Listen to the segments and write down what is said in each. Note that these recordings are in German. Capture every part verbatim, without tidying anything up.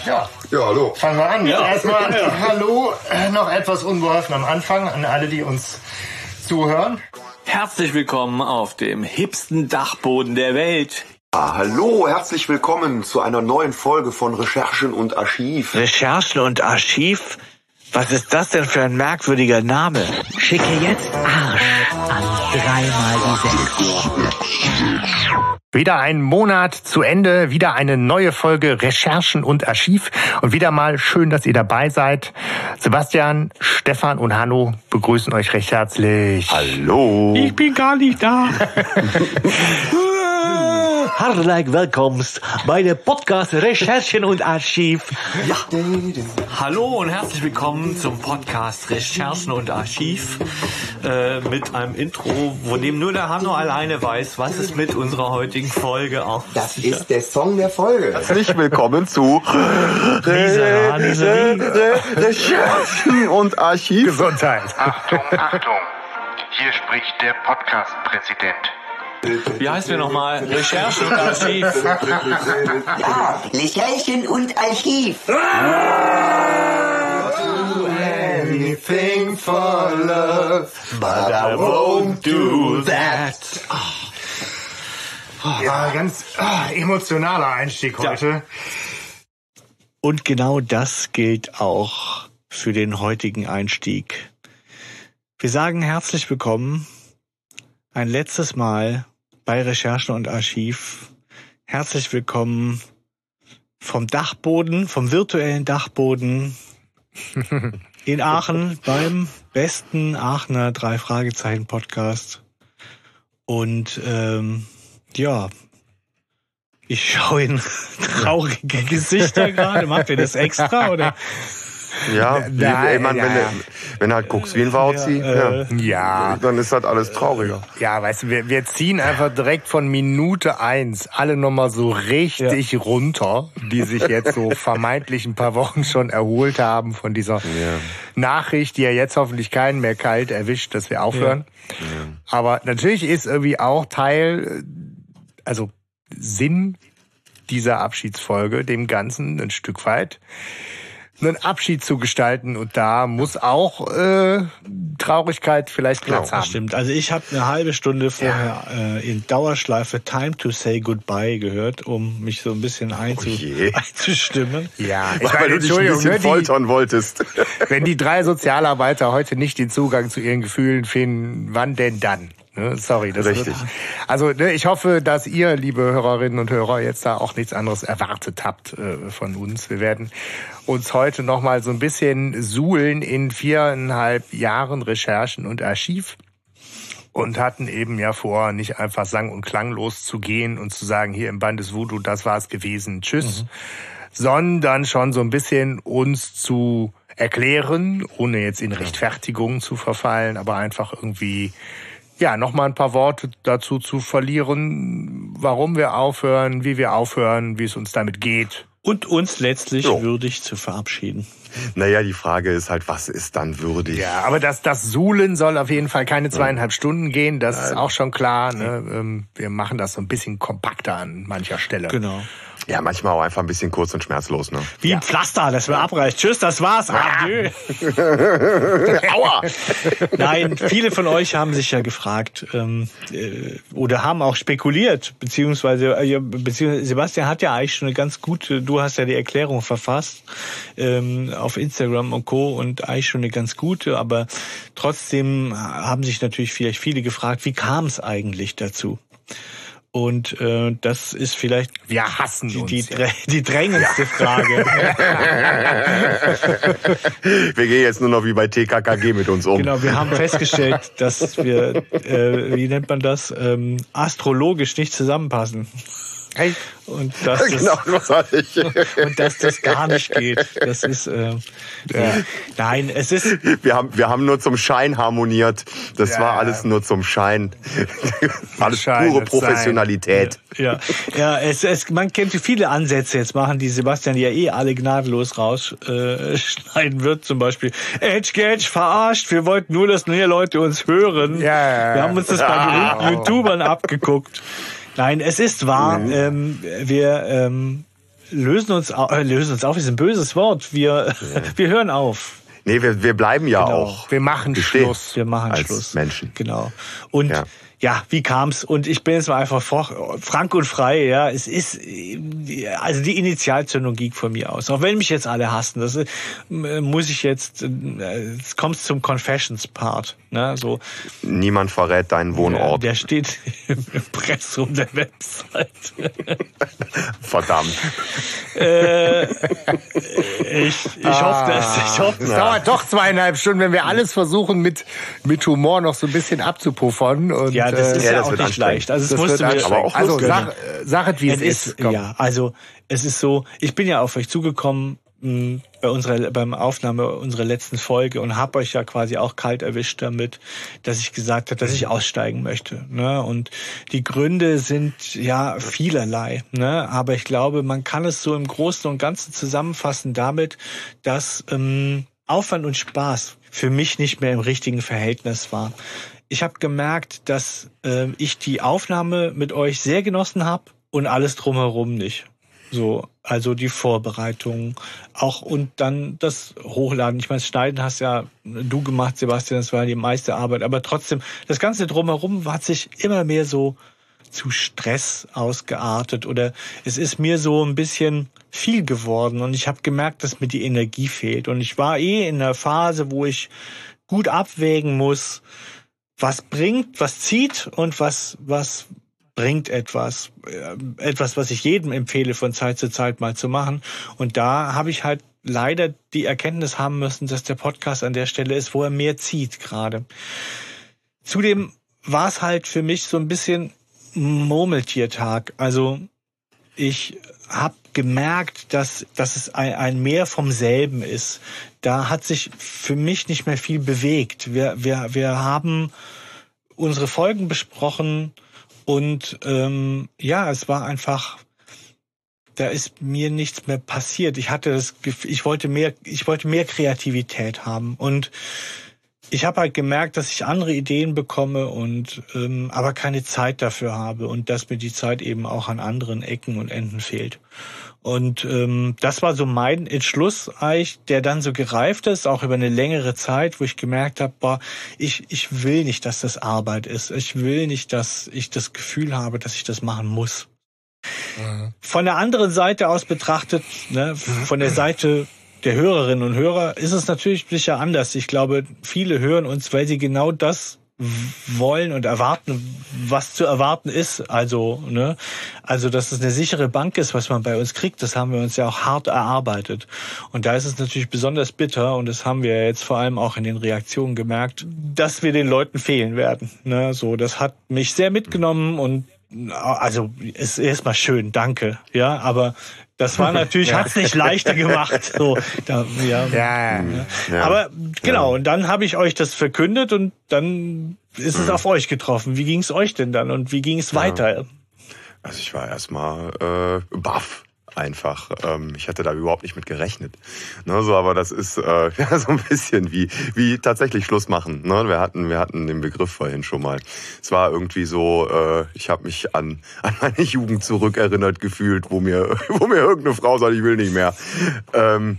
Ja. Ja, hallo. Fangen wir an. Ja. Erstmal Ja. hallo, äh, noch etwas unbeholfen am Anfang an alle, die uns zuhören. Herzlich willkommen auf dem hipsten Dachboden der Welt. Ah, hallo, herzlich willkommen zu einer neuen Folge von Recherchen und Archiv. Recherchen und Archiv? Was ist das denn für ein merkwürdiger Name? Schicke jetzt Arsch an dreimal die sechs. Wieder ein Monat zu Ende, wieder eine neue Folge Recherchen und Archiv und wieder mal schön, dass ihr dabei seid. Sebastian, Stefan und Hanno begrüßen euch recht herzlich. Hallo. Ich bin gar nicht da. Hartlich willkommst bei der Podcast Recherchen und Archiv. Ja. Hallo und herzlich willkommen zum Podcast Recherchen und Archiv äh, mit einem Intro, wo dem nur der Hanno alleine weiß, was es mit unserer heutigen Folge auf Das ist der Song der Folge. Herzlich willkommen zu Lisa, Lisa, Re- Recherchen und Archiv. Gesundheit. Achtung, Achtung! Hier spricht der Podcast-Präsident. Wie heißt wir nochmal? Recherchen und Archiv. Ja, Recherchen und Archiv. Anything for love, but I won't do that. Ja, ganz ah, emotionaler Einstieg heute. Und genau das gilt auch für den heutigen Einstieg. Wir sagen herzlich willkommen ein letztes Mal bei Recherchen und Archiv. Herzlich willkommen vom Dachboden, vom virtuellen Dachboden in Aachen beim besten Aachener Drei-Fragezeichen-Podcast. Und ähm, ja, ich schaue in traurige Gesichter gerade. Macht ihr das extra, oder? Ja, wie, Nein, ey, man, ja. wenn, du, wenn du halt guckst wie ein Wauzi, Ja, ja, Ja, dann ist halt alles trauriger. ja, weißt du, wir, wir ziehen einfach direkt von Minute eins alle nochmal so richtig runter, die sich jetzt so vermeintlich ein paar Wochen schon erholt haben von dieser Ja. Nachricht, die ja jetzt hoffentlich keinen mehr kalt erwischt, dass wir aufhören. Aber natürlich ist irgendwie auch Teil, also Sinn dieser Abschiedsfolge, dem Ganzen ein Stück weit einen Abschied zu gestalten, und da muss auch äh, Traurigkeit vielleicht Platz Das haben. stimmt. Also ich habe eine halbe Stunde vorher äh, in Dauerschleife Time to Say Goodbye gehört, um mich so ein bisschen einzu je. einzustimmen. Ja, ich Weil meine, du dich ein Entschuldigung, bisschen ne, die, foltern wolltest. wenn die drei Sozialarbeiter heute nicht den Zugang zu ihren Gefühlen finden, wann denn dann? Ne, sorry, das Richtig. Wird, also ne, ich hoffe, dass ihr, liebe Hörerinnen und Hörer, jetzt da auch nichts anderes erwartet habt äh, von uns. Wir werden uns heute noch mal so ein bisschen suhlen in viereinhalb Jahren Recherchen und Archiv und hatten eben ja vor, nicht einfach sang- und klanglos zu gehen und zu sagen, hier im Band des Voodoo, das war's gewesen, tschüss, mhm. sondern schon so ein bisschen uns zu erklären, ohne jetzt in Rechtfertigungen zu verfallen, aber einfach irgendwie ja, noch mal ein paar Worte dazu zu verlieren, warum wir aufhören, wie wir aufhören, wie es uns damit geht. Und uns letztlich Jo. würdig zu verabschieden. Naja, die Frage ist halt, was ist dann würdig? Ja, aber das, das Suhlen soll auf jeden Fall keine zweieinhalb ja. Stunden gehen, das Nein. ist auch schon klar. Ne? Wir machen das so ein bisschen kompakter an mancher Stelle. Genau. Ja, manchmal auch einfach ein bisschen kurz und schmerzlos, ne? Wie ja. ein Pflaster, das wir abreißt. Tschüss, das war's. Adieu. Aua! Nein, viele von euch haben sich ja gefragt ähm, äh, oder haben auch spekuliert, beziehungsweise, äh, beziehungsweise Sebastian hat ja eigentlich schon eine ganz gute, du hast ja die Erklärung verfasst ähm, auf Instagram und Co. und eigentlich schon eine ganz gute, aber trotzdem haben sich natürlich vielleicht viele gefragt, wie kam es eigentlich dazu? Und äh, das ist vielleicht wir hassen die, uns, die, ja. die drängendste Frage. Wir gehen jetzt nur noch wie bei T K K G mit uns um. Genau, wir haben festgestellt, dass wir, äh, wie nennt man das, ähm, astrologisch nicht zusammenpassen. Hey. Und dass genau, das, was hatte ich. und dass das gar nicht geht. Das ist äh, ja. Nein, es ist. Wir haben wir haben nur zum Schein harmoniert. Das ja. war alles nur zum Schein. Alles Schein pure Professionalität. Ja, ja, es, es man kennt viele Ansätze. Jetzt machen die Sebastian ja eh alle gnadenlos rausschneiden äh, wird. Zum Beispiel Edge Gadge verarscht. Wir wollten nur, dass mehr Leute uns hören. Ja. Wir haben uns das bei berühmten YouTubern abgeguckt. Nein, es ist wahr. Mhm. Ähm, wir ähm, lösen uns, äh, lösen uns auf, ist ein böses Wort. Wir, ja. wir hören auf. Nee, wir, wir bleiben ja genau. auch. Wir machen bestehen. Schluss. Wir machen als Schluss. Menschen. Genau. Und ja. ja, wie kam's? Und ich bin jetzt mal einfach frank und frei, ja. Es ist, also die Initialzündung ging von mir aus. Auch wenn mich jetzt alle hassen, das muss ich jetzt, es kommt zum Confessions-Part, ne, so. Niemand verrät deinen Wohnort. Ja, der steht im Impressum der Website. Verdammt. äh, ich ich ah, hoffe, dass, ich hoffe, es ja. dauert doch zweieinhalb Stunden, wenn wir alles versuchen, mit, mit Humor noch so ein bisschen abzupuffern. Und, ja, das ist ja, ja das auch nicht leicht. Also, das es musst du mir, aber auch also sag, sag es, wie es, es ist. ist ja, also es ist so, ich bin ja auf euch zugekommen mh, bei unserer beim Aufnahme unserer letzten Folge und habe euch ja quasi auch kalt erwischt damit, dass ich gesagt habe, dass ich aussteigen möchte. Ne? Und die Gründe sind ja vielerlei. Ne? Aber ich glaube, man kann es so im Großen und Ganzen zusammenfassen damit, dass ähm, Aufwand und Spaß für mich nicht mehr im richtigen Verhältnis war. Ich habe gemerkt, dass äh, ich die Aufnahme mit euch sehr genossen habe und alles drumherum nicht. So, also die Vorbereitung auch und dann das Hochladen. Ich meine, das Schneiden hast ja du gemacht, Sebastian, das war die meiste Arbeit. Aber trotzdem, das Ganze drumherum hat sich immer mehr so zu Stress ausgeartet oder es ist mir so ein bisschen viel geworden und ich habe gemerkt, dass mir die Energie fehlt. Und ich war eh in einer Phase, wo ich gut abwägen muss, was bringt, was zieht und was was bringt etwas. Etwas, was ich jedem empfehle, von Zeit zu Zeit mal zu machen. Und da habe ich halt leider die Erkenntnis haben müssen, dass der Podcast an der Stelle ist, wo er mehr zieht gerade. Zudem war es halt für mich so ein bisschen Murmeltiertag. Also ich habe gemerkt, dass, dass es ein, ein Mehr vom selben ist. Da hat sich für mich nicht mehr viel bewegt. Wir, wir, wir haben unsere Folgen besprochen und ähm, ja, es war einfach, da ist mir nichts mehr passiert. Ich hatte das Gefühl, ich wollte mehr, ich wollte mehr Kreativität haben und ich habe halt gemerkt, dass ich andere Ideen bekomme und ähm, aber keine Zeit dafür habe und dass mir die Zeit eben auch an anderen Ecken und Enden fehlt. Und ähm, das war so mein Entschluss eigentlich, der dann so gereift ist, auch über eine längere Zeit, wo ich gemerkt habe, boah, ich ich will nicht, dass das Arbeit ist. Ich will nicht, dass ich das Gefühl habe, dass ich das machen muss. Mhm. Von der anderen Seite aus betrachtet, ne, von der Seite der Hörerinnen und Hörer, ist es natürlich sicher anders. Ich glaube, viele hören uns, weil sie genau das wollen und erwarten, was zu erwarten ist. Also, ne, also, dass es eine sichere Bank ist, was man bei uns kriegt, das haben wir uns ja auch hart erarbeitet. Und da ist es natürlich besonders bitter, und das haben wir jetzt vor allem auch in den Reaktionen gemerkt, dass wir den Leuten fehlen werden. Ne, so, das hat mich sehr mitgenommen und also, ist erstmal schön, danke, ja, aber das war natürlich, ja. Hat's nicht leichter gemacht. So, da, ja, ja, ja. Aber genau, ja. Und dann habe ich euch das verkündet und dann ist es mhm. auf euch getroffen. Wie ging's euch denn dann und wie ging es ja. weiter? Also ich war erstmal äh, baff. Einfach. Ähm, ich hatte da überhaupt nicht mit gerechnet. Ne, so, aber das ist äh, ja, so ein bisschen wie wie tatsächlich Schluss machen. Ne? Wir hatten wir hatten den Begriff vorhin schon mal. Es war irgendwie so, äh, ich habe mich an an meine Jugend zurückerinnert gefühlt, wo mir wo mir irgendeine Frau sagt, ich will nicht mehr. Ähm,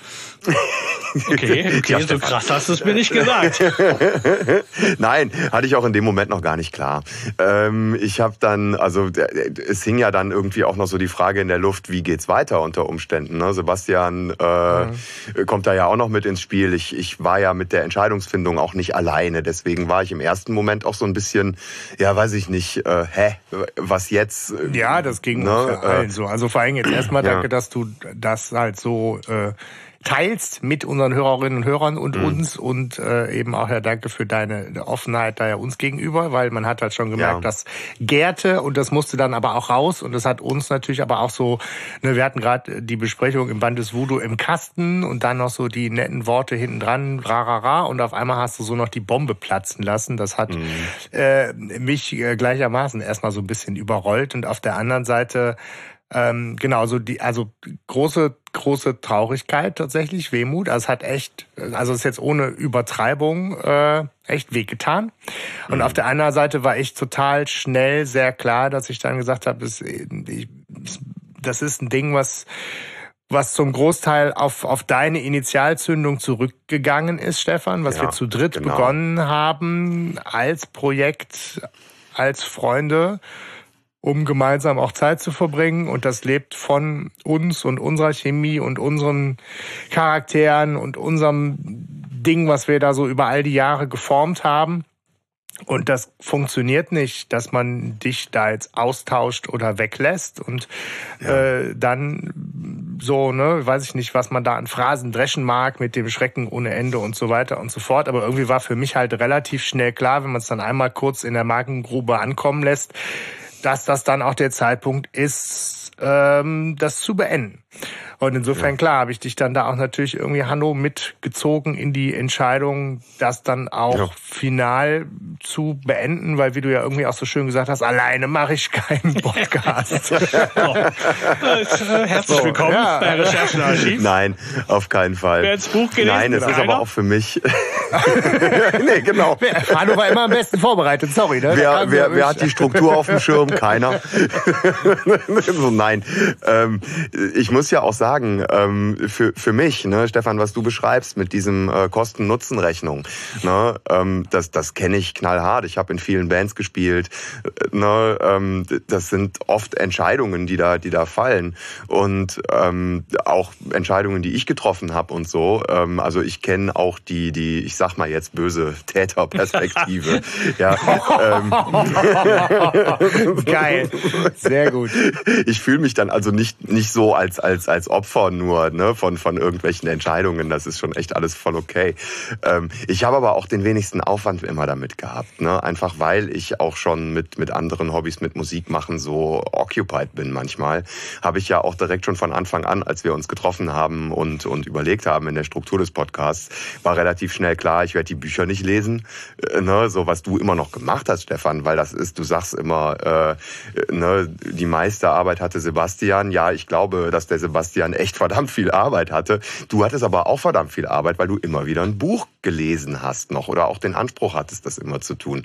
Okay, okay, ja, so krass hast du es mir nicht gesagt. Nein, hatte ich auch in dem Moment noch gar nicht klar. Ähm, ich habe dann, also es hing ja dann irgendwie auch noch so die Frage in der Luft, wie geht's weiter unter Umständen. Ne? Sebastian äh, mhm. kommt da ja auch noch mit ins Spiel. Ich, ich war ja mit der Entscheidungsfindung auch nicht alleine. Deswegen war ich im ersten Moment auch so ein bisschen, ja, weiß ich nicht, äh, hä, was jetzt? Ja, das ging ne? uns ja allen so. Also vor allem jetzt erstmal ja. danke, dass du das halt so äh, teilst mit unseren Hörerinnen und Hörern und mhm. uns und äh, eben auch ja danke für deine Offenheit da ja uns gegenüber, weil man hat halt schon gemerkt, ja. das gärte und das musste dann aber auch raus und das hat uns natürlich aber auch so, ne, wir hatten gerade die Besprechung im Band des Voodoo im Kasten und dann noch so die netten Worte hinten dran, ra, ra, ra, und auf einmal hast du so noch die Bombe platzen lassen. Das hat mhm. äh, mich äh, gleichermaßen erstmal so ein bisschen überrollt und auf der anderen Seite Ähm, genau, so die, also große, große Traurigkeit tatsächlich, Wehmut. Also es hat echt, also es ist jetzt ohne Übertreibung äh, echt wehgetan. Und mhm. auf der anderen Seite war ich total schnell sehr klar, dass ich dann gesagt habe, es, ich, es das ist ein Ding, was was zum Großteil auf auf deine Initialzündung zurückgegangen ist, Stefan, was ja, wir zu dritt genau. begonnen haben als Projekt, als Freunde, um gemeinsam auch Zeit zu verbringen. Und das lebt von uns und unserer Chemie und unseren Charakteren und unserem Ding, was wir da so über all die Jahre geformt haben. Und das funktioniert nicht, dass man dich da jetzt austauscht oder weglässt und ja. äh, dann so, ne, weiß ich nicht, was man da an Phrasen dreschen mag mit dem Schrecken ohne Ende und so weiter und so fort. Aber irgendwie war für mich halt relativ schnell klar, wenn man es dann einmal kurz in der Magengrube ankommen lässt, dass das dann auch der Zeitpunkt ist, ähm, das zu beenden. Und insofern, ja. klar, habe ich dich dann da auch natürlich irgendwie, Hanno, mitgezogen in die Entscheidung, das dann auch ja. final zu beenden, weil, wie du ja irgendwie auch so schön gesagt hast, alleine mache ich keinen Podcast. so. Herzlich willkommen so, ja. bei Recherchenarchiv. Nein, auf keinen Fall. Wer hat's Buch gelesen? Nein, es ist aber auch für mich... nee, genau. Hanno war immer am besten vorbereitet, sorry. Ne? Wer, wer, wer hat die Struktur auf dem Schirm? Keiner. so, nein. Ähm, ich muss ja auch sagen, ähm, für, für mich, ne, Stefan, was du beschreibst mit diesem äh, Kosten-Nutzen-Rechnung, ne, ähm, das, das kenne ich knallhart. Ich habe in vielen Bands gespielt. Ne, ähm, das sind oft Entscheidungen, die da, die da fallen. Und ähm, auch Entscheidungen, die ich getroffen habe und so. Ähm, also ich kenne auch die, die, ich sag mal jetzt böse Täterperspektive. ja, ähm, Geil. Sehr gut. Ich fühle mich dann also nicht, nicht so als, als, als Opfer nur, ne, von, von irgendwelchen Entscheidungen. Das ist schon echt alles voll okay. Ähm, ich habe aber auch den wenigsten Aufwand immer damit gehabt, ne, einfach weil ich auch schon mit, mit anderen Hobbys, mit Musik machen, so occupied bin manchmal. Habe ich ja auch direkt schon von Anfang an, als wir uns getroffen haben und, und überlegt haben in der Struktur des Podcasts, war relativ schnell klar, ich werde die Bücher nicht lesen, äh, ne, so was du immer noch gemacht hast, Stefan, weil das ist, du sagst immer, äh, ne, die meiste Arbeit hatte Sebastian. Ja, ich glaube, dass der Sebastian echt verdammt viel Arbeit hatte. Du hattest aber auch verdammt viel Arbeit, weil du immer wieder ein Buch gelesen hast noch oder auch den Anspruch hattest, das immer zu tun.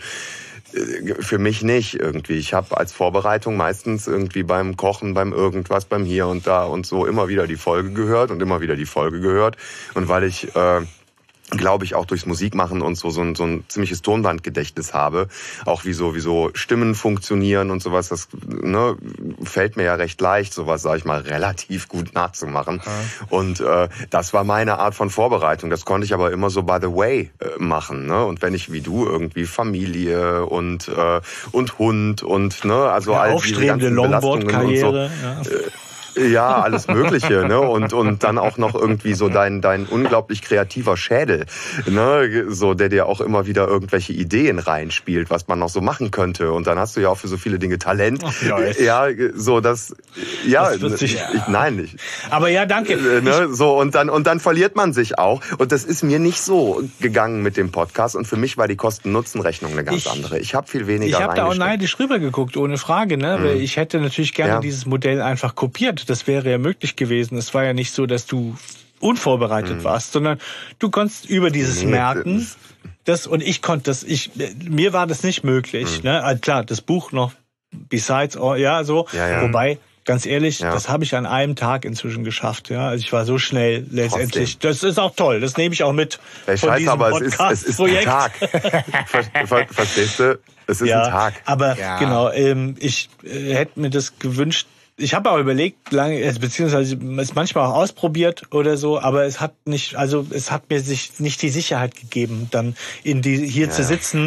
Für mich nicht irgendwie. Ich habe als Vorbereitung meistens irgendwie beim Kochen, beim irgendwas, beim Hier und Da und so immer wieder die Folge gehört und immer wieder die Folge gehört. Und weil ich... Äh, glaube ich, auch durchs Musikmachen und so, so ein, so ein ziemliches Tonbandgedächtnis habe. Auch wie so, wie so Stimmen funktionieren und sowas. Das, ne, fällt mir ja recht leicht, sowas, sag ich mal, relativ gut nachzumachen. Ja. Und äh, das war meine Art von Vorbereitung. Das konnte ich aber immer so by the way äh, machen. Ne? Und wenn ich wie du irgendwie Familie und, äh, und Hund und ne, also ja, all diese ganzen Belastungen und so. Ja. Äh, Ja, alles Mögliche, ne? Und und dann auch noch irgendwie so dein dein unglaublich kreativer Schädel, ne? So, der dir auch immer wieder irgendwelche Ideen reinspielt, was man noch so machen könnte. Und dann hast du ja auch für so viele Dinge Talent. Ach, ja, ja, so das. Ja, das ich, ich, nein, nicht. Aber ja, danke. Ne? So und dann und dann verliert man sich auch. Und das ist mir nicht so gegangen mit dem Podcast. Und für mich war die Kosten-Nutzen-Rechnung eine ganz ich, andere. Ich habe viel weniger. Ich habe da auch neidisch rübergeguckt, ohne Frage, ne? Mhm. Weil ich hätte natürlich gerne ja. dieses Modell einfach kopiert. Das wäre ja möglich gewesen. Es war ja nicht so, dass du unvorbereitet mhm. warst, sondern du konntest über dieses nee, Merken, das und ich konnte das, ich mir war das nicht möglich. Mhm. Ne? Also klar, das Buch noch, besides, all, ja so, ja, ja. wobei, ganz ehrlich, ja. das habe ich an einem Tag inzwischen geschafft. Ja, also ich war so schnell letztendlich. Trotzdem. Das ist auch toll. Das nehme ich auch mit. Der von Scheiß, diesem aber es ist, es ist ein Tag. Ver, ver, verstehst du? Es ist ja, ein Tag. Aber ja. genau, ähm, ich äh, hätte mir das gewünscht. Ich habe auch überlegt, lange, beziehungsweise es manchmal auch ausprobiert oder so, aber es hat nicht, also es hat mir sich nicht die Sicherheit gegeben, dann in die hier ja. zu sitzen,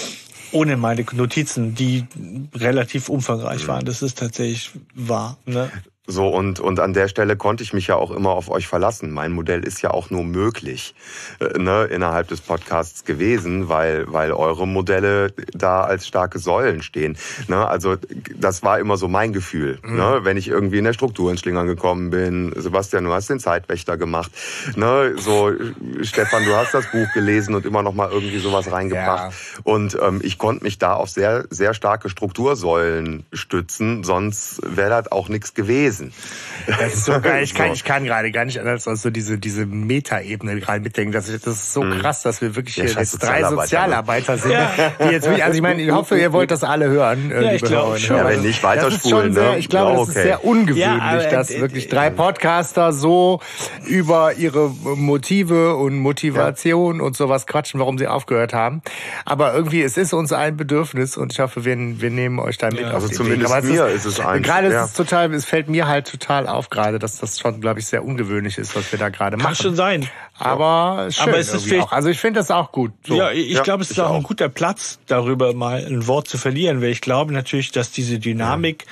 ohne meine Notizen, die relativ umfangreich waren. Das ist tatsächlich wahr. Ne? So, und, und an der Stelle konnte ich mich ja auch immer auf euch verlassen. Mein Modell ist ja auch nur möglich, äh, ne, innerhalb des Podcasts gewesen, weil, weil eure Modelle da als starke Säulen stehen. Ne, also, das war immer so mein Gefühl. Mhm. Ne, wenn ich irgendwie in der Struktur ins Schlingern gekommen bin. Sebastian, du hast den Zeitwächter gemacht. Ne, so, Stefan, du hast das Buch gelesen und immer noch mal irgendwie sowas reingebracht. Ja. Und, ähm, ich konnte mich da auf sehr, sehr starke Struktursäulen stützen. Sonst wäre das auch nichts gewesen. lesen. Das ist so geil. Ich kann, ich kann gerade gar nicht anders als so diese, diese Meta-Ebene gerade mitdenken. Das ist, das ist so krass, dass wir wirklich hier Ja, jetzt drei Sozialarbeiter, Sozialarbeiter sind. Die jetzt wirklich, also ich meine, ich hoffe, ihr wollt das alle hören. Ja, ich glaube schon. Ja, wenn nicht, weiterspulen. Sehr, Ne? ich glaube, ja, das okay. ist sehr ungewöhnlich, Ja, aber, dass äh, wirklich drei Podcaster so über ihre Motive und Motivation ja. und sowas quatschen, warum sie aufgehört haben. Aber irgendwie, es ist uns ein Bedürfnis und ich hoffe, wir, wir nehmen euch da mit ja. auf Also den zumindest Weg. Aber mir es ist es eins. Gerade ja. ist es total, es fällt mir halt total auf gerade, dass das schon, glaube ich, sehr ungewöhnlich ist, was wir da gerade machen. Kann schon sein. Aber schön Aber es ist auch. Also ich finde das auch gut. So. Ja, ich Ja, glaube, es ist ich auch, auch ein guter Platz, darüber mal ein Wort zu verlieren, weil ich glaube natürlich, dass diese Dynamik,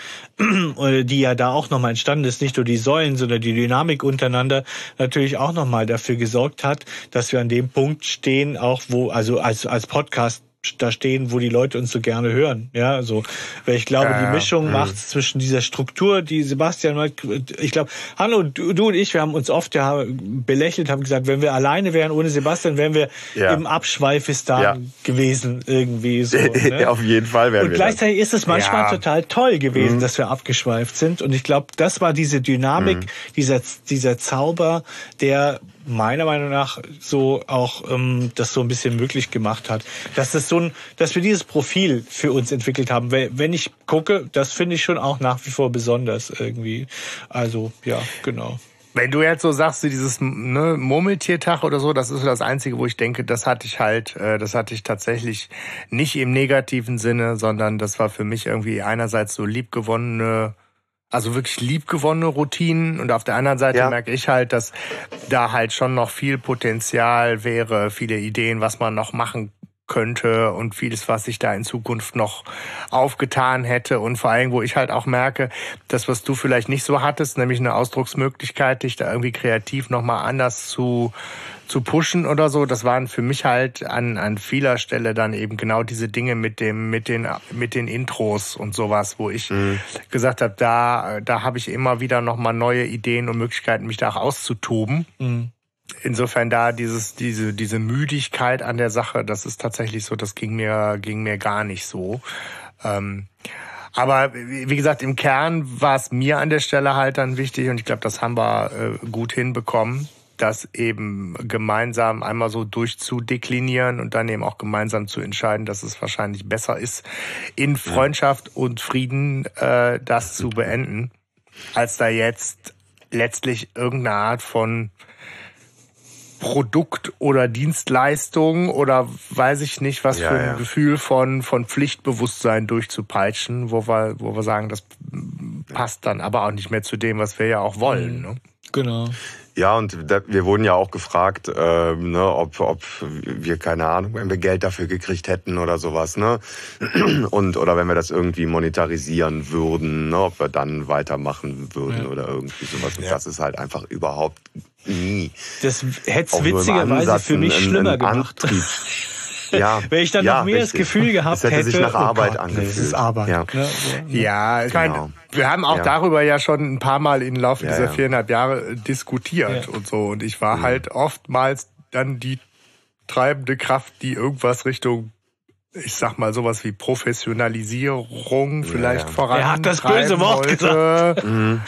ja. die ja da auch nochmal entstanden ist, nicht nur die Säulen, sondern die Dynamik untereinander, natürlich auch nochmal dafür gesorgt hat, dass wir an dem Punkt stehen, auch wo, also als, als Podcast da stehen, wo die Leute uns so gerne hören. Ja, so, weil ich glaube, ja, die Mischung mh. macht zwischen dieser Struktur, die Sebastian mal, ich glaube, Hanno, du, du und ich, wir haben uns oft ja belächelt, haben gesagt, wenn wir alleine wären, ohne Sebastian, wären wir ja. im Abschweifistan ja. gewesen, irgendwie so. Ne? Auf jeden Fall wären und wir gleichzeitig das. ist es manchmal ja. total toll gewesen, mhm. dass wir abgeschweift sind. Und ich glaube, das war diese Dynamik, mhm. dieser, dieser Zauber, der meiner Meinung nach so auch ähm, das so ein bisschen möglich gemacht hat, dass das so ein, dass wir dieses Profil für uns entwickelt haben. Wenn ich gucke, das finde ich schon auch nach wie vor besonders irgendwie. Also ja, genau. Wenn du jetzt so sagst, dieses ne, Murmeltiertag oder so, das ist so das Einzige, wo ich denke, das hatte ich halt, äh, das hatte ich tatsächlich nicht im negativen Sinne, sondern das war für mich irgendwie einerseits so liebgewonnene, also wirklich liebgewonnene Routinen und auf der anderen Seite ja. merke ich halt, dass da halt schon noch viel Potenzial wäre, viele Ideen, was man noch machen könnte und vieles, was sich da in Zukunft noch aufgetan hätte und vor allem, wo ich halt auch merke, das, was du vielleicht nicht so hattest, nämlich eine Ausdrucksmöglichkeit, dich da irgendwie kreativ nochmal anders zu zu pushen oder so, das waren für mich halt an an vieler Stelle dann eben genau diese Dinge mit dem mit den mit den Intros und sowas, wo ich mhm. gesagt habe, da da habe ich immer wieder nochmal neue Ideen und Möglichkeiten, mich da auch auszutoben. Mhm. Insofern da dieses diese diese Müdigkeit an der Sache, das ist tatsächlich so, das ging mir ging mir gar nicht so. Ähm, aber wie gesagt, im Kern war es mir an der Stelle halt dann wichtig und ich glaube, das haben wir äh, gut hinbekommen, das eben gemeinsam einmal so durchzudeklinieren und dann eben auch gemeinsam zu entscheiden, dass es wahrscheinlich besser ist, in Freundschaft und Frieden äh, das zu beenden, als da jetzt letztlich irgendeine Art von Produkt oder Dienstleistung oder weiß ich nicht, was ja, für ein ja. Gefühl von von Pflichtbewusstsein durchzupeitschen, wo wir wo wir sagen, das passt dann aber auch nicht mehr zu dem, was wir ja auch wollen. Ne? Genau. Ja, und da, wir wurden ja auch gefragt, äh, ne, ob, ob wir, keine Ahnung, wenn wir Geld dafür gekriegt hätten oder sowas, ne? Und, oder wenn wir das irgendwie monetarisieren würden, ne, ob wir dann weitermachen würden ja. oder irgendwie sowas. Und ja. das ist halt einfach überhaupt nie. Das hätte es witzigerweise für mich ein, schlimmer ein gemacht. Ja, wenn ich dann ja, noch mehr richtig. das Gefühl gehabt hätte, hätte sich nach Arbeit oh Gott, angefühlt. Das ist Arbeit. Ja, ne? ja ich meine, genau. wir haben auch ja. darüber ja schon ein paar Mal im Laufe ja, dieser ja. viereinhalb Jahre diskutiert ja. und so. Und ich war ja. halt oftmals dann die treibende Kraft, die irgendwas Richtung, ich sag mal, sowas wie Professionalisierung vielleicht ja. voran. Er hat das böse Wort wollte. gesagt. Mhm.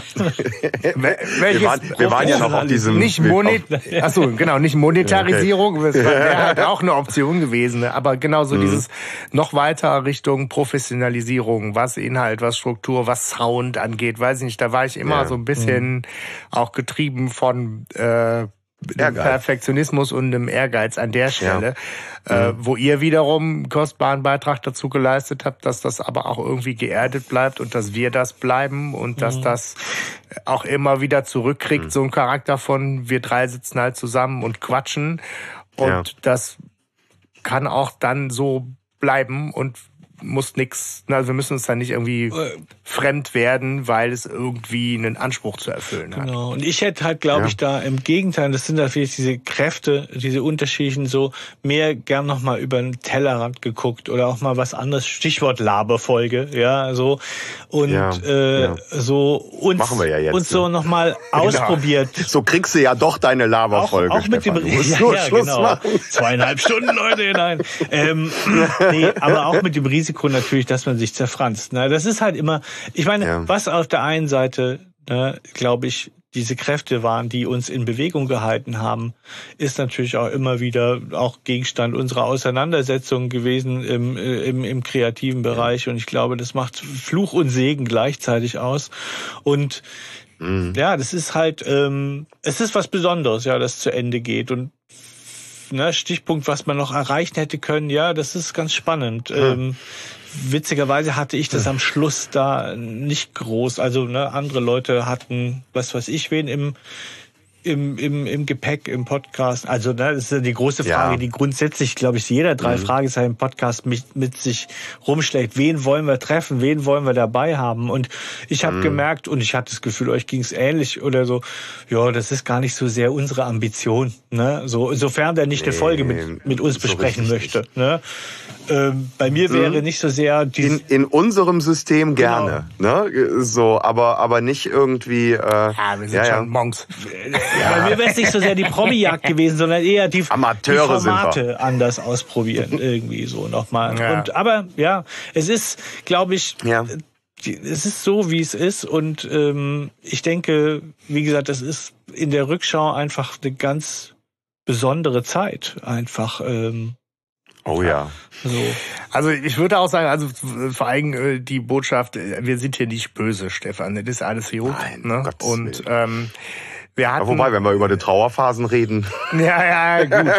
wir, waren, wir waren ja noch auf diesem... Nicht Monet, achso, genau, nicht Monetarisierung, okay. das wäre halt auch eine Option gewesen. Aber genau so mhm. dieses noch weiter Richtung Professionalisierung, was Inhalt, was Struktur, was Sound angeht, weiß ich nicht, da war ich immer ja. so ein bisschen mhm. auch getrieben von... Äh, Perfektionismus und einem Ehrgeiz an der Stelle, ja. äh, wo ihr wiederum einen kostbaren Beitrag dazu geleistet habt, dass das aber auch irgendwie geerdet bleibt und dass wir das bleiben und dass mhm. das auch immer wieder zurückkriegt, mhm. so ein Charakter von wir drei sitzen halt zusammen und quatschen und ja. das kann auch dann so bleiben und muss nix, also wir müssen uns da nicht irgendwie äh, fremd werden, weil es irgendwie einen Anspruch zu erfüllen hat. Genau. Und ich hätte halt, glaube ja. ich, da im Gegenteil, das sind da vielleicht diese Kräfte, diese unterschiedlichen so, mehr gern nochmal über den Tellerrand geguckt oder auch mal was anderes, Stichwort Laberfolge, ja, so. Und ja, äh, ja. so uns, machen wir ja jetzt, uns so ne? nochmal ausprobiert. So kriegst du ja doch deine Laberfolge, Auch, auch mit Stefan. dem ja, ja, genau. Zweieinhalb Stunden, Leute, nein. Ähm, nee, aber auch mit dem Risiko, Risiko natürlich, dass man sich zerfranst. Ne? Das ist halt immer, ich meine, ja. was auf der einen Seite, ne, glaube ich, diese Kräfte waren, die uns in Bewegung gehalten haben, ist natürlich auch immer wieder auch Gegenstand unserer Auseinandersetzung gewesen im, im, im kreativen Bereich. Und ich glaube, das macht Fluch und Segen gleichzeitig aus. Und mhm. ja, das ist halt, ähm, es ist was Besonderes, ja, das zu Ende geht. Und ne, Stichpunkt, was man noch erreichen hätte können, ja, das ist ganz spannend. Mhm. Ähm, Witzigerweise hatte ich das am Schluss da nicht groß. Also ne, andere Leute hatten, was weiß ich, wen im im im im Gepäck im Podcast. Also ne, das ist ja die große Frage, ja. die grundsätzlich, glaube ich, jeder drei mhm. Fragezeichen Podcast mit, mit sich rumschlägt. Wen wollen wir treffen? Wen wollen wir dabei haben? Und ich habe mhm. gemerkt, und ich hatte das Gefühl, euch ging es ähnlich oder so. Ja, das ist gar nicht so sehr unsere Ambition. Ne, so sofern der nicht nee, eine Folge mit mit uns so besprechen möchte. Nicht. Ne. Ähm, bei mir wäre mhm. nicht so sehr die in, in unserem System gerne, genau. ne? So, aber aber nicht irgendwie. Äh, ja, wir sind ja, schon ja. Monks. Ja. Bei mir wäre es nicht so sehr die Promi-Jagd gewesen, sondern eher die, Amateure die Formate anders ausprobieren irgendwie so nochmal. Ja. Und aber ja, es ist, glaube ich. Ja. Es ist so, wie es ist, und ähm, ich denke, wie gesagt, das ist in der Rückschau einfach eine ganz besondere Zeit, einfach. Ähm, Oh ja. So. Also ich würde auch sagen, also vor allem äh, die Botschaft, wir sind hier nicht böse, Stefan, das ist alles gut. Nein, ne? Und ähm, wir hatten, wobei, wenn wir über die Trauerphasen reden. Ja, ja, gut.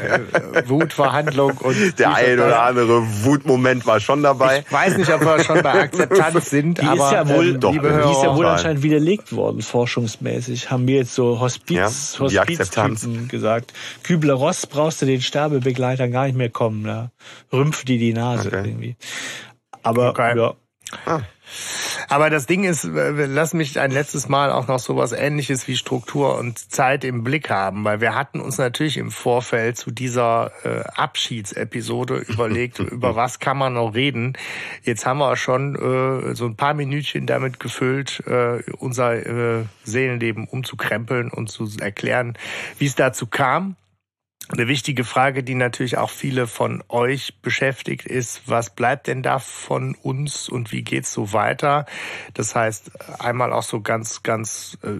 äh, Wutverhandlung und der ein oder andere Wutmoment war schon dabei. Ich weiß nicht, ob wir schon bei Akzeptanz sind, die aber ist ja wohl, ähm, doch, liebe die Hörer, ist ja wohl anscheinend widerlegt worden, forschungsmäßig. Haben wir jetzt so Hospiz, ja, Hospiztypen gesagt. Kübler-Ross brauchst du den Sterbebegleitern gar nicht mehr kommen. Ne? Rümpft die die Nase okay. irgendwie. Aber okay. ja. Ah. Aber das Ding ist, lass mich ein letztes Mal auch noch sowas Ähnliches wie Struktur und Zeit im Blick haben, weil wir hatten uns natürlich im Vorfeld zu dieser äh, Abschiedsepisode überlegt, über was kann man noch reden. Jetzt haben wir schon äh, so ein paar Minütchen damit gefüllt, äh, unser äh, Seelenleben umzukrempeln und zu erklären, wie es dazu kam. Eine wichtige Frage, die natürlich auch viele von euch beschäftigt, ist, was bleibt denn da von uns und wie geht's so weiter? Das heißt, einmal auch so ganz, ganz äh,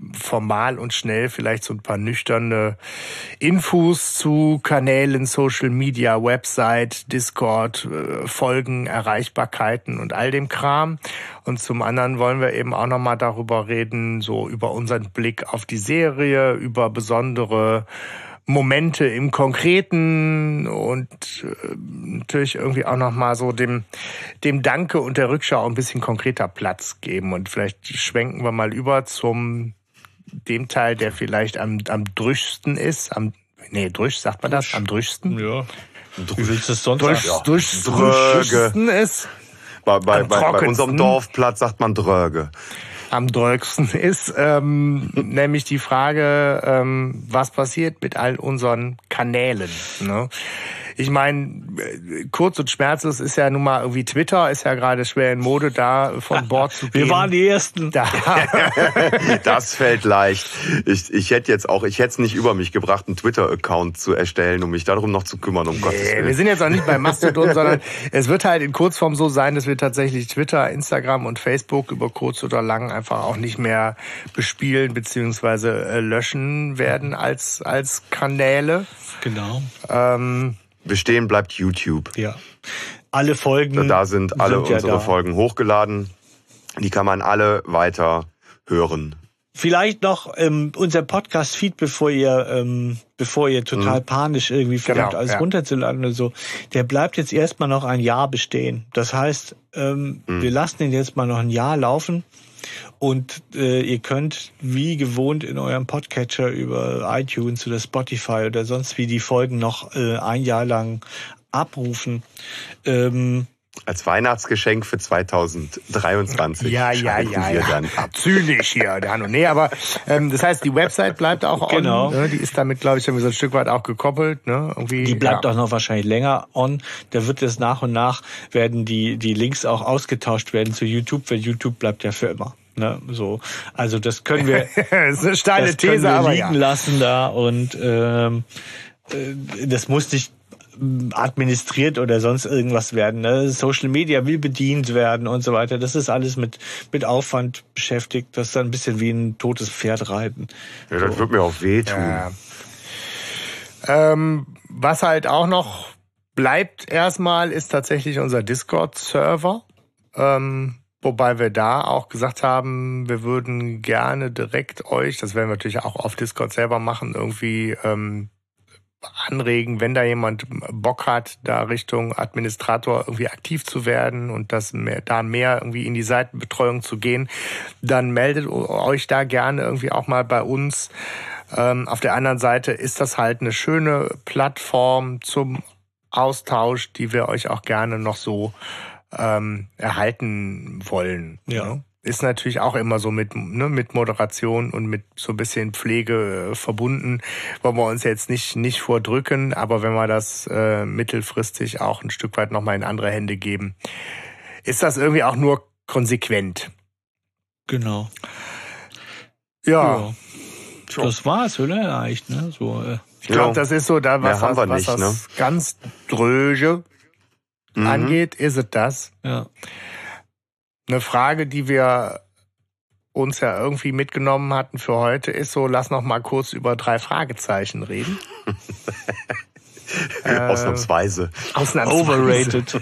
formal und schnell vielleicht so ein paar nüchterne Infos zu Kanälen, Social Media, Website, Discord, äh, Folgen, Erreichbarkeiten und all dem Kram. Und zum anderen wollen wir eben auch nochmal darüber reden, so über unseren Blick auf die Serie, über besondere Momente im Konkreten und äh, natürlich irgendwie auch nochmal so dem, dem Danke und der Rückschau ein bisschen konkreter Platz geben. Und vielleicht schwenken wir mal über zum dem Teil, der vielleicht am, am drüchsten ist. Am, nee, drüsch, sagt man das? Am drüchsten? Ja. Wie willst du es sonst drüsch, sagen? Drüsch, drüschsten ist. Bei, bei, bei, bei unserem Dorfplatz sagt man Dröge. Am drögsten ist, ähm, nämlich die Frage, ähm, was passiert mit all unseren Kanälen, ne? Ich meine, kurz und schmerzlos ist ja nun mal irgendwie Twitter, ist ja gerade schwer in Mode, da von Bord zu gehen. Wir waren die Ersten. Da. Das fällt leicht. Ich, ich hätte jetzt auch, ich hätte es nicht über mich gebracht, einen Twitter-Account zu erstellen, um mich darum noch zu kümmern, um nee, Gottes Willen. Wir sind jetzt auch nicht bei Mastodon, sondern es wird halt in Kurzform so sein, dass wir tatsächlich Twitter, Instagram und Facebook über kurz oder lang einfach auch nicht mehr bespielen bzw. löschen werden als, als Kanäle. Genau. Ähm, Bestehen bleibt YouTube. Ja. Alle Folgen. Da sind alle sind ja unsere da. Folgen hochgeladen. Die kann man alle weiter hören. Vielleicht noch ähm, unser Podcast-Feed, bevor ihr, ähm, bevor ihr total mhm. panisch irgendwie versucht, genau, alles ja. runterzuladen oder so. Der bleibt jetzt erstmal noch ein Jahr bestehen. Das heißt, ähm, mhm. wir lassen den jetzt mal noch ein Jahr laufen. Und äh, ihr könnt wie gewohnt in eurem Podcatcher über iTunes oder Spotify oder sonst wie die Folgen noch äh, ein Jahr lang abrufen. Ähm, Als Weihnachtsgeschenk für zweitausenddreiundzwanzig. Ja, ja, ja, ja. Dann. Zynisch hier, der Hanno. Nee, aber ähm, das heißt, die Website bleibt auch on. Genau. Ne? Die ist damit, glaube ich, irgendwie so ein Stück weit auch gekoppelt. Ne? Irgendwie, die bleibt ja. auch noch wahrscheinlich länger on. Da wird es nach und nach, werden die, die Links auch ausgetauscht werden zu YouTube, weil YouTube bleibt ja für immer. Ne, so, also das können wir, das ist eine steile das These, können wir aber liegen ja. lassen da und ähm, äh, das muss nicht administriert oder sonst irgendwas werden. Ne? Social Media will bedient werden und so weiter. Das ist alles mit, mit Aufwand beschäftigt. Das ist dann ein bisschen wie ein totes Pferd reiten. Ja, das so. Wird mir auch wehtun. Ja. Ähm, was halt auch noch bleibt erstmal, ist tatsächlich unser Discord-Server. Ähm, wobei wir da auch gesagt haben, wir würden gerne direkt euch, das werden wir natürlich auch auf Discord selber machen, irgendwie ähm, anregen, wenn da jemand Bock hat, da Richtung Administrator irgendwie aktiv zu werden und das mehr, da mehr irgendwie in die Seitenbetreuung zu gehen, dann meldet euch da gerne irgendwie auch mal bei uns. Ähm, auf der anderen Seite ist das halt eine schöne Plattform zum Austausch, die wir euch auch gerne noch so ähm, erhalten wollen. Ja. Ne? Ist natürlich auch immer so mit, ne, mit Moderation und mit so ein bisschen Pflege äh, verbunden. Wollen wir uns jetzt nicht, nicht vordrücken, aber wenn wir das äh, mittelfristig auch ein Stück weit nochmal in andere Hände geben, ist das irgendwie auch nur konsequent. Genau. Ja. ja. Das war's, oder? Eigentlich, ne? So, äh. Ich glaube, das ist so, da was, haben wir was nicht, das ne? ganz Dröge mhm. angeht, ist es das. Ja. Eine Frage, die wir uns ja irgendwie mitgenommen hatten für heute, ist so, lass noch mal kurz über drei Fragezeichen reden. äh, ausnahmsweise. Ausnahmsweise. Overrated.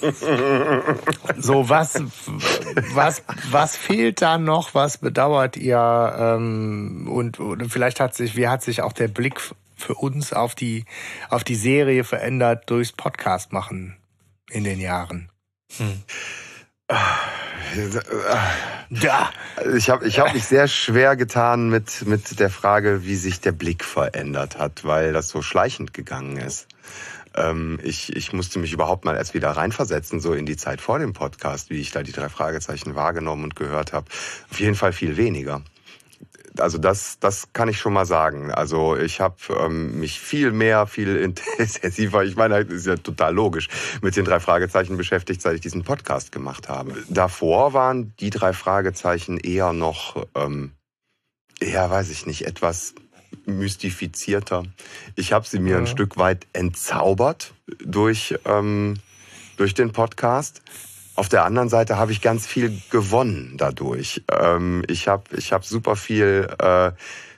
So, was, was, was fehlt da noch? Was bedauert ihr? Ähm, und, und vielleicht hat sich, wie hat sich auch der Blick für uns auf die, auf die Serie verändert durchs Podcast machen in den Jahren? Hm. Ja. Ich habe ich hab mich sehr schwer getan mit, mit der Frage, wie sich der Blick verändert hat, weil das so schleichend gegangen ist. Ähm, ich, ich musste mich überhaupt mal erst wieder reinversetzen, so in die Zeit vor dem Podcast, wie ich da die drei Fragezeichen wahrgenommen und gehört habe. Auf jeden Fall viel weniger. Also das, das kann ich schon mal sagen. Also ich habe ähm, mich viel mehr, viel intensiver, ich meine, das ist ja total logisch, mit den drei Fragezeichen beschäftigt, seit ich diesen Podcast gemacht habe. Davor waren die drei Fragezeichen eher noch, ähm, eher, weiß ich nicht, etwas mystifizierter. Ich habe sie mir ja. ein Stück weit entzaubert durch, ähm, durch den Podcast. Auf der anderen Seite habe ich ganz viel gewonnen dadurch. Ähm, ich habe ich hab super viel, äh,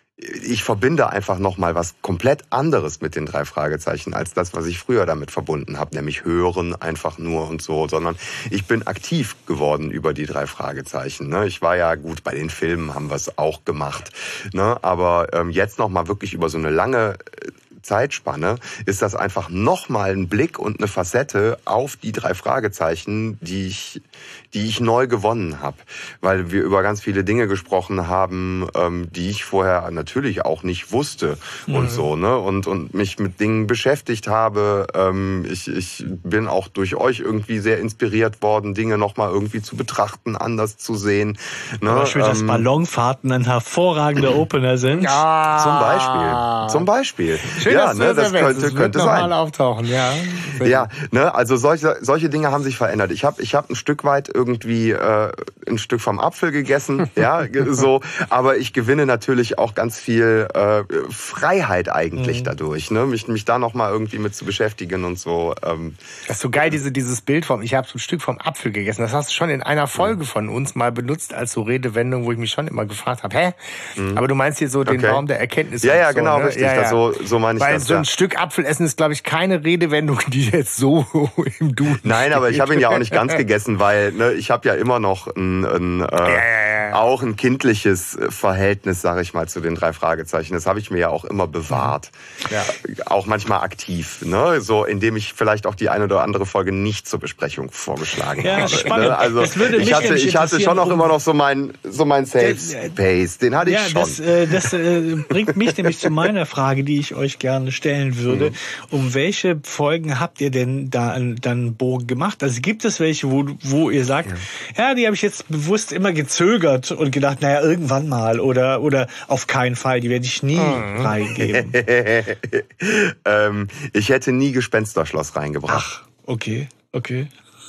ich verbinde einfach nochmal was komplett anderes mit den drei Fragezeichen als das, was ich früher damit verbunden habe, nämlich hören einfach nur und so, sondern ich bin aktiv geworden über die drei Fragezeichen. Ne? Ich war ja gut, bei den Filmen haben wir es auch gemacht, ne? Aber ähm, jetzt nochmal wirklich über so eine lange Zeitspanne ist das einfach nochmal ein Blick und eine Facette auf die drei Fragezeichen, die ich, die ich neu gewonnen habe. Weil wir über ganz viele Dinge gesprochen haben, ähm, die ich vorher natürlich auch nicht wusste mhm. und so, ne? Und, und mich mit Dingen beschäftigt habe. Ähm, ich, ich bin auch durch euch irgendwie sehr inspiriert worden, Dinge nochmal irgendwie zu betrachten, anders zu sehen. Ne? Zum Beispiel, ähm, dass Ballonfahrten ein hervorragender Opener sind. Ja. Zum Beispiel. Zum Beispiel. Schön, ja, ne, das könnte, das könnte noch sein. Mal auftauchen, ja. Ja, ne, also solche solche Dinge haben sich verändert. Ich habe ich habe ein Stück weit irgendwie äh, ein Stück vom Apfel gegessen, ja, so, aber ich gewinne natürlich auch ganz viel äh, Freiheit eigentlich mhm. dadurch, ne, mich mich da noch mal irgendwie mit zu beschäftigen und so. Ähm. Das ist so geil, diese dieses Bild vom, ich habe so ein Stück vom Apfel gegessen. Das hast du schon in einer Folge von uns mal benutzt als so Redewendung, wo ich mich schon immer gefragt habe, hä? Mhm. Aber du meinst hier so den okay. Baum der Erkenntnis. Ja, ja, so, genau, ne? richtig. Ja, ja. Das so so meine ich Weil das. so ein ja. Stück Apfel essen ist, glaube ich, keine Redewendung, die jetzt so im Duden Nein, aber ich habe ihn ja auch nicht ganz gegessen, weil ne, ich habe ja immer noch ein, ein, äh, ja, ja, ja. auch ein kindliches Verhältnis, sage ich mal, zu den drei Fragezeichen. Das habe ich mir ja auch immer bewahrt. Ja. Auch manchmal aktiv, ne? So, indem ich vielleicht auch die eine oder andere Folge nicht zur Besprechung vorgeschlagen ja, habe. Spannend. Ne? Also das würde ich hatte, ich hatte schon auch immer noch so mein, so mein Safe Space. Den hatte ja, ich schon. Das, äh, das äh, bringt mich nämlich zu meiner Frage, die ich euch gerne stellen würde. Mhm. Um welche Folgen habt ihr denn da dann Bogen gemacht? Also gibt es welche, wo, wo ihr sagt, ja, ja die habe ich jetzt bewusst immer gezögert und gedacht, naja, irgendwann mal oder, oder auf keinen Fall, die werde ich nie mhm. reingeben. ähm, ich hätte nie Gespensterschloss reingebracht. Ach, okay, okay.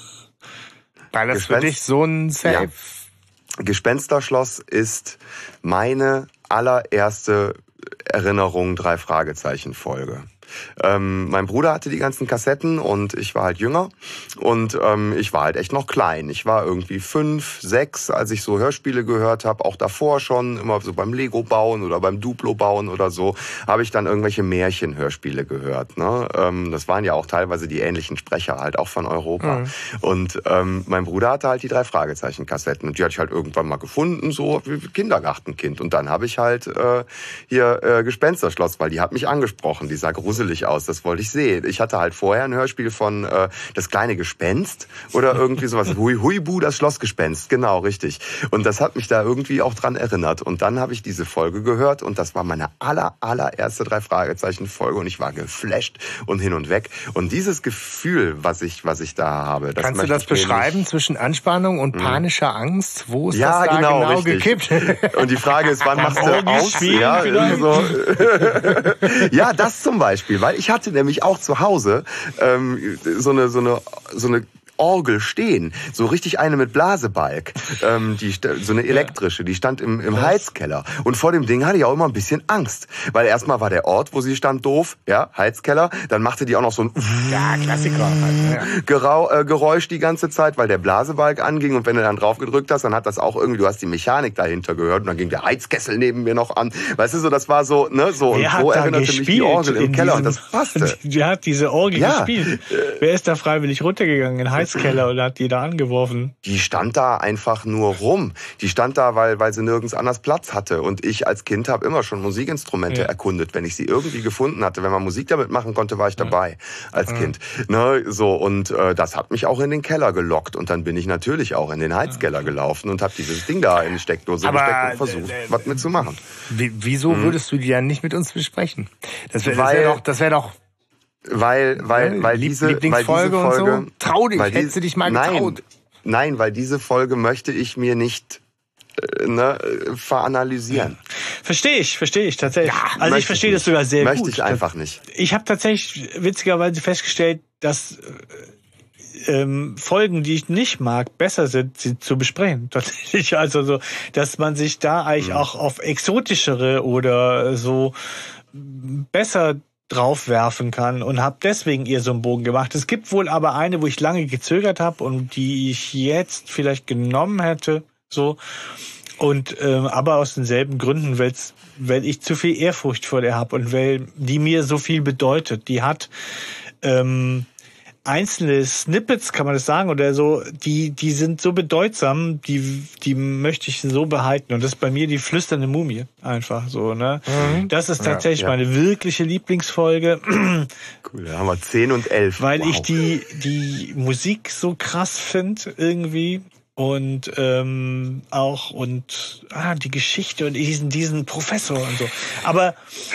Weil das Gespenst- für dich so ein Safe... Ja. Gespensterschloss ist meine allererste Erinnerung drei Fragezeichen Folge. ähm, mein Bruder hatte die ganzen Kassetten und ich war halt jünger und ähm, ich war halt echt noch klein. Ich war irgendwie fünf, sechs, als ich so Hörspiele gehört habe, auch davor schon, immer so beim Lego bauen oder beim Duplo bauen oder so, habe ich dann irgendwelche Märchenhörspiele gehört. Ne? Ähm, das waren ja auch teilweise die ähnlichen Sprecher halt auch von Europa. Mhm. Und ähm, mein Bruder hatte halt die drei Fragezeichen-Kassetten und die hatte ich halt irgendwann mal gefunden, so wie Kindergartenkind. Und dann habe ich halt äh, hier äh, Gespensterschloss, weil die hat mich angesprochen, die sah gruselig aus, das wollte ich sehen. Ich hatte halt vorher ein Hörspiel von äh, Das kleine Gespenst oder irgendwie sowas, Hui Huibu, das Schlossgespenst, genau, richtig. Und das hat mich da irgendwie auch dran erinnert. Und dann habe ich diese Folge gehört und das war meine aller, allererste drei Fragezeichen-Folge und ich war geflasht und hin und weg. Und dieses Gefühl, was ich, was ich da habe, das kannst du das beschreiben zwischen Anspannung und panischer Angst? Wo ist ja, das da genau, genau gekippt? Und die Frage ist, wann machst du aus? Spielen, Ja, so. Ja, das zum Beispiel, weil ich hatte nämlich auch zu Hause ähm, so eine so eine so eine Orgel stehen, so richtig eine mit Blasebalg, ähm, die so eine elektrische, die stand im, im Heizkeller und vor dem Ding hatte ich auch immer ein bisschen Angst, weil erstmal war der Ort, wo sie stand, doof, ja, Heizkeller, dann machte die auch noch so ein ja, Klassiker halt, ja. Gerau, äh, Geräusch die ganze Zeit, weil der Blasebalg anging und wenn du dann drauf gedrückt hast, dann hat das auch irgendwie, du hast die Mechanik dahinter gehört und dann ging der Heizkessel neben mir noch an, weißt du, so das war so, ne, so Wer und so erinnerte mich die Orgel im Keller diesem, und das passte. Wer hat diese Orgel ja. gespielt? Wer ist da freiwillig runtergegangen in den Heizkeller und hat die da angeworfen? Die stand da einfach nur rum. Die stand da, weil, weil sie nirgends anders Platz hatte. Und ich als Kind habe immer schon Musikinstrumente ja. erkundet, wenn ich sie irgendwie gefunden hatte. Wenn man Musik damit machen konnte, war ich dabei als ja. Kind. Ne, so, und äh, das hat mich auch in den Keller gelockt. Und dann bin ich natürlich auch in den Heizkeller gelaufen und habe dieses Ding da in die Steckdose Aber, gesteckt und versucht, äh, äh, was mitzumachen. Wieso hm. würdest du die dann nicht mit uns besprechen? Das wäre wär doch... Das wär doch Weil, weil, weil diese, weil diese Folge, und so. Trau dich, weil hättest du dich mal nein, getraut. Nein, weil diese Folge möchte ich mir nicht äh, ne, veranalysieren. Verstehe ich, verstehe ich tatsächlich. Ja, also ich verstehe das sogar sehr möchte gut. Möchte ich einfach nicht. Ich habe tatsächlich witzigerweise festgestellt, dass ähm, Folgen, die ich nicht mag, besser sind, sie zu besprechen. Tatsächlich, also so, dass man sich da eigentlich mhm. auch auf exotischere oder so besser draufwerfen kann und habe deswegen ihr so einen Bogen gemacht. Es gibt wohl aber eine, wo ich lange gezögert habe und die ich jetzt vielleicht genommen hätte, so und ähm, aber aus denselben Gründen, weil's, weil ich zu viel Ehrfurcht vor der habe und weil die mir so viel bedeutet. Die hat ähm, einzelne Snippets, kann man das sagen, oder so, die die sind so bedeutsam, die die möchte ich so behalten und das ist bei mir die flüsternde Mumie einfach so, ne? Mhm. Das ist tatsächlich ja, ja. meine wirkliche Lieblingsfolge. Cool, da haben wir zehn und elf. Weil wow. ich die die Musik so krass finde irgendwie und ähm, auch und ah, die Geschichte und diesen diesen Professor und so. Aber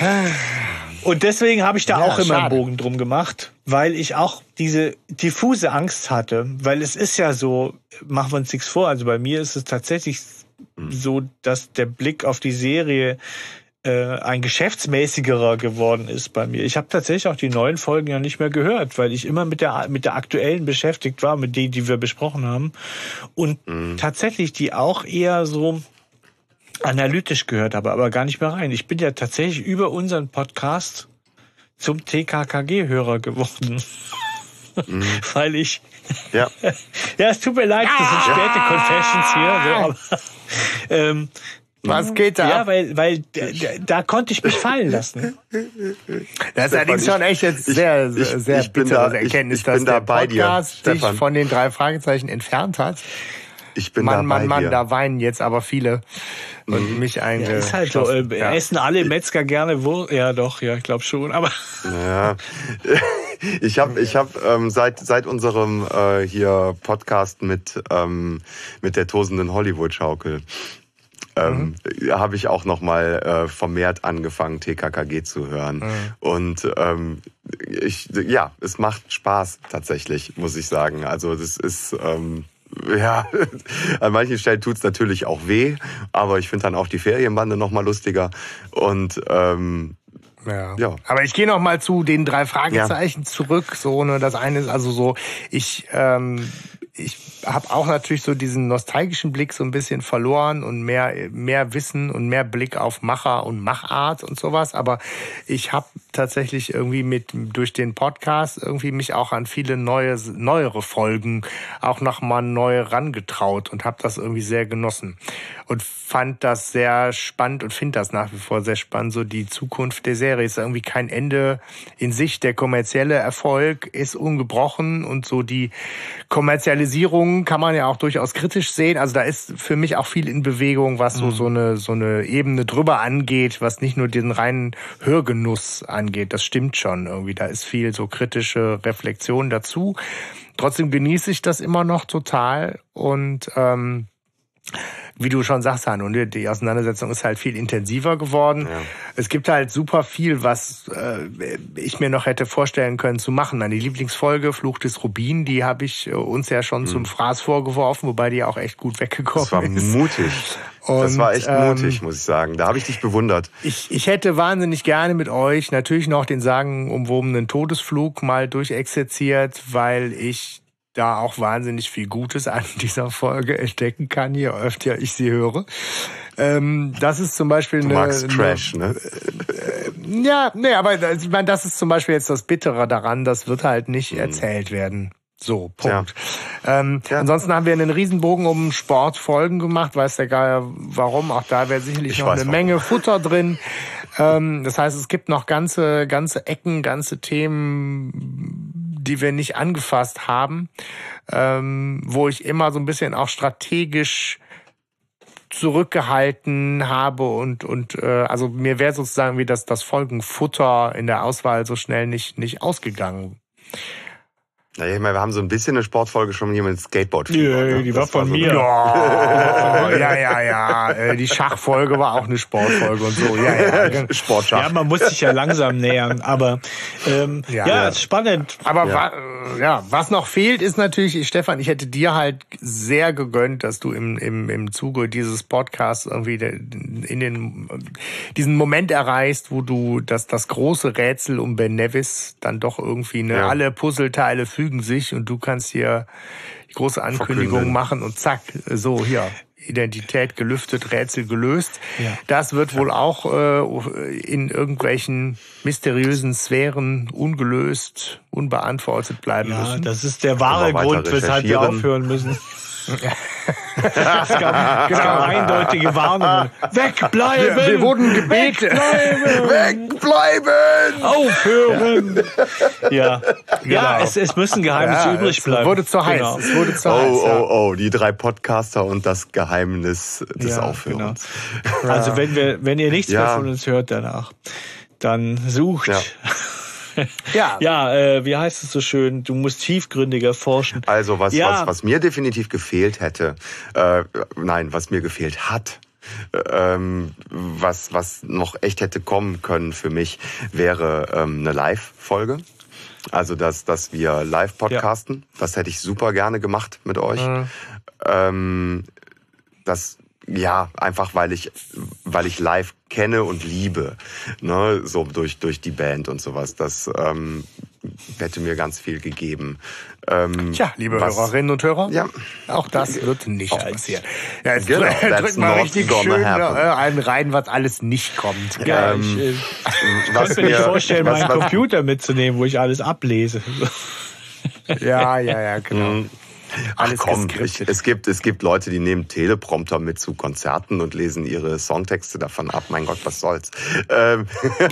und deswegen habe ich da ja, auch immer schade. einen Bogen drum gemacht, weil ich auch diese diffuse Angst hatte, weil es ist ja so, machen wir uns nichts vor, also bei mir ist es tatsächlich mhm. so, dass der Blick auf die Serie äh, ein geschäftsmäßigerer geworden ist bei mir. Ich habe tatsächlich auch die neuen Folgen ja nicht mehr gehört, weil ich immer mit der mit der aktuellen beschäftigt war, mit denen, die wir besprochen haben und mhm. tatsächlich die auch eher so analytisch gehört habe, aber gar nicht mehr rein. Ich bin ja tatsächlich über unseren Podcast zum T K K G-Hörer geworden. Mhm. Weil ich... Ja. ja, es tut mir leid, das sind späte Confessions hier. So, aber, ähm, was geht da? Ja, weil, weil da, da konnte ich mich fallen lassen. Das ist allerdings schon echt jetzt sehr, sehr, ich, sehr ich bittere da, Erkenntnis, ich, ich dass bin da der bei Podcast dir, dich von den drei Fragezeichen entfernt hat. Ich bin Mann, da Mann, bei Mann, dir. da weinen jetzt aber viele und mhm. mich eingeschlossen. Ja, ist halt so, äh, ja. Essen alle Metzger gerne Wurst? Ja, doch, ja, ich glaube schon, aber... Ja, ich habe ich hab, ähm, seit seit unserem äh, hier Podcast mit ähm, mit der tosenden Hollywood-Schaukel ähm, mhm. habe ich auch noch mal äh, vermehrt angefangen, T K K G zu hören. Mhm. Und ähm, ich, ja, es macht Spaß tatsächlich, muss ich sagen. Also das ist... Ähm, ja, an manchen Stellen tut's natürlich auch weh, aber ich finde dann auch die Ferienbande noch mal lustiger und ähm, ja. ja. Aber ich gehe noch mal zu den drei Fragezeichen ja. zurück. So, ne, das eine ist also so, ich, ähm, ich habe auch natürlich so diesen nostalgischen Blick so ein bisschen verloren und mehr, mehr Wissen und mehr Blick auf Macher und Machart und sowas. Aber ich habe tatsächlich irgendwie mit durch den Podcast irgendwie mich auch an viele neue, neuere Folgen auch nochmal neu rangetraut und habe das irgendwie sehr genossen. Und fand das sehr spannend und finde das nach wie vor sehr spannend, so die Zukunft der Serie. Ist irgendwie kein Ende in sich. Der kommerzielle Erfolg ist ungebrochen und so die Kommerzialisierung kann man ja auch durchaus kritisch sehen. Also da ist für mich auch viel in Bewegung, was so, so eine, so eine Ebene drüber angeht, was nicht nur den reinen Hörgenuss angeht. Das stimmt schon irgendwie. Da ist viel so kritische Reflexion dazu. Trotzdem genieße ich das immer noch total und, ähm, wie du schon sagst, Hanno, die Auseinandersetzung ist halt viel intensiver geworden. Ja. Es gibt halt super viel, was äh, ich mir noch hätte vorstellen können zu machen. Meine Lieblingsfolge, Fluch des Rubin, die habe ich uns ja schon mhm. zum Fraß vorgeworfen, wobei die auch echt gut weggekommen ist. Das war ist. mutig. Und, das war echt ähm, mutig, muss ich sagen. Da habe ich dich bewundert. Ich, ich hätte wahnsinnig gerne mit euch natürlich noch den sagenumwobenen Todesflug mal durchexerziert, weil ich da auch wahnsinnig viel Gutes an dieser Folge entdecken kann, je öfter ich sie höre. Ähm, das ist zum Beispiel du eine... magst Trash, eine, ne? Äh, ja, nee, aber ich meine, das ist zum Beispiel jetzt das Bittere daran, das wird halt nicht mhm. erzählt werden. So, Punkt. Ja. Ähm, ja. Ansonsten haben wir einen Riesenbogen um Sportfolgen gemacht, weiß der Geier warum. Auch da wäre sicherlich ich noch eine warum. Menge Futter drin. Ähm, das heißt, es gibt noch ganze, ganze Ecken, ganze Themen, die wir nicht angefasst haben, ähm, wo ich immer so ein bisschen auch strategisch zurückgehalten habe und und äh, also mir wäre sozusagen wie das das Folgenfutter in der Auswahl so schnell nicht nicht ausgegangen. Ja, ich meine, wir haben so ein bisschen eine Sportfolge schon hier mit Skateboard. Ja, die war von mir. Ja, ja, ja, ja. Die Schachfolge war auch eine Sportfolge und so. Ja, ja. Sportschach. Ja, man muss sich ja langsam nähern, aber ähm, ja, ja, ist spannend. Aber ja. Wa- ja, was noch fehlt, ist natürlich, Stefan, ich hätte dir halt sehr gegönnt, dass du im im im Zuge dieses Podcasts irgendwie in den diesen Moment erreichst, wo du das das große Rätsel um Ben Nevis dann doch irgendwie ne ja. alle Puzzleteile fügen sich und du kannst hier die große Ankündigung Verkünden. machen und zack, so hier, Identität gelüftet, Rätsel gelöst. Ja. Das wird wohl auch äh, in irgendwelchen mysteriösen Sphären ungelöst, unbeantwortet bleiben ja, müssen. Das ist der wahre Grund, weshalb wir aufhören müssen. Es gab, genau, eindeutige Warnungen. Wegbleiben! Wir, wir wurden gebeten. Wegbleiben! Wegbleiben! Aufhören! Ja, genau. ja es, es müssen Geheimnisse ja, übrig bleiben. Es wurde zu heiß. Genau. Es wurde zu oh, heiß. Ja. Oh, oh, die drei Podcaster und das Geheimnis des ja, Aufhörens. Genau. Also wenn wir, wenn ihr nichts ja. mehr von uns hört danach, dann sucht. Ja. Ja, ja äh, wie heißt es so schön? Du musst tiefgründiger forschen. Also was, ja. was, was mir definitiv gefehlt hätte, äh, nein, was mir gefehlt hat, ähm, was, was noch echt hätte kommen können für mich, wäre ähm, eine Live-Folge. Also, dass, dass wir live podcasten. Ja. Das hätte ich super gerne gemacht mit euch. Mhm. Ähm, das Ja, einfach weil ich, weil ich live kenne und liebe, ne, so durch durch die Band und sowas. Das ähm, hätte mir ganz viel gegeben. Ähm, Tja, liebe was, Hörerinnen und Hörer, ja. auch das wird nicht oh. passieren. Ja, jetzt genau, drück mal richtig schön äh, einen rein, was alles nicht kommt. Ja, ähm, ich, äh, ich könnte mir nicht vorstellen, was, meinen was, Computer mitzunehmen, wo ich alles ablese. Ja, ja, ja, genau. Alles Ach komm, ich, es gibt es gibt Leute, die nehmen Teleprompter mit zu Konzerten und lesen ihre Songtexte davon ab. Mein Gott, was soll's? Ähm,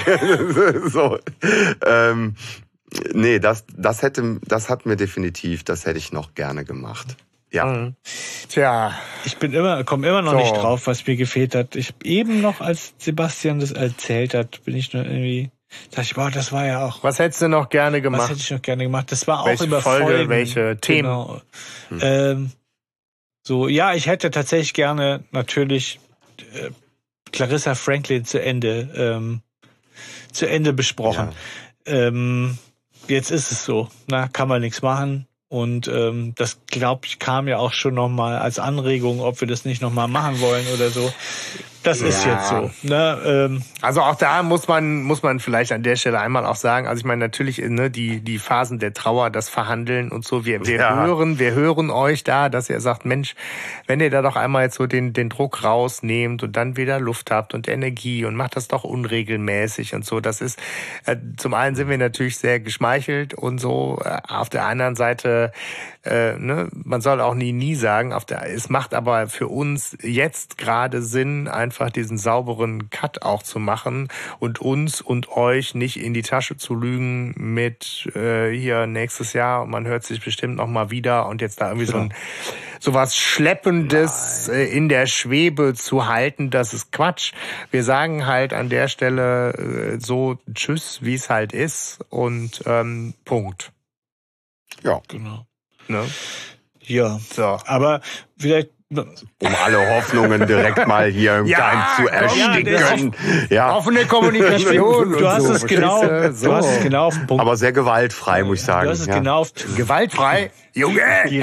so, ähm, nee, das das hätte das hat mir definitiv, das hätte ich noch gerne gemacht. Ja. Mhm. Tja, ich bin immer komme immer noch so. nicht drauf, was mir gefehlt hat. Ich eben noch, als Sebastian das erzählt hat, bin ich nur irgendwie dachte ich, boah, das war ja auch... Was hättest du noch gerne gemacht? Was hätte ich noch gerne gemacht? Das war auch welche über Folge, Folgen. Welche Themen? Genau. Hm. Ähm, so, ja, ich hätte tatsächlich gerne natürlich äh, Clarissa Franklin zu Ende ähm, zu Ende besprochen. Ja. Ähm, jetzt ist es so, na, kann man nichts machen. Und ähm, das, glaube ich, kam ja auch schon nochmal als Anregung, ob wir das nicht nochmal machen wollen oder so. Das ja. ist jetzt so. Ne? Ähm. Also auch da muss man muss man vielleicht an der Stelle einmal auch sagen, also ich meine natürlich ne, die die Phasen der Trauer, das Verhandeln und so, wir wir ja. hören, wir hören euch da, dass ihr sagt, Mensch, wenn ihr da doch einmal jetzt so den den Druck rausnehmt und dann wieder Luft habt und Energie und macht das doch unregelmäßig und so, das ist äh, zum einen sind wir natürlich sehr geschmeichelt und so, äh, auf der anderen Seite äh, ne, man soll auch nie nie sagen, auf der es macht aber für uns jetzt gerade Sinn, einfach diesen sauberen Cut auch zu machen und uns und euch nicht in die Tasche zu lügen mit äh, hier nächstes Jahr und man hört sich bestimmt noch mal wieder und jetzt da irgendwie genau. so ein sowas Schleppendes äh, in der Schwebe zu halten, das ist Quatsch. Wir sagen halt an der Stelle äh, so Tschüss, wie es halt ist und ähm, Punkt. Ja, genau. Ne? Ja, so. Aber vielleicht um alle Hoffnungen direkt mal hier im ja, Keim zu ersticken. Ja. Offene Kommunikation. Du hast so. es genau, so. du hast es genau auf den Punkt. Aber sehr gewaltfrei, muss ich sagen. Du hast es ja. genau auf gewaltfrei, Junge.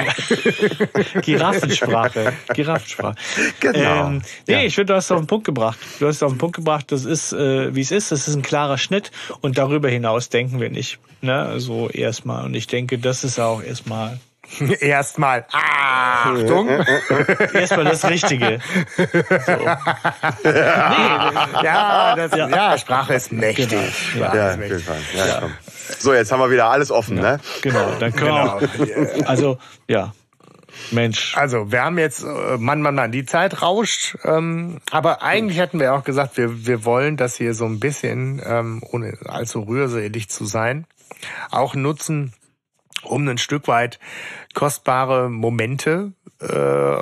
Giraffensprache, Giraffensprache. Genau. Ähm, nee, ja. ich finde, du hast es auf den Punkt gebracht. Du hast es auf den Punkt gebracht. Das ist, äh, wie es ist. Das ist ein klarer Schnitt und darüber hinaus denken wir nicht. Ne, so erstmal. Und ich denke, das ist auch erstmal. Erstmal. Achtung. Erstmal das Richtige. So. Nee, ja, das, ja. ja, Sprache ist mächtig. Genau. Sprache Ja, ist mächtig. ja, ja. So, jetzt haben wir wieder alles offen, ja. ne? Genau, dann können wir auch. Also, ja. Mensch. Also, wir haben jetzt, Mann, Mann, Mann, die Zeit rauscht. Ähm, aber eigentlich hatten wir auch gesagt, wir, wir wollen das hier so ein bisschen, ähm, ohne allzu rührselig zu sein, auch nutzen, um ein Stück weit kostbare Momente äh,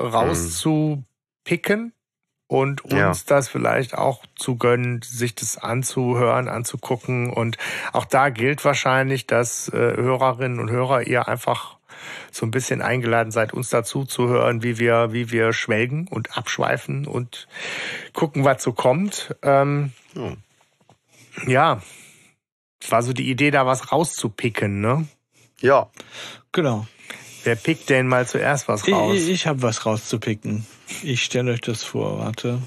rauszupicken und uns ja. das vielleicht auch zu gönnen, sich das anzuhören, anzugucken. Und auch da gilt wahrscheinlich, dass äh, Hörerinnen und Hörer ihr einfach so ein bisschen eingeladen seid, uns dazu zu hören, wie wir, wie wir schwelgen und abschweifen und gucken, was so kommt. Ähm, ja. ja, es war so die Idee, da was rauszupicken, ne? Ja. Genau. Wer pickt denn mal zuerst was raus? Ich, ich habe was rauszupicken. Ich stelle euch das vor, warte.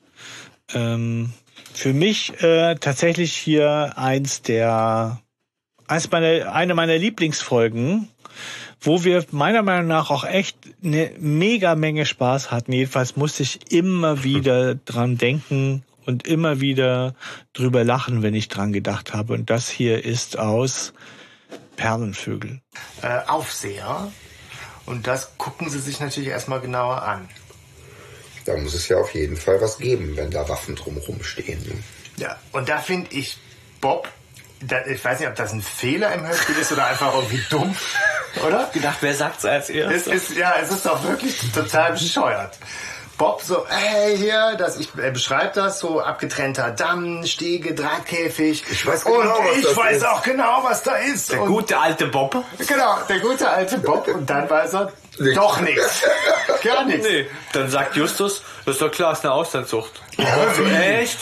Ähm, für mich äh, tatsächlich hier eins der, eins meiner, eine meiner Lieblingsfolgen, wo wir meiner Meinung nach auch echt eine mega Menge Spaß hatten. Jedenfalls musste ich immer wieder dran denken und immer wieder drüber lachen, wenn ich dran gedacht habe. Und das hier ist aus Perlenvögel. Äh, Aufseher. Und das gucken Sie sich natürlich erstmal genauer an. Da muss es ja auf jeden Fall was geben, wenn da Waffen drumherum stehen. Ne? Ja, und da finde ich Bob, da, ich weiß nicht, ob das ein Fehler im Hörspiel ist oder einfach irgendwie dumm, oder? Gedacht, wer sagt's als erstes? Es ist, ja, es ist doch wirklich total bescheuert. Bob so, hey, hier, das, ich, er beschreibt das, so abgetrennter Damm, Stege, Drahtkäfig. Ich weiß genau, was ich das weiß ist. auch genau, was da ist. Der und, gute alte Bob. Genau, der gute alte Bob. Und dann weiß er, Nichts. doch nichts. Gar nichts. Nee, dann sagt Justus, das ist doch klar, ist eine Auslandzucht. Ja, echt?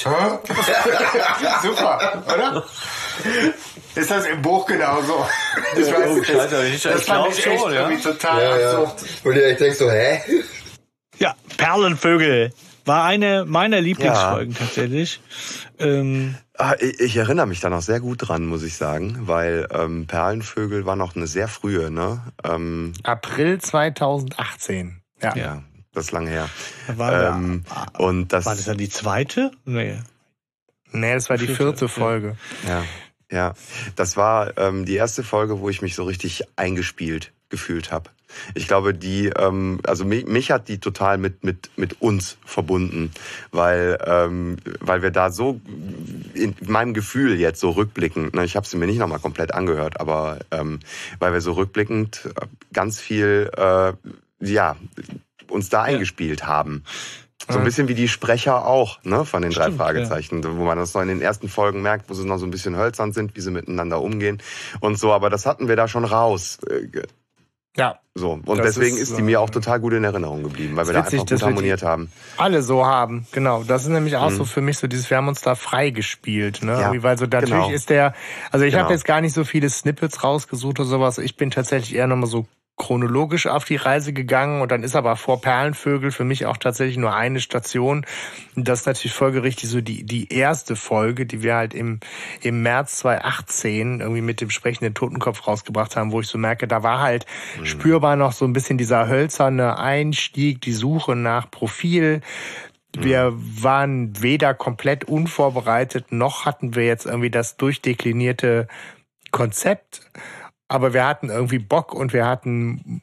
Super, oder? Ist das im Buch genauso? Ich Ja, weiß oh, nicht. Scheiße, ich- Das ich fand glaub ich echt schon, ja. irgendwie total Ja, ja. absurd. Und ich denk so, hä? Ja, Perlenvögel war eine meiner Lieblingsfolgen ja. tatsächlich. Ähm, Ah, ich, ich erinnere mich da noch sehr gut dran, muss ich sagen, weil ähm, Perlenvögel war noch eine sehr frühe, ne? Ähm, April zweitausendachtzehn. Ja. ja, das ist lange her. war, Ähm, da, und das, war das dann die zweite? Nee. Nee, das war die vierte Folge. Ja, ja. Das war ähm, die erste Folge, wo ich mich so richtig eingespielt gefühlt habe. Ich glaube, die, ähm, also mich, mich hat die total mit mit mit uns verbunden, weil ähm, weil wir da so in meinem Gefühl jetzt so rückblickend, ne, ich habe sie mir nicht nochmal komplett angehört, aber ähm, weil wir so rückblickend ganz viel, äh, ja, uns da eingespielt haben. So ein bisschen wie die Sprecher auch, ne, von den drei Stimmt, Fragezeichen, ja. Wo man das noch in den ersten Folgen merkt, wo sie noch so ein bisschen hölzern sind, wie sie miteinander umgehen und so. Aber das hatten wir da schon raus. Ja. So. Und Das deswegen ist, ist die mir auch total gut in Erinnerung geblieben, weil wir witzig, da einfach gut harmoniert haben. Alle so haben, genau. Das ist nämlich auch Mhm. so für mich so dieses, wir haben uns da freigespielt, ne? Ja, Irgendwie, weil so natürlich genau. ist der, also ich Genau. habe jetzt gar nicht so viele Snippets rausgesucht oder sowas. Ich bin tatsächlich eher nochmal so chronologisch auf die Reise gegangen und dann ist aber vor Perlenvögel für mich auch tatsächlich nur eine Station. Und das ist natürlich folgerichtig so die die erste Folge, die wir halt im im März zweitausendachtzehn irgendwie mit dem sprechenden Totenkopf rausgebracht haben, wo ich so merke, da war halt mhm. spürbar noch so ein bisschen dieser hölzerne Einstieg, die Suche nach Profil. Wir waren weder komplett unvorbereitet, noch hatten wir jetzt irgendwie das durchdeklinierte Konzept. Aber wir hatten irgendwie Bock und wir hatten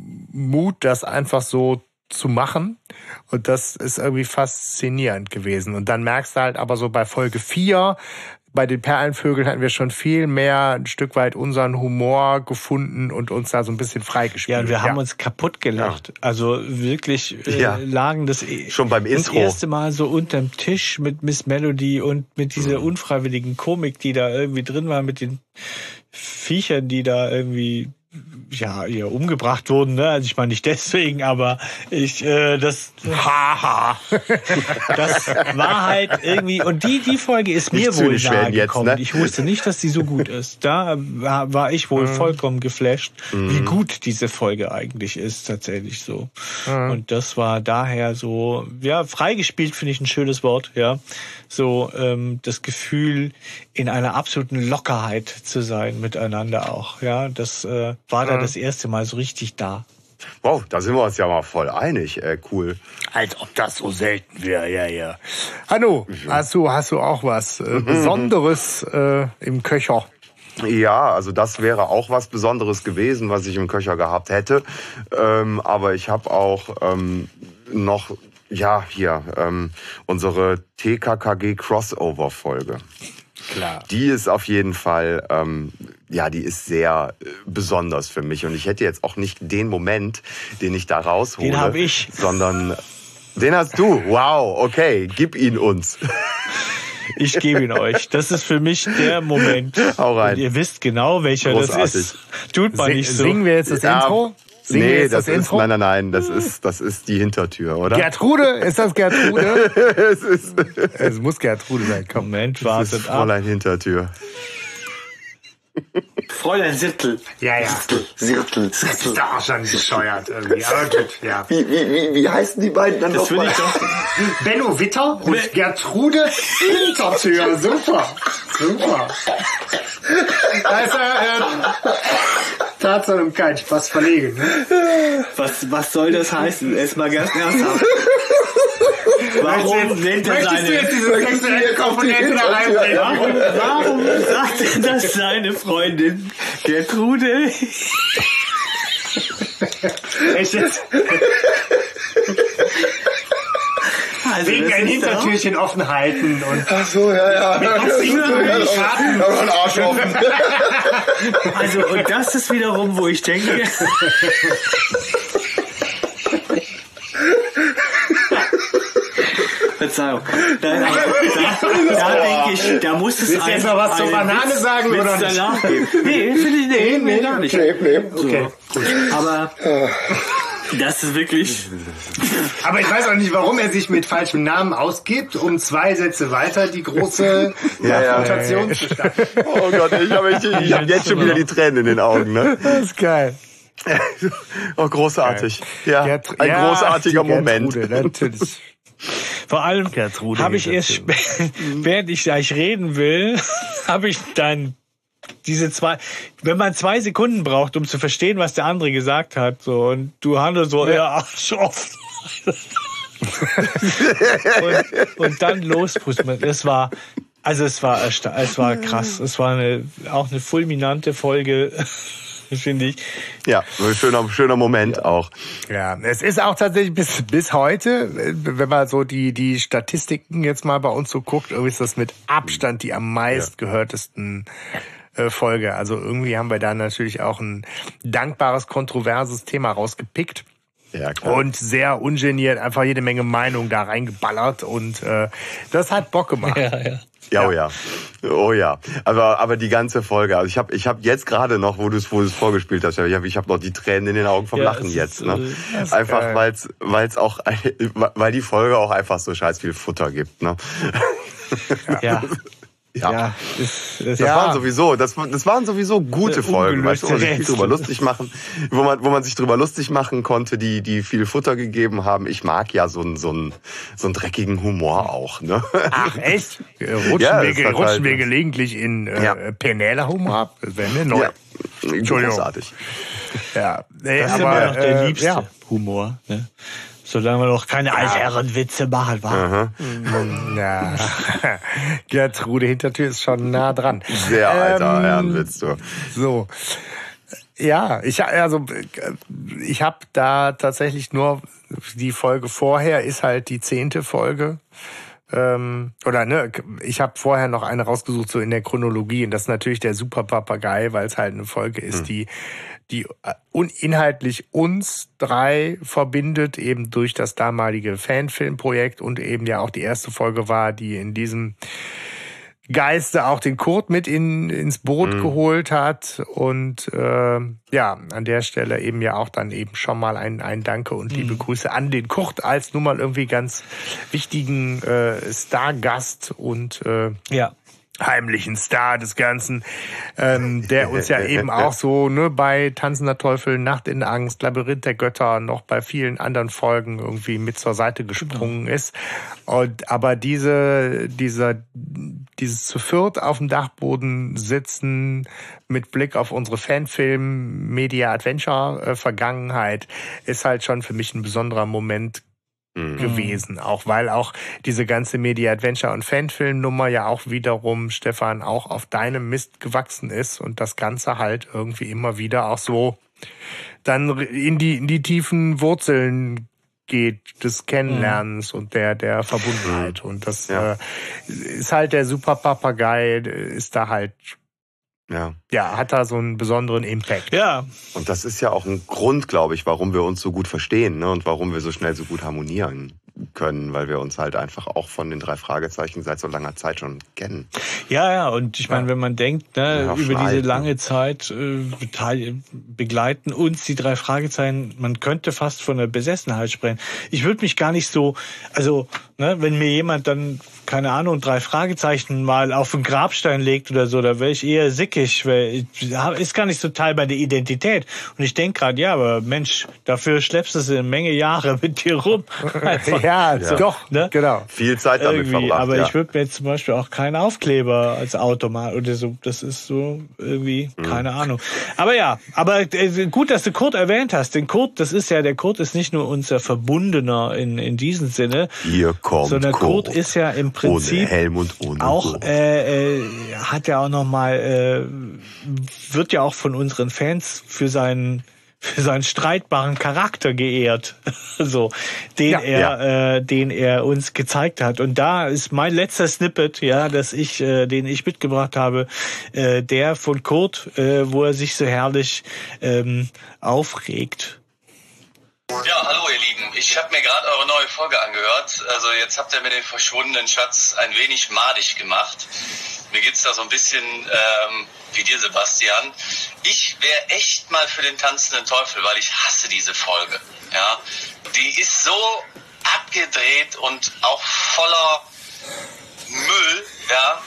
Mut, das einfach so zu machen. Und das ist irgendwie faszinierend gewesen. Und dann merkst du halt aber so bei Folge vier, bei den Perlenvögeln hatten wir schon viel mehr ein Stück weit unseren Humor gefunden und uns da so ein bisschen freigespielt. Ja, und wir haben ja. uns kaputt gelacht. Ja. Also wirklich äh, ja. lagen das schon beim das Intro. erste Mal so unterm Tisch mit Miss Melody und mit dieser unfreiwilligen Komik, die da irgendwie drin war, mit den Viechern, die da irgendwie ja, ihr umgebracht wurden, ne? Also ich meine nicht deswegen, aber ich, äh, das, haha, das war halt irgendwie, und die, die Folge ist mir wohl nahe gekommen. Ne? Ich wusste nicht, dass die so gut ist. Da war, war ich wohl mhm. vollkommen geflasht, mhm. wie gut diese Folge eigentlich ist, tatsächlich so. Mhm. Und das war daher so, ja, freigespielt finde ich ein schönes Wort, ja. So, ähm, das Gefühl, in einer absoluten Lockerheit zu sein miteinander auch, ja. Das, äh, war da das erste Mal so richtig da. Wow, da sind wir uns ja mal voll einig. Äh, cool. Als ob das so selten wäre, ja, ja. Hanno, hast du, hast du auch was äh, Besonderes äh, im Köcher? Ja, also das wäre auch was Besonderes gewesen, was ich im Köcher gehabt hätte. Ähm, aber ich habe auch ähm, noch, ja, hier, ähm, unsere T K K G-Crossover-Folge. Klar. Die ist auf jeden Fall, ähm, ja, die ist sehr äh, besonders für mich. Und ich hätte jetzt auch nicht den Moment, den ich da raushole. Den habe ich. Sondern, den hast du. Wow, okay, gib ihn uns. Ich gebe ihn euch. Das ist für mich der Moment. Hau rein. Und ihr wisst genau, welcher Großartig. Das ist. Tut man nicht so. Singen wir jetzt das ja. Intro? Singen nee, das, das, das ist, nein, nein, nein, das ist, das ist die Hintertür, oder? Gertrude? Ist das Gertrude? es, ist es muss Gertrude sein, komm. Moment, wartet ab. Fräulein Hintertür. Fräulein Sirtel. Ja, ja. Sirtel. Das ist doch auch schon bescheuert irgendwie. Aber gut, ja. Wie, wie, wie, wie heißen die beiden dann Das nochmal? will ich doch. Benno Witter und Be- Gertrude Hintertür. Super. Super. Also, äh, Tatsache und kein Spaß verlegen. Ne? Was, was soll das heißen? Erstmal ganz ernsthaft. Warum nennt er Möchtest seine... du jetzt diese sexuelle Komponente da reinbringen? Warum, warum sagt er das seine Freundin Gertrude? Echt jetzt? Also Wegen das ein ist Hintertürchen offen halten und Ach so, ja, ja. mit Oxygen Schaden. Aber ein Arsch offen. auch- Also, und das ist wiederum, wo ich denke... Verzeihung. Nein, aber da, da denke ich, da muss es Willst du jetzt noch was zur Banane Witz, sagen Witz oder nicht? danach geben. Nee, finde ich, nee, nee, gar nicht. Nee, nee. Okay. So. Aber das ist wirklich... Aber ich weiß auch nicht, warum er sich mit falschem Namen ausgibt, um zwei Sätze weiter die große Ja, ja. Rotation zu starten. Oh Gott, ich habe ich, ich hab jetzt schon wieder die Tränen in den Augen, ne? Das ist geil. Oh, großartig. Ja, Gert- ein ja, großartiger die Moment. Gertrude, natürlich. Vor allem Gertrude habe ich erst, Hintertür. während ich gleich reden will, habe ich dann diese zwei, wenn man zwei Sekunden braucht, um zu verstehen, was der andere gesagt hat, so, und du Hanno so, ja, ja Arsch offen. und, und dann lospusten. Es war, also es war, ersta- es war krass. Es war eine, auch eine fulminante Folge. Finde ich. Ja, ein schöner, schöner Moment auch. Ja, es ist auch tatsächlich bis, bis heute, wenn man so die, die Statistiken jetzt mal bei uns so guckt, irgendwie ist das mit Abstand die am meistgehörtesten äh, Folge. Also irgendwie haben wir da natürlich auch ein dankbares, kontroverses Thema rausgepickt. Ja, klar. Und sehr ungeniert einfach jede Menge Meinung da reingeballert und äh, das hat Bock gemacht. Ja, ja. Ja, oh ja. Oh ja. Aber, aber die ganze Folge, also ich habe ich hab jetzt gerade noch, wo du es wo du's vorgespielt hast, ich habe ich hab noch die Tränen in den Augen vom Ja, Lachen es jetzt. ist, Ne? äh, ist Einfach geil. weil's weil's auch, weil die Folge auch einfach so scheiß viel Futter gibt. Ne? Ja. Ja, ja, ist, ist das ja. waren sowieso, das, das waren sowieso gute Folgen, weißt du, wo man sich viel drüber lustig machen, wo man, wo man sich drüber lustig machen konnte, die, die viel Futter gegeben haben. Ich mag ja so einen, so einen, so einen dreckigen Humor auch, ne? Ach, echt? Rutschen, Ja, wir, das hat rutschen halt- wir gelegentlich in äh, Ja. Penela-Humor ab? Das wäre mir neu. Ja, Entschuldigung. großartig. Ja, nee, Das ist aber immer noch der äh, liebste ja. Humor. Ne? Solange wir noch keine Altherrenwitze machen, war. Aha. Ja, Gertrude Hintertür ist schon nah dran. Sehr alter Ähm, Herrenwitz, du. So. Ja, ich also ich habe da tatsächlich nur die Folge vorher ist halt die zehnte Folge. Ähm, oder ne, ich habe vorher noch eine rausgesucht, so in der Chronologie. Und das ist natürlich der Super Papagei, weil es halt eine Folge ist, hm. die die inhaltlich uns drei verbindet, eben durch das damalige Fanfilmprojekt und eben ja auch die erste Folge war, die in diesem Geiste auch den Kurt mit in, ins Boot mhm. geholt hat. Und äh, ja, an der Stelle eben ja auch dann eben schon mal ein, ein Danke und liebe mhm. Grüße an den Kurt als nun mal irgendwie ganz wichtigen äh, Stargast und äh, ja. heimlichen Star des Ganzen, ähm, der uns ja eben auch so ne bei Tanzender Teufel, Nacht in Angst, Labyrinth der Götter, noch bei vielen anderen Folgen irgendwie mit zur Seite gesprungen genau. ist. Und aber diese, dieser, dieses zu viert auf dem Dachboden sitzen mit Blick auf unsere Fanfilm, Media Adventure äh, Vergangenheit ist halt schon für mich ein besonderer Moment gewesen, auch weil auch diese ganze Media Adventure und Fanfilm-Nummer ja auch wiederum, Stefan, auch auf deinem Mist gewachsen ist und das Ganze halt irgendwie immer wieder auch so dann in die in die tiefen Wurzeln geht des Kennenlernens mhm. und der der Verbundenheit und das ja. äh, ist halt der Super Papagei, ist da halt Ja. ja, hat da so einen besonderen Impact. Ja. Und das ist ja auch ein Grund, glaube ich, warum wir uns so gut verstehen, ne? Und warum wir so schnell so gut harmonieren können, weil wir uns halt einfach auch von den drei Fragezeichen seit so langer Zeit schon kennen. Ja, ja, und ich meine, ja. wenn man denkt, ne, ja, über alt, diese lange ne? Zeit äh, begleiten uns die drei Fragezeichen, man könnte fast von der Besessenheit sprechen. Ich würde mich gar nicht so, also, ne, wenn mir jemand dann, keine Ahnung, drei Fragezeichen mal auf den Grabstein legt oder so, da wäre ich eher sickig, weil ist gar nicht so Teil meiner Identität. Und ich denke gerade, ja, aber Mensch, dafür schleppst du eine Menge Jahre mit dir rum. Einfach, ja, so, doch, ne? genau. Viel Zeit damit irgendwie, verbracht. aber ja. ich würde mir jetzt zum Beispiel auch keinen Aufkleber als Automat oder so, das ist so irgendwie, mhm. keine Ahnung. Aber ja, aber äh, gut, dass du Kurt erwähnt hast. Denn Kurt, das ist ja, der Kurt ist nicht nur unser Verbundener in, in diesem Sinne, Hier kommt sondern Kurt, Kurt ist ja im Prinzip ohne Helm und ohne auch, äh, äh, hat ja auch nochmal, äh, wird ja auch von unseren Fans für seinen für seinen streitbaren Charakter geehrt, so den ja, er, ja. Äh, den er uns gezeigt hat. Und da ist mein letzter Snippet, ja, dass ich, äh, den ich mitgebracht habe, äh, der von Kurt, äh, wo er sich so herrlich ähm, aufregt. Ja, hallo ihr Lieben. Ich habe mir gerade eure neue Folge angehört. Also jetzt habt ihr mir den verschwundenen Schatz ein wenig madig gemacht. Mir geht's da so ein bisschen ähm, wie dir, Sebastian. Ich wäre echt mal für den tanzenden Teufel, weil ich hasse diese Folge. Ja, die ist so abgedreht und auch voller Müll. Ja,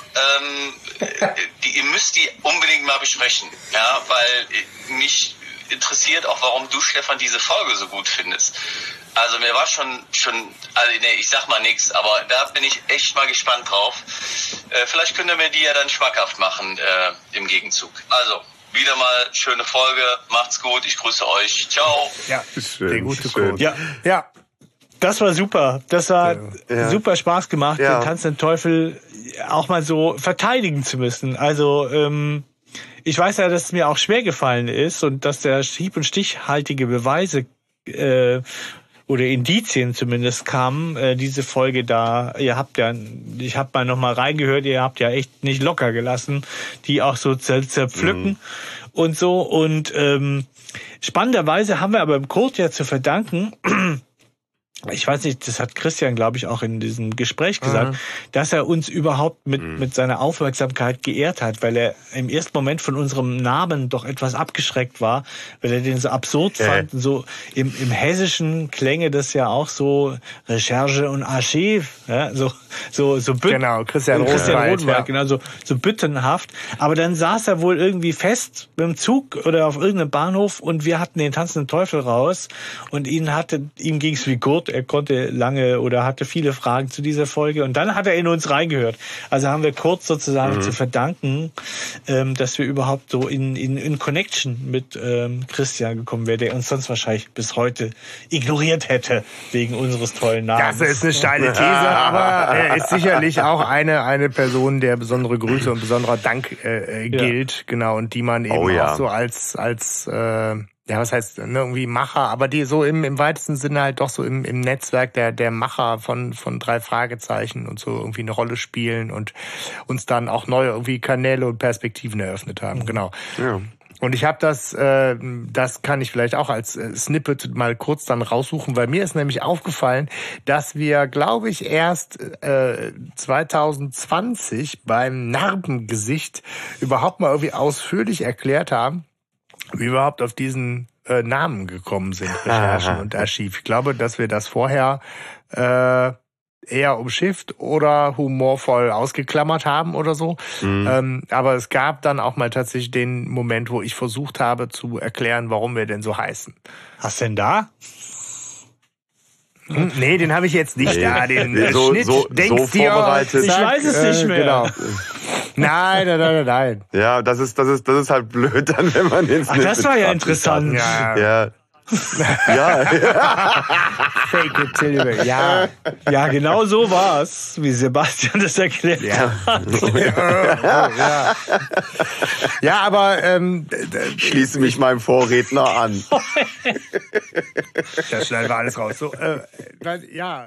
ähm, die, ihr müsst die unbedingt mal besprechen. Ja, weil mich interessiert auch, warum du, Stefan, diese Folge so gut findest. Also mir war schon, schon, also nee, ich sag mal nichts, aber da bin ich echt mal gespannt drauf. Äh, vielleicht könnt ihr mir die ja dann schmackhaft machen äh, im Gegenzug. Also, wieder mal schöne Folge, macht's gut, ich grüße euch, ciao. Ja, schön, der gute schön. Ja, ja. Das war super. Das hat ja. super Spaß gemacht, ja. den tanzenden Teufel auch mal so verteidigen zu müssen. Also, ähm, ich weiß ja, dass es mir auch schwer gefallen ist und dass der hieb- und stichhaltige Beweise äh, oder Indizien zumindest kamen, äh, diese Folge da, ihr habt ja, ich hab mal nochmal reingehört, ihr habt ja echt nicht locker gelassen, die auch so zer zerpflücken mhm. und so. Und ähm, spannenderweise haben wir aber im Kurt ja zu verdanken, ich weiß nicht, das hat Christian, glaube ich, auch in diesem Gespräch gesagt, mhm. dass er uns überhaupt mit, mhm. mit seiner Aufmerksamkeit geehrt hat, weil er im ersten Moment von unserem Namen doch etwas abgeschreckt war, weil er den so absurd ja. fand. So im, im Hessischen klänge das ja auch so Recherche und Archiv, ja, so, so, so büt- genau, Christian, Christian Rosenwald, Rosenwald, ja. genau, so, so büttenhaft. Aber dann saß er wohl irgendwie fest mit dem Zug oder auf irgendeinem Bahnhof und wir hatten den tanzenden Teufel raus und ihn hatte, ihm ging's wie gut. Er konnte lange oder hatte viele Fragen zu dieser Folge und dann hat er in uns reingehört. Also haben wir kurz sozusagen mhm. zu verdanken, ähm, dass wir überhaupt so in, in, in Connection mit ähm, Christian gekommen wären, der uns sonst wahrscheinlich bis heute ignoriert hätte wegen unseres tollen Namens. Das ist eine steile These, aber er ist sicherlich auch eine, eine Person, der besondere Grüße und besonderer Dank äh, gilt, ja. genau, und die man eben oh, ja. auch so als, als äh, ja, was heißt, ne, irgendwie Macher, aber die so im, im weitesten Sinne halt doch so im, im Netzwerk der, der Macher von, von drei Fragezeichen und so irgendwie eine Rolle spielen und uns dann auch neue irgendwie Kanäle und Perspektiven eröffnet haben, genau. Ja. Und ich habe das, äh, das kann ich vielleicht auch als äh, Snippet mal kurz dann raussuchen, weil mir ist nämlich aufgefallen, dass wir, glaube ich, erst äh, zwanzig zwanzig beim Narbengesicht überhaupt mal irgendwie ausführlich erklärt haben, wie wir überhaupt auf diesen äh, Namen gekommen sind, Recherchen und Archiv. Ich glaube, dass wir das vorher äh, eher umschifft oder humorvoll ausgeklammert haben oder so. Mhm. Ähm, aber es gab dann auch mal tatsächlich den Moment, wo ich versucht habe zu erklären, warum wir denn so heißen. Hast du denn da? Hm, nee, den habe ich jetzt nicht nee. da. Den nee, so, Schnitt, so, denkst so dir, vorbereitet. Ich weiß es nicht mehr. Äh, genau. Nein, nein, nein, nein. Ja, das ist, das ist, das ist halt blöd dann, wenn man den Ach, das war ja interessant. Ja. ja. ja. Fake it till you make. Ja. Ja, genau so war's, wie Sebastian das erklärt ja. hat. ja. ja, aber ähm, schließe mich meinem Vorredner an. Da schneiden wir alles raus. So, äh, ja.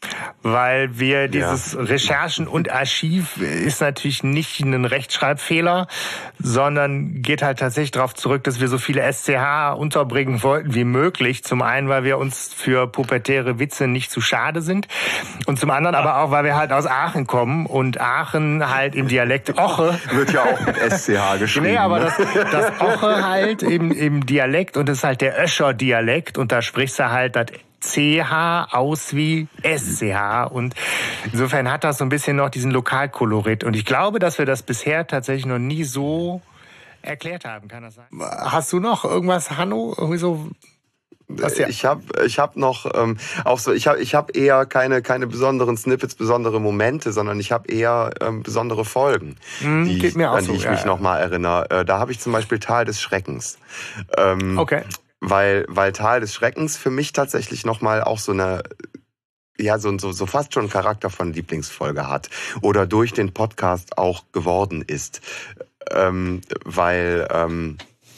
Weil wir dieses ja. Recherchen und Archiv ist natürlich nicht ein Rechtschreibfehler, sondern geht halt tatsächlich darauf zurück, dass wir so viele S C H unterbringen wollten wie möglich. Zum einen, weil wir uns für pubertäre Witze nicht zu schade sind und zum anderen aber auch, weil wir halt aus Aachen kommen und Aachen halt im Dialekt Oche. Wird ja auch mit S C H geschrieben. Nee, aber das, das Oche halt im, im Dialekt und das ist halt der Öscher-Dialekt und da sprichst du halt das C H aus wie S C H und insofern hat das so ein bisschen noch diesen Lokalkolorit und ich glaube, dass wir das bisher tatsächlich noch nie so erklärt haben, kann das sein? Hast du noch irgendwas, Hanno, irgendwie so? Was ja ich habe ich hab noch ähm, auch so ich habe ich habe eher keine keine besonderen Snippets, besondere Momente, sondern ich habe eher ähm, besondere Folgen, mm, die geht mir auch an die so, ich ja, mich ja. noch mal erinnere. Äh, da habe ich zum Beispiel Tal des Schreckens. Ähm, okay. Weil, weil Tal des Schreckens für mich tatsächlich nochmal auch so eine, ja, so, so, so fast schon einen Charakter von Lieblingsfolge hat. Oder durch den Podcast auch geworden ist. Ähm, weil, ähm,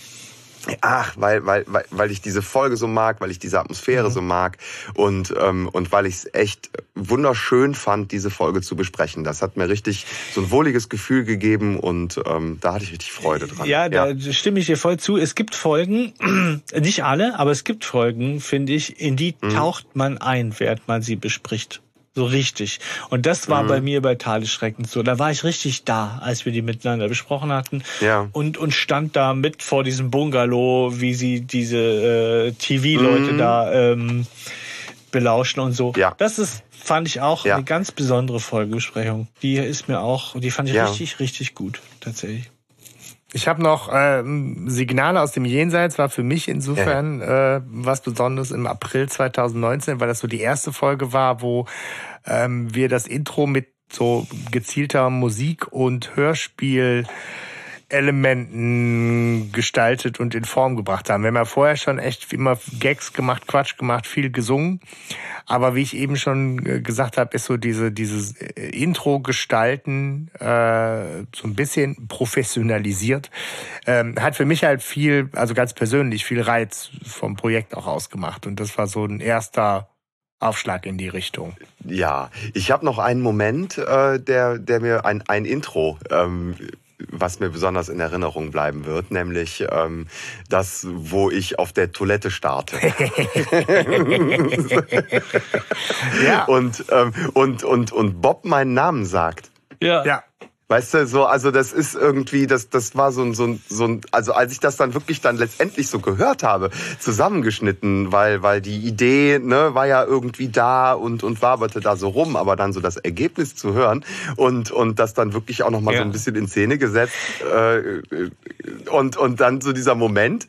ach, weil, weil, weil, weil ich diese Folge so mag, weil ich diese Atmosphäre mhm. so mag und, ähm, und weil ich es echt wunderschön fand, diese Folge zu besprechen. Das hat mir richtig so ein wohliges Gefühl gegeben und ähm, da hatte ich richtig Freude dran. Ja, da ja. stimme ich dir voll zu. Es gibt Folgen, nicht alle, aber es gibt Folgen, finde ich, in die mhm. taucht man ein, während man sie bespricht. So richtig. Und das war mhm. bei mir bei Tal des Schreckens so. Da war ich richtig da, als wir die miteinander besprochen hatten. Ja. Und, und stand da mit vor diesem Bungalow, wie sie diese äh, T V-Leute mhm. da ähm, belauschen und so. Ja. Das ist, fand ich auch ja. eine ganz besondere Folgebesprechung. Die ist mir auch, die fand ich ja. richtig, richtig gut, tatsächlich. Ich habe noch äh, Signale aus dem Jenseits, war für mich insofern äh, was Besonderes im April zwanzig neunzehn, weil das so die erste Folge war, wo ähm, wir das Intro mit so gezielter Musik und Hörspiel Elementen gestaltet und in Form gebracht haben. Wir haben ja vorher schon echt immer Gags gemacht, Quatsch gemacht, viel gesungen. Aber wie ich eben schon gesagt habe, ist so diese dieses Intro gestalten äh, so ein bisschen professionalisiert. Ähm, hat für mich halt viel, also ganz persönlich, viel Reiz vom Projekt auch ausgemacht. Und das war so ein erster Aufschlag in die Richtung. Ja, ich habe noch einen Moment, äh, der, der mir ein, ein Intro, ähm, was mir besonders in Erinnerung bleiben wird, nämlich ähm, das, wo ich auf der Toilette starte. Ja. Und, ähm, und, und, und Bob meinen Namen sagt. Ja. Ja. Weißt du, so, also das ist irgendwie, das, das war so ein, so ein, so ein, also als ich das dann wirklich dann letztendlich so gehört habe, zusammengeschnitten, weil, weil die Idee, ne, war ja irgendwie da und, und waberte da so rum, aber dann so das Ergebnis zu hören und, und das dann wirklich auch nochmal Ja. so ein bisschen in Szene gesetzt, äh, und, und dann so dieser Moment,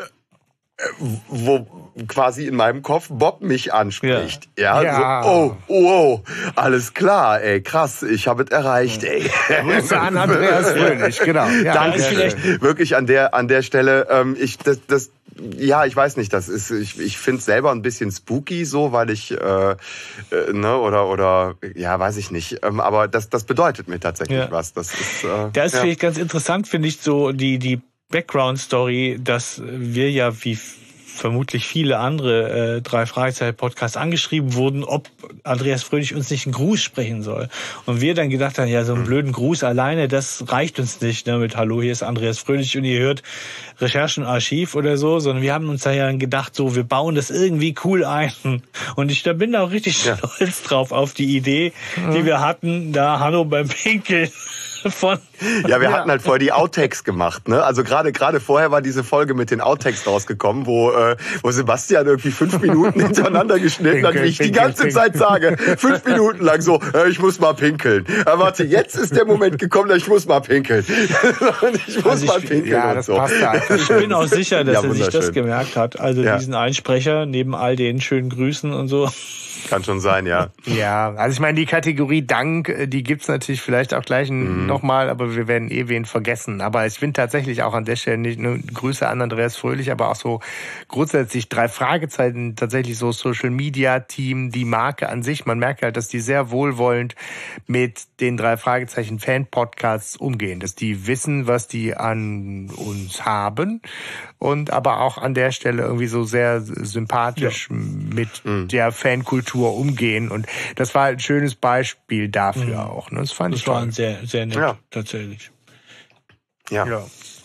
wo quasi in meinem Kopf Bob mich anspricht. Ja, Ja. so, oh, oh, alles klar, ey, krass, ich habe es erreicht, ey. Grüße an Andreas Fröhlich, genau. Ja, Danke, sehr vielleicht- schön. wirklich an der, an der Stelle, ähm, ich, das, das, ja, ich weiß nicht, das ist, ich, ich finde es selber ein bisschen spooky so, weil ich, äh, äh, ne, oder, oder, ja, weiß ich nicht, ähm, aber das, das bedeutet mir tatsächlich Ja. was. Das ist, äh, Da ist ja. vielleicht ganz interessant, finde ich, so die, die Background-Story, dass wir ja wie vermutlich viele andere äh, drei Fragezeichen-Podcasts angeschrieben wurden, ob Andreas Fröhlich uns nicht einen Gruß sprechen soll. Und wir dann gedacht haben, ja, so einen blöden Gruß alleine, das reicht uns nicht, ne, mit Hallo, hier ist Andreas Fröhlich und ihr hört Recherchen Archiv oder so, sondern wir haben uns da ja gedacht, so, wir bauen das irgendwie cool ein. Und ich da bin da auch richtig Ja. stolz drauf, auf die Idee, die wir hatten, da Hanno beim Pinkeln von... Ja, wir Ja. hatten halt vorher die Outtakes gemacht, ne? Also gerade gerade vorher war diese Folge mit den Outtakes rausgekommen, wo äh, wo Sebastian irgendwie fünf Minuten hintereinander geschnitten hat, Pinkel, wie ich die pinkel, ganze pinkel. Zeit sage, fünf Minuten lang so, äh, ich muss mal pinkeln. Aber warte, jetzt ist der Moment gekommen, ich muss mal pinkeln. ich muss Also ich- mal pinkeln Ja, und das so. passt da einfach Ich bin auch sicher, dass Ja, er sich das wunderschön. gemerkt hat. Also Ja. diesen Einsprecher neben all den schönen Grüßen und so. Kann schon sein, ja. Ja, also ich meine, die Kategorie Dank, äh, die gibt's natürlich vielleicht auch gleich Mhm. nochmal, aber wir werden eh wen vergessen. Aber ich finde tatsächlich auch an der Stelle nicht nur Grüße an Andreas Fröhlich, aber auch so grundsätzlich drei Fragezeichen, tatsächlich so Social Media Team, die Marke an sich. Man merkt halt, dass die sehr wohlwollend mit den drei Fragezeichen Fan Podcasts umgehen, dass die wissen, was die an uns haben und aber auch an der Stelle irgendwie so sehr sympathisch mit der Fankultur umgehen. Und das war ein schönes Beispiel dafür Mhm. auch. Ne? Das fand Das ich war toll. ein sehr, sehr nett, Ja. tatsächlich. Ja. Ja.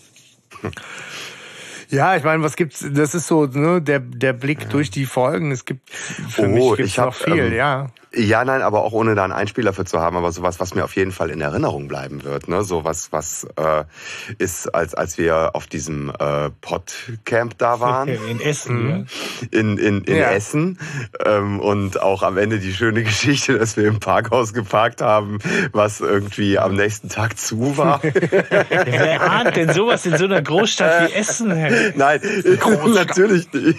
Ja, ich meine, was gibt's? Das ist so, ne, der der Blick durch die Folgen. Es gibt für Oh, mich gibt's ich hab, noch viel, ähm, ja. Ja, nein, aber auch ohne da einen Einspieler für zu haben, aber sowas, was mir auf jeden Fall in Erinnerung bleiben wird, ne, sowas, was äh, ist, als als wir auf diesem äh, Podcamp da waren. In Essen, ja. In, in, in Ja. Essen, ähm, und auch am Ende die schöne Geschichte, dass wir im Parkhaus geparkt haben, was irgendwie am nächsten Tag zu war. Wer ahnt denn sowas in so einer Großstadt wie Essen? Hey? Nein, natürlich nicht.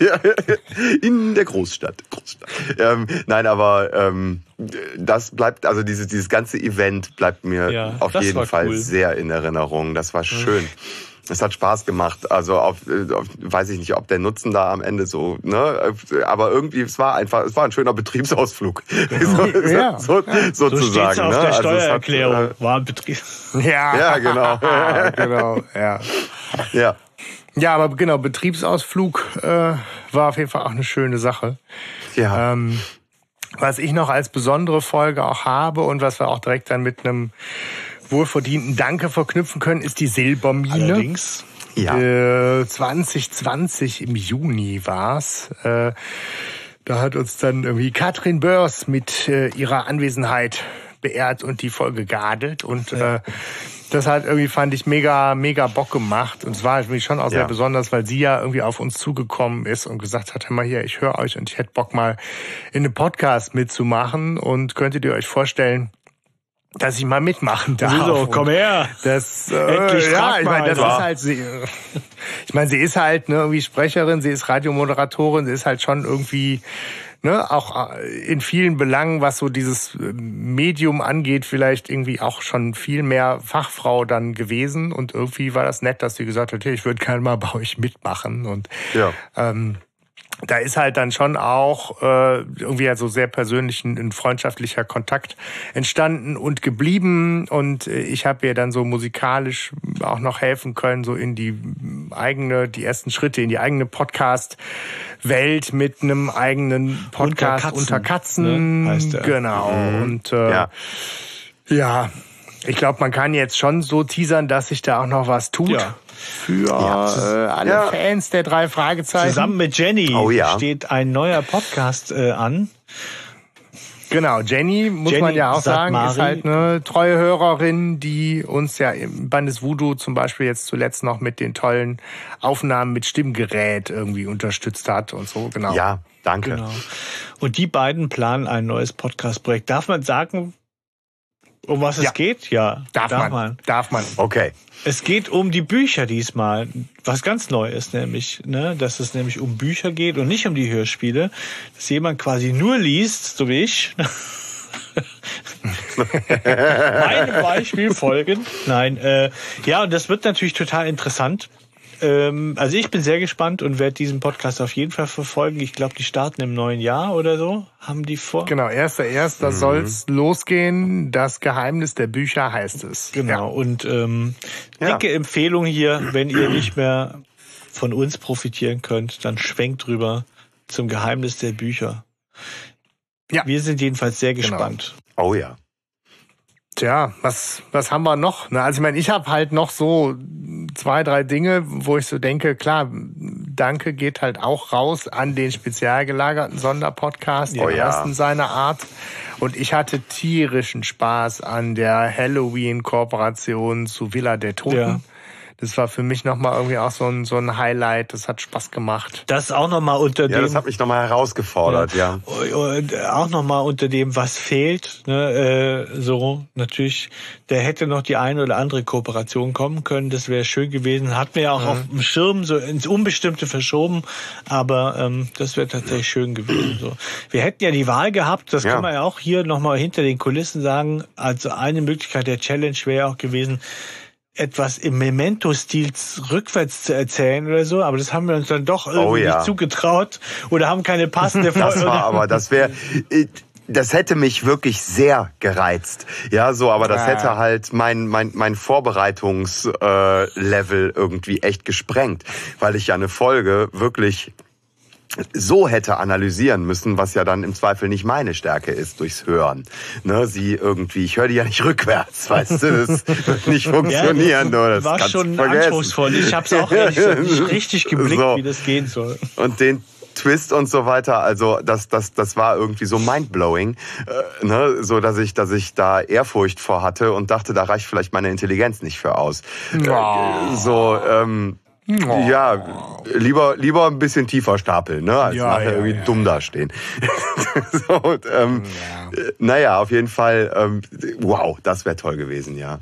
In der Großstadt. Großstadt. Ähm, nein, aber ähm, das bleibt, also dieses, dieses ganze Event bleibt mir Ja, auf das jeden war Fall cool. sehr in Erinnerung. Das war schön. Es hat Spaß gemacht. Also auf, auf, weiß ich nicht, ob der Nutzen da am Ende so, ne? Aber irgendwie, es war einfach, es war ein schöner Betriebsausflug. So, Ja. so, So sozusagen. steht's auf ne? der Also es hat, Steuererklärung. War ein Betrieb. Ja, Ja, genau. genau, ja. äh, ja. Ja, aber genau, Betriebsausflug äh, war auf jeden Fall auch eine schöne Sache. Ja. Ähm, was ich noch als besondere Folge auch habe und was wir auch direkt dann mit einem wohlverdienten Danke verknüpfen können, ist die Silbermine. Allerdings. Ja. Äh, zwanzig zwanzig im Juni war's. Äh, da hat uns dann irgendwie Katrin Börs mit äh, ihrer Anwesenheit beehrt und die Folge geadelt. Und äh, das hat irgendwie, fand ich, mega, mega Bock gemacht. Und es war irgendwie schon auch sehr Ja. besonders, weil sie ja irgendwie auf uns zugekommen ist und gesagt hat, hör mal hier, ich höre euch und ich hätte Bock mal in einem Podcast mitzumachen. Und könntet ihr euch vorstellen, dass ich mal mitmachen darf? Wieso? Und Komm her. Das, Endlich äh, ja, frag ich meine, mal das einer. ist halt, sie, ich meine, sie ist halt ne, irgendwie Sprecherin, sie ist Radiomoderatorin, sie ist halt schon irgendwie, ne, auch in vielen Belangen, was so dieses Medium angeht, vielleicht irgendwie auch schon viel mehr Fachfrau dann gewesen. Und irgendwie war das nett, dass sie gesagt hat, hey, ich würde gerne mal bei euch mitmachen. Und Ja. ähm, da ist halt dann schon auch äh, irgendwie also sehr persönlich ein, ein freundschaftlicher Kontakt entstanden und geblieben. Und äh, ich habe ihr dann so musikalisch auch noch helfen können, so in die eigene, die ersten Schritte in die eigene Podcast-Welt mit einem eigenen Podcast Unter unter Katzen, Katzen. ne, heißt der. Genau. Und äh, Ja. ja. Ich glaube, man kann jetzt schon so teasern, dass sich da auch noch was tut. Ja. Für ja. äh, alle ja. Fans der drei Fragezeichen. Zusammen mit Jenny oh, ja. steht ein neuer Podcast äh, an. Genau, Jenny, muss Jenny man ja auch sagen, Satmari. ist halt eine treue Hörerin, die uns ja im Bandes Voodoo zum Beispiel jetzt zuletzt noch mit den tollen Aufnahmen mit Stimmgerät irgendwie unterstützt hat und so, genau. Ja, danke. Genau. Und die beiden planen ein neues Podcast-Projekt. Darf man sagen, um was ja. es geht? Ja, darf, darf man. man. Darf man. Okay. Es geht um die Bücher diesmal, was ganz neu ist, nämlich, ne, dass es nämlich um Bücher geht und nicht um die Hörspiele, dass jemand quasi nur liest, so wie ich. Meinem Beispiel folgen. Nein, äh, ja, und das wird natürlich total interessant. Ähm, also ich bin sehr gespannt und werde diesen Podcast auf jeden Fall verfolgen. Ich glaube, die starten im neuen Jahr oder so. Haben die vor? Genau, erster erster Mhm. soll's losgehen. Das Geheimnis der Bücher heißt es. Genau. Ja. Und ähm, Ja. dicke Empfehlung hier, wenn ihr nicht mehr von uns profitieren könnt, dann schwenkt rüber zum Geheimnis der Bücher. Ja. Wir sind jedenfalls sehr Genau. gespannt. Oh ja. Tja, was, was haben wir noch? Na, also ich meine, ich habe halt noch so zwei, drei Dinge, wo ich so denke, klar, Danke geht halt auch raus an den spezial gelagerten Sonderpodcast, Oh den ja. ersten seiner Art. Und ich hatte tierischen Spaß an der Halloween-Kooperation zu Villa der Toten. Ja. Das war für mich nochmal irgendwie auch so ein, so ein Highlight. Das hat Spaß gemacht. Das auch nochmal unter Ja, dem... das hat mich nochmal herausgefordert, ja. Und auch nochmal unter dem, was fehlt, ne, äh, so, natürlich, da hätte noch die eine oder andere Kooperation kommen können, das wäre schön gewesen, hat mir ja auch Mhm. auf dem Schirm so ins Unbestimmte verschoben, aber ähm, das wäre tatsächlich schön gewesen, so. Wir hätten ja die Wahl gehabt, das Ja. kann man ja auch hier nochmal hinter den Kulissen sagen, also eine Möglichkeit der Challenge wäre auch gewesen, etwas im Memento-Stil rückwärts zu erzählen oder so, aber das haben wir uns dann doch irgendwie Oh ja. nicht zugetraut oder haben keine passende Das war aber, das wäre, das hätte mich wirklich sehr gereizt. Ja, so, aber das Ah. hätte halt mein, mein, mein Vorbereitungslevel äh, Level irgendwie echt gesprengt, weil ich ja eine Folge wirklich so hätte analysieren müssen, was ja dann im Zweifel nicht meine Stärke ist, durchs Hören. Ne, sie irgendwie, ich höre die ja nicht rückwärts, weißt du, das wird nicht funktionieren. Ja, das war kannst du schon vergessen. anspruchsvoll. Ich habe es auch ehrlich gesagt nicht richtig geblickt, So. wie das gehen soll. Und den Twist und so weiter, also das das das war irgendwie so mindblowing, äh, ne, so dass ich dass ich da Ehrfurcht vor hatte und dachte, da reicht vielleicht meine Intelligenz nicht für aus. Oh. Äh, so ähm, Oh. ja, lieber lieber ein bisschen tiefer stapeln, ne, als Ja, nachher ja, irgendwie ja. dumm dastehen. so, und, ähm, Ja. Naja, auf jeden Fall, ähm, wow, das wäre toll gewesen, ja.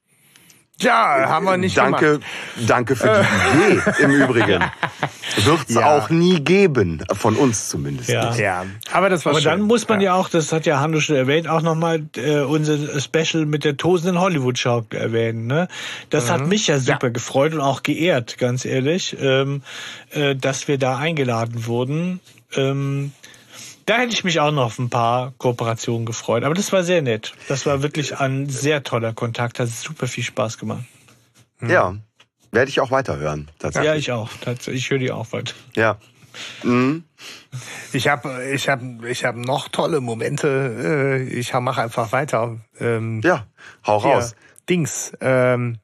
Tja, haben wir nicht Danke, gemacht. danke für die Idee im Übrigen. Wird's Ja. auch nie geben, von uns zumindest. Ja. nicht. Ja, aber das war Aber schön. dann muss man ja, auch, das hat ja Hanno schon erwähnt, auch nochmal äh, unser Special mit der tosenden Hollywood-Schau erwähnen. Ne? Das hat mich ja super Ja. gefreut und auch geehrt, ganz ehrlich, ähm, äh, dass wir da eingeladen wurden. Ähm, da hätte ich mich auch noch auf ein paar Kooperationen gefreut. Aber das war sehr nett. Das war wirklich ein sehr toller Kontakt. Hat super viel Spaß gemacht. Ja, werde ich auch weiterhören, tatsächlich. Ja, ich auch. Tatsächlich. Ich höre die auch weiter. Ja. Mhm. Ich habe ich hab, ich hab noch tolle Momente. Äh, Ich mache einfach weiter. Ähm, Ja, hau hier, raus. Dings. Ähm,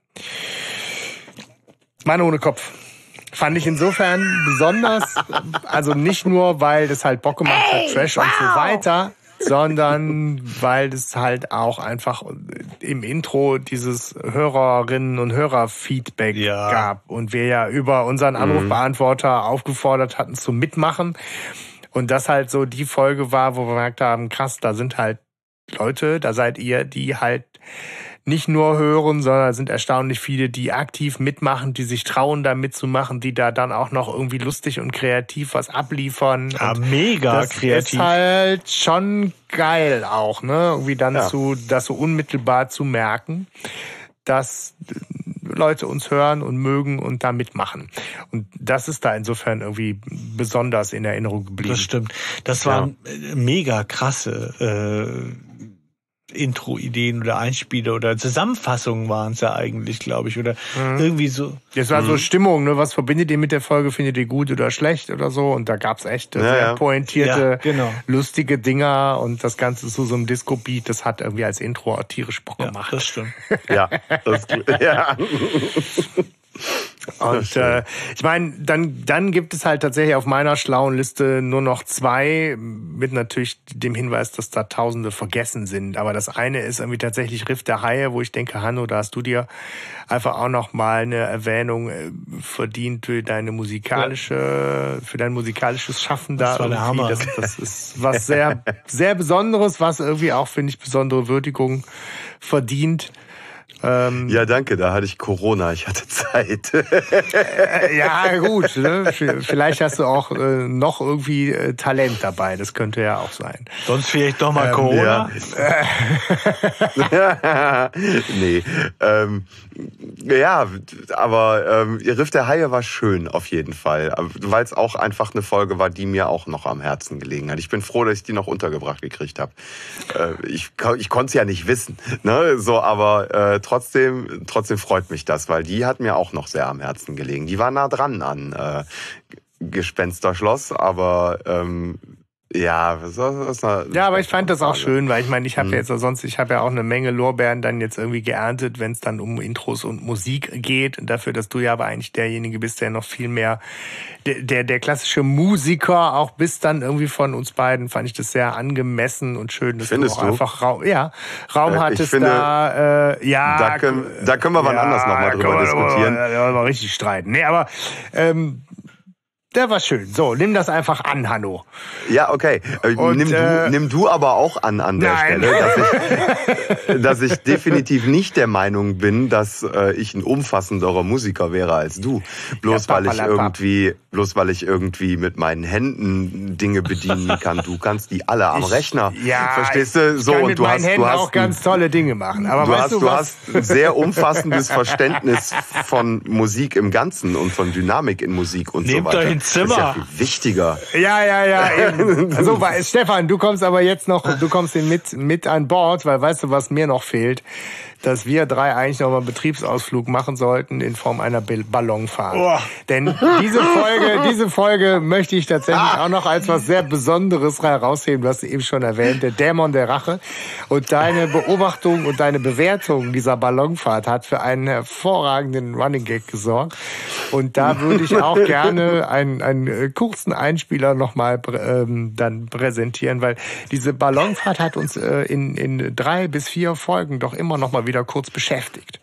Mann ohne Kopf. Fand ich insofern besonders, also nicht nur, weil das halt Bock gemacht hat, Trash und so weiter, sondern weil es halt auch einfach im Intro dieses Hörerinnen- und Hörerfeedback Ja. gab und wir ja über unseren Anrufbeantworter aufgefordert hatten zum Mitmachen und das halt so die Folge war, wo wir gemerkt haben, krass, da sind halt Leute, da seid ihr, die halt nicht nur hören, sondern sind erstaunlich viele, die aktiv mitmachen, die sich trauen, da mitzumachen, die da dann auch noch irgendwie lustig und kreativ was abliefern. Ja, und mega das kreativ. ist halt schon geil auch, ne? Irgendwie dann Ja. zu, das so unmittelbar zu merken, dass Leute uns hören und mögen und da mitmachen. Und das ist da insofern irgendwie besonders in Erinnerung geblieben. Das stimmt. Das waren äh, mega krasse äh, Intro-Ideen oder Einspieler oder Zusammenfassungen waren es ja eigentlich, glaube ich, oder mhm. irgendwie so. Das war mhm. so Stimmung, ne? Was verbindet ihr mit der Folge? Findet ihr gut oder schlecht oder so? Und da gab's echt ja, sehr ja. pointierte, ja, genau. lustige Dinger und das Ganze zu so einem Disco-Beat, das hat irgendwie als Intro auch tierisch Bock gemacht. Ja, das stimmt. ja, das ist gut. Ja. Und äh, ich meine, dann dann gibt es halt tatsächlich auf meiner schlauen Liste nur noch zwei, mit natürlich dem Hinweis, dass da Tausende vergessen sind. Aber das eine ist irgendwie tatsächlich Riff der Haie, wo ich denke, Hanno, da hast du dir einfach auch noch mal eine Erwähnung verdient für deine musikalische, für dein musikalisches Schaffen da. Das war der Hammer. Das, das ist was sehr sehr Besonderes, was irgendwie auch, finde ich, besondere Würdigung verdient. Ähm, ja, danke, da hatte ich Corona, ich hatte Zeit. äh, ja, gut, ne? Vielleicht hast du auch äh, noch irgendwie äh, Talent dabei, das könnte ja auch sein. Sonst vielleicht doch mal ähm, Corona? Ja. nee, ähm, ja, aber ähm, Riff der Haie war schön auf jeden Fall, weil es auch einfach eine Folge war, die mir auch noch am Herzen gelegen hat. Ich bin froh, dass ich die noch untergebracht gekriegt habe. Äh, ich ich konnte es ja nicht wissen, ne? So, aber äh, trotzdem, trotzdem freut mich das, weil die hat mir auch noch sehr am Herzen gelegen. Die war nah dran an äh, Gespensterschloss, aber ähm, ja, das ist eine, ja, aber ich fand das auch schön, weil ich meine, ich habe mhm. ja jetzt sonst, ich habe ja auch eine Menge Lorbeeren dann jetzt irgendwie geerntet, wenn es dann um Intros und Musik geht. Und dafür, dass du ja aber eigentlich derjenige bist, der noch viel mehr der der, der klassische Musiker auch bist, dann irgendwie von uns beiden, fand ich das sehr angemessen und schön, dass Findest du auch du? einfach Raum, ja, Raum ich hattest finde, da. Äh, ja, da können, da können wir wann ja, anders nochmal drüber wir, diskutieren. Da können wir richtig streiten. Nee, aber ähm, der war schön. So, nimm das einfach an, Hanno. Ja, okay. Und, nimm, äh, du, nimm du aber auch an an der nein. Stelle, dass ich, dass ich definitiv nicht der Meinung bin, dass äh, ich ein umfassenderer Musiker wäre als du. Bloß ja, weil ich irgendwie, bloß weil ich irgendwie mit meinen Händen Dinge bedienen kann. Du kannst die alle am ich, Rechner. Ja, verstehst du? Ich so kann und mit du meinen hast, Händen du hast auch ganz tolle Dinge machen. Aber du weißt hast, du, du was? hast ein sehr umfassendes Verständnis von Musik im Ganzen und von Dynamik in Musik und Nehmt so weiter. euch ein Zimmer. Das ist ja viel wichtiger. Ja, ja, ja. Eben. Also, weil, Stefan, du kommst aber jetzt noch, du kommst mit, mit an Bord, weil weißt du, was mir noch fehlt? Dass wir drei eigentlich noch mal einen Betriebsausflug machen sollten in Form einer Ballonfahrt. Oh. Denn diese Folge, diese Folge möchte ich tatsächlich auch noch als was sehr Besonderes herausheben. Du hast eben schon erwähnt, der Dämon der Rache. Und deine Beobachtung und deine Bewertung dieser Ballonfahrt hat für einen hervorragenden Running Gag gesorgt. Und da würde ich auch gerne einen, einen kurzen Einspieler noch mal ähm, dann präsentieren, weil diese Ballonfahrt hat uns äh, in, in drei bis vier Folgen doch immer noch mal wieder kurz beschäftigt.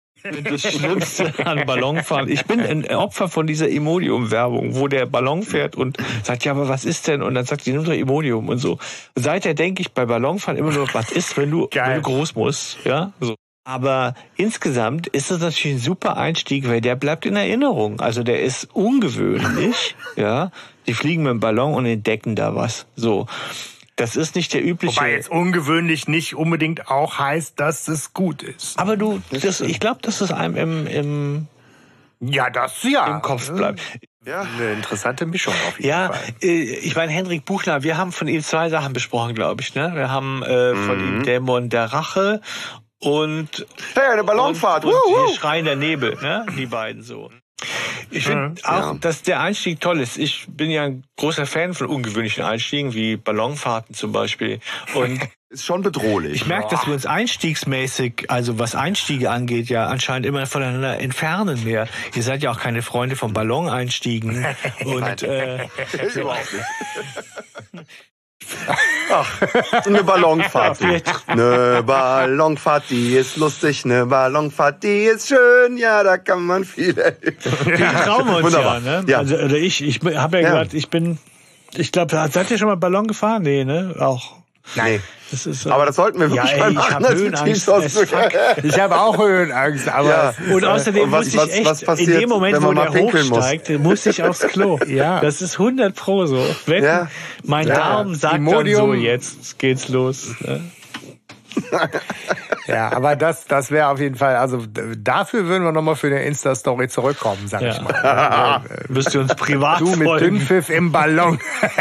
Das Schlimmste an Ballonfahren. Ich bin ein Opfer von dieser Imodium-Werbung, wo der Ballon fährt und sagt, ja, aber was ist denn? Und dann sagt sie, nimm doch Imodium und so. Und seither denke ich bei Ballonfahren immer nur, was ist, wenn du, wenn du groß musst? Ja, so. Aber insgesamt ist das natürlich ein super Einstieg, weil der bleibt in Erinnerung. Also der ist ungewöhnlich. Ja, die fliegen mit dem Ballon und entdecken da was. So. Das ist nicht der übliche. Wobei jetzt ungewöhnlich nicht unbedingt auch heißt, dass es gut ist. Aber du, das, ich glaube, dass es einem im, im, ja, das, ja. im Kopf bleibt. Ja, eine interessante Mischung auf jeden ja, Fall. Ja, äh, ich meine, Henrik Buchner, wir haben von ihm zwei Sachen besprochen, glaube ich. Ne? Wir haben äh, von mhm. ihm Dämon der Rache und hey, eine Ballonfahrt. Und, und hier Schreien der Nebel, ne? Die beiden so. Ich finde mhm, auch, ja. dass der Einstieg toll ist. Ich bin ja ein großer Fan von ungewöhnlichen Einstiegen, wie Ballonfahrten zum Beispiel. Und ist schon bedrohlich. Ich merke, dass wir uns einstiegsmäßig, also was Einstiege angeht, ja anscheinend immer voneinander entfernen mehr. Ihr seid ja auch keine Freunde von Balloneinstiegen. Und äh, überhaupt nicht. Ach, eine Ballonfahrt. Eine Ballonfahrt, die ist lustig, eine Ballonfahrt, die ist schön, ja, da kann man viel erleben. Wir trauen uns ja, ne? Ja. Also, oder ich, ich habe ja, ja gesagt, ich bin, ich glaube, seid ihr schon mal Ballon gefahren? Nee, ne? Auch. Nein. Das ist so. Aber das sollten wir wirklich ja, mal ey, machen. Ich habe Höhenangst. Ich habe auch Höhenangst. Aber ja. Und außerdem und was, muss ich was, echt, was passiert, in dem Moment, wo der hochsteigt, muss. muss ich aufs Klo. Ja. Das ist hundert Pro so. Wenn ja. mein ja. Darm sagt Imodium. dann so, jetzt geht's los. Ne? Ja, aber das, das wäre auf jeden Fall, also dafür würden wir nochmal für eine Insta-Story zurückkommen, sag ja. ich mal. Müsst ihr uns privat Du mit folgen. Dünnpfiff im Ballon.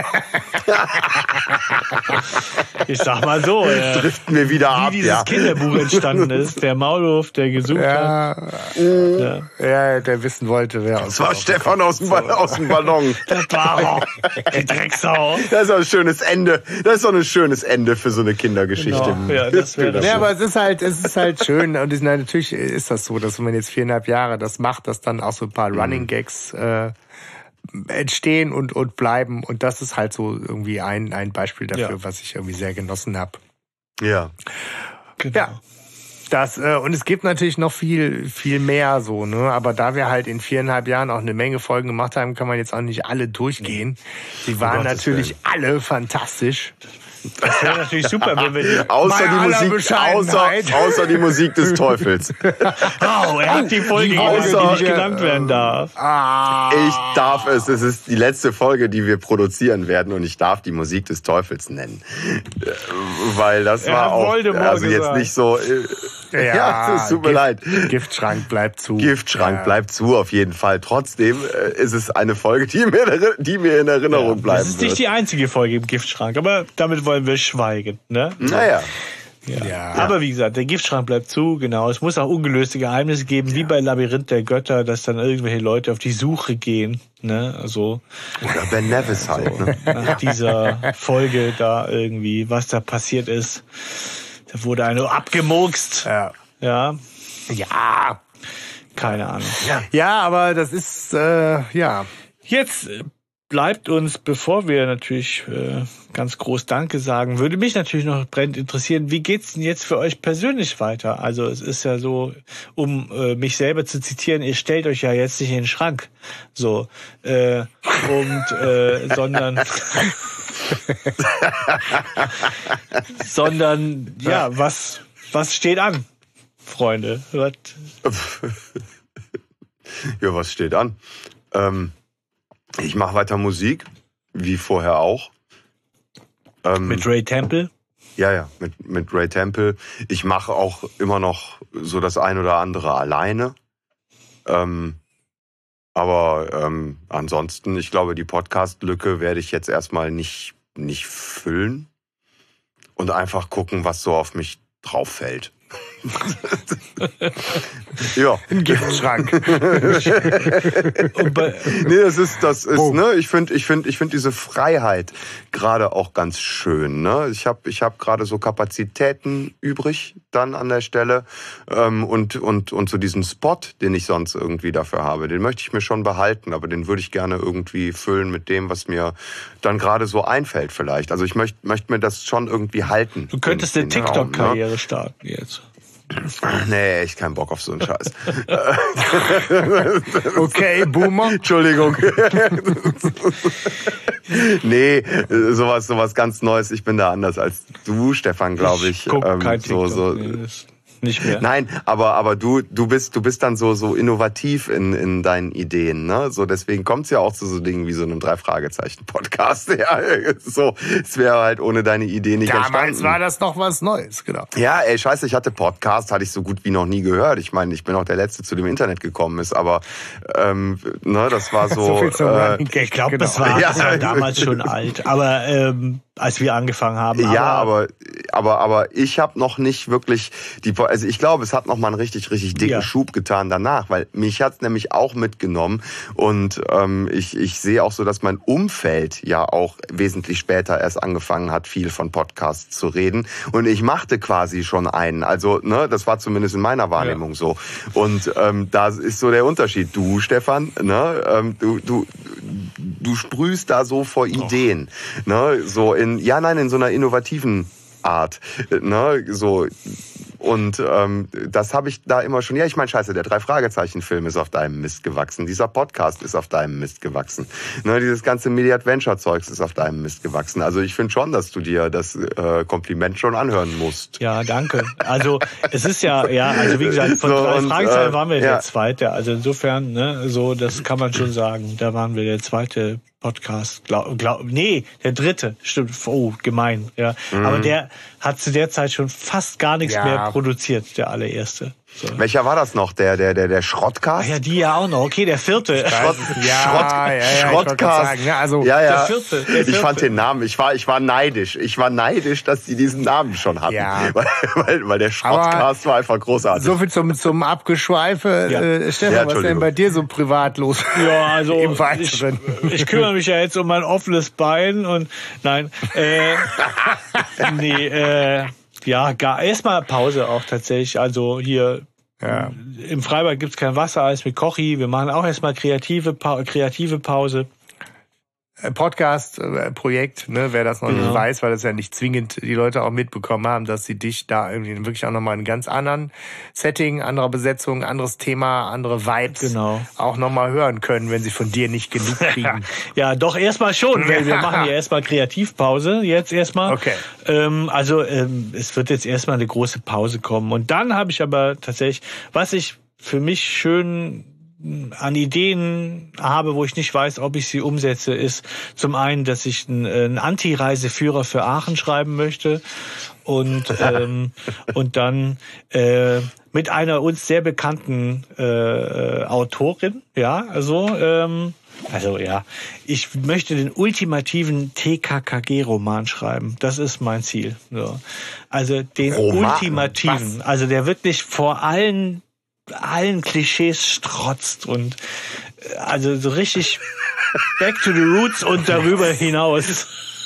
Ich sag mal so, äh, driften wir wieder wie ab, dieses ja. Kinderbuch entstanden ist, der Maulwurf, der gesucht Ja, hat. ja. ja, der wissen wollte, wer Das war Stefan aus dem, Ball, aus dem Ballon. Das war die Drecksau. Das ist doch ein schönes Ende. Das ist doch ein schönes Ende für so eine Kindergeschichte. Genau. Ja, das wäre das. Ja, aber es ist halt, es ist halt schön und es, natürlich ist das so, dass wenn man jetzt viereinhalb Jahre das macht, dass dann auch so ein paar Running Gags äh, entstehen und und bleiben und das ist halt so irgendwie ein ein Beispiel dafür, ja. was ich irgendwie sehr genossen habe. Ja, genau. Ja. Das, äh, und es gibt natürlich noch viel, viel mehr so, ne? Aber da wir halt in viereinhalb Jahren auch eine Menge Folgen gemacht haben, kann man jetzt auch nicht alle durchgehen. Die waren natürlich alle fantastisch. Das wäre natürlich super, wenn wir die außer die Musik, außer, außer die Musik des Teufels. Oh, er hat die Folge, die, außer, die nicht genannt werden darf. Ah. Ich darf es. Es ist die letzte Folge, die wir produzieren werden, und ich darf die Musik des Teufels nennen, weil das er war auch Voldemort also jetzt gesagt. nicht so. Ja, ja, es tut mir Gift, leid. Giftschrank bleibt zu. Giftschrank ja. bleibt zu, auf jeden Fall. Trotzdem äh, ist es eine Folge, die mir, die mir in Erinnerung ja, bleiben Das ist nicht wird. die einzige Folge im Giftschrank, aber damit wollen wir schweigen. Ne? Naja. Ja. Ja. Aber wie gesagt, der Giftschrank bleibt zu, genau. Es muss auch ungelöste Geheimnisse geben, ja. wie bei Labyrinth der Götter, dass dann irgendwelche Leute auf die Suche gehen. Ne? Also, Oder Ben Nevis halt. so, Ne? nach dieser Folge da irgendwie, was da passiert ist. Da wurde einer abgemurkst. Ja. Ja. Ja. Keine Ahnung. Ja, ja aber das ist, äh, ja. Jetzt bleibt uns, bevor wir natürlich äh, ganz groß Danke sagen, würde mich natürlich noch brennend interessieren, wie geht's denn jetzt für euch persönlich weiter? Also es ist ja so, um äh, mich selber zu zitieren, ihr stellt euch ja jetzt nicht in den Schrank, so, äh, und, äh, sondern, sondern, ja, was, was steht an, Freunde? Was? Ja, was steht an? Ähm, ich mache weiter Musik, wie vorher auch. Ähm, Mit Ray Temple? Ja, ja, mit, mit Ray Temple. Ich mache auch immer noch so das ein oder andere alleine. Ähm, aber ähm, ansonsten, ich glaube, die Podcast-Lücke werde ich jetzt erstmal nicht, nicht füllen und einfach gucken, was so auf mich drauf fällt. Ja. Ein Giftschrank. Nee, das ist, das ist, oh. ne, ich finde, ich finde, ich finde diese Freiheit gerade auch ganz schön, ne. Ich habe, ich habe gerade so Kapazitäten übrig dann an der Stelle, ähm, und, und, und so diesen Spot, den ich sonst irgendwie dafür habe, den möchte ich mir schon behalten, aber den würde ich gerne irgendwie füllen mit dem, was mir dann gerade so einfällt vielleicht. Also ich möchte, möchte mir das schon irgendwie halten. Du könntest eine TikTok-Karriere ne? starten jetzt. Nee, echt keinen Bock auf so einen Scheiß. Okay, Boomer. Entschuldigung. Nee, sowas, sowas ganz Neues. Ich bin da anders als du, Stefan, glaube ich. Ich guck ähm, kein so, TikTok. so. Nee, nicht mehr. Nein, aber aber du du bist du bist dann so so innovativ in in deinen Ideen, ne? So deswegen kommt's ja auch zu so Dingen wie so einem drei Fragezeichen Podcast. Ja, so es wäre halt ohne deine Idee nicht Damals entstanden. Damals war das noch was Neues, genau. Ja, ey, scheiße, ich hatte Podcast, hatte ich so gut wie noch nie gehört. Ich meine, ich bin auch der Letzte, zu dem Internet gekommen ist, aber ähm, ne, das war so. so viel zum äh, ich glaube, genau. das war, ja. das war damals schon alt, aber ähm, als wir angefangen haben. Ja, aber aber aber aber ich habe noch nicht wirklich die, also ich glaube, es hat noch mal einen richtig richtig dicken ja. Schub getan danach, weil mich hat's nämlich auch mitgenommen und ähm, ich ich sehe auch so, dass mein Umfeld ja auch wesentlich später erst angefangen hat, viel von Podcasts zu reden und ich machte quasi schon einen, also ne, das war zumindest in meiner Wahrnehmung ja. so und ähm, da ist so der Unterschied. Du, Stefan, ne, ähm, du du du sprühst da so vor Ideen, oh. ne, so in ja nein in so einer innovativen Art, ne, so und ähm, das habe ich da immer schon. Ja, ich meine, scheiße, der Drei-Fragezeichen-Film ist auf deinem Mist gewachsen. Dieser Podcast ist auf deinem Mist gewachsen. Ne, dieses ganze Media-Adventure-Zeugs ist auf deinem Mist gewachsen. Also ich finde schon, dass du dir das äh, Kompliment schon anhören musst. Ja, danke. Also es ist ja, ja, also wie gesagt, von so, drei und, Fragezeichen äh, waren wir ja. der Zweite. Also insofern, ne, so, das kann man schon sagen. Da waren wir der zweite Podcast. Glaub, glaub, nee, der dritte. Stimmt. Oh, gemein. Ja. Mhm. Aber der hat zu der Zeit schon fast gar nichts ja. mehr produziert, der allererste. So. Welcher war das noch? Der, der, der, der Schrottcast? Ach ja, die ja auch noch. Okay, der vierte. Schrott, ja, Schrott, ja, ja, Schrottcast. Sagen, ja, also ja, ja. Der vierte, der vierte. Ich fand den Namen. Ich war, ich war neidisch. Ich war neidisch, dass die diesen Namen schon hatten. Ja. Weil, weil, weil der Schrottcast war einfach großartig. So viel zum, zum Abgeschweife. Ja. Äh, Stefan, Ja, was ist denn bei dir so privat los? Ja, also Im ich, Weiteren. ich kümmere mich ja jetzt um mein offenes Bein und nein, äh, nee, äh, ja, gar erstmal Pause auch tatsächlich. Also hier Ja. im Freibad gibt's kein Wassereis mit Kochi. Wir machen auch erstmal kreative pa- kreative Pause. Podcast-Projekt, ne, wer das noch Genau. nicht weiß, weil das ja nicht zwingend die Leute auch mitbekommen haben, dass sie dich da irgendwie wirklich auch nochmal in einem ganz anderen Setting, anderer Besetzung, anderes Thema, andere Vibes Genau. auch nochmal hören können, wenn sie von dir nicht genug kriegen. Ja, doch erstmal schon, weil wir machen ja erstmal Kreativpause jetzt erstmal. Okay. Ähm, also ähm, es wird jetzt erstmal eine große Pause kommen. Und dann habe ich aber tatsächlich, was ich für mich schön an Ideen habe, wo ich nicht weiß, ob ich sie umsetze, ist zum einen, dass ich einen, einen Anti-Reiseführer für Aachen schreiben möchte und ähm, und dann äh, mit einer uns sehr bekannten äh, Autorin, ja, also ähm, also ja, ich möchte den ultimativen T K K G-Roman schreiben. Das ist mein Ziel. So. Also den Roman? ultimativen, also der wirklich vor allen allen Klischees strotzt und äh, also so richtig back to the roots und darüber hinaus.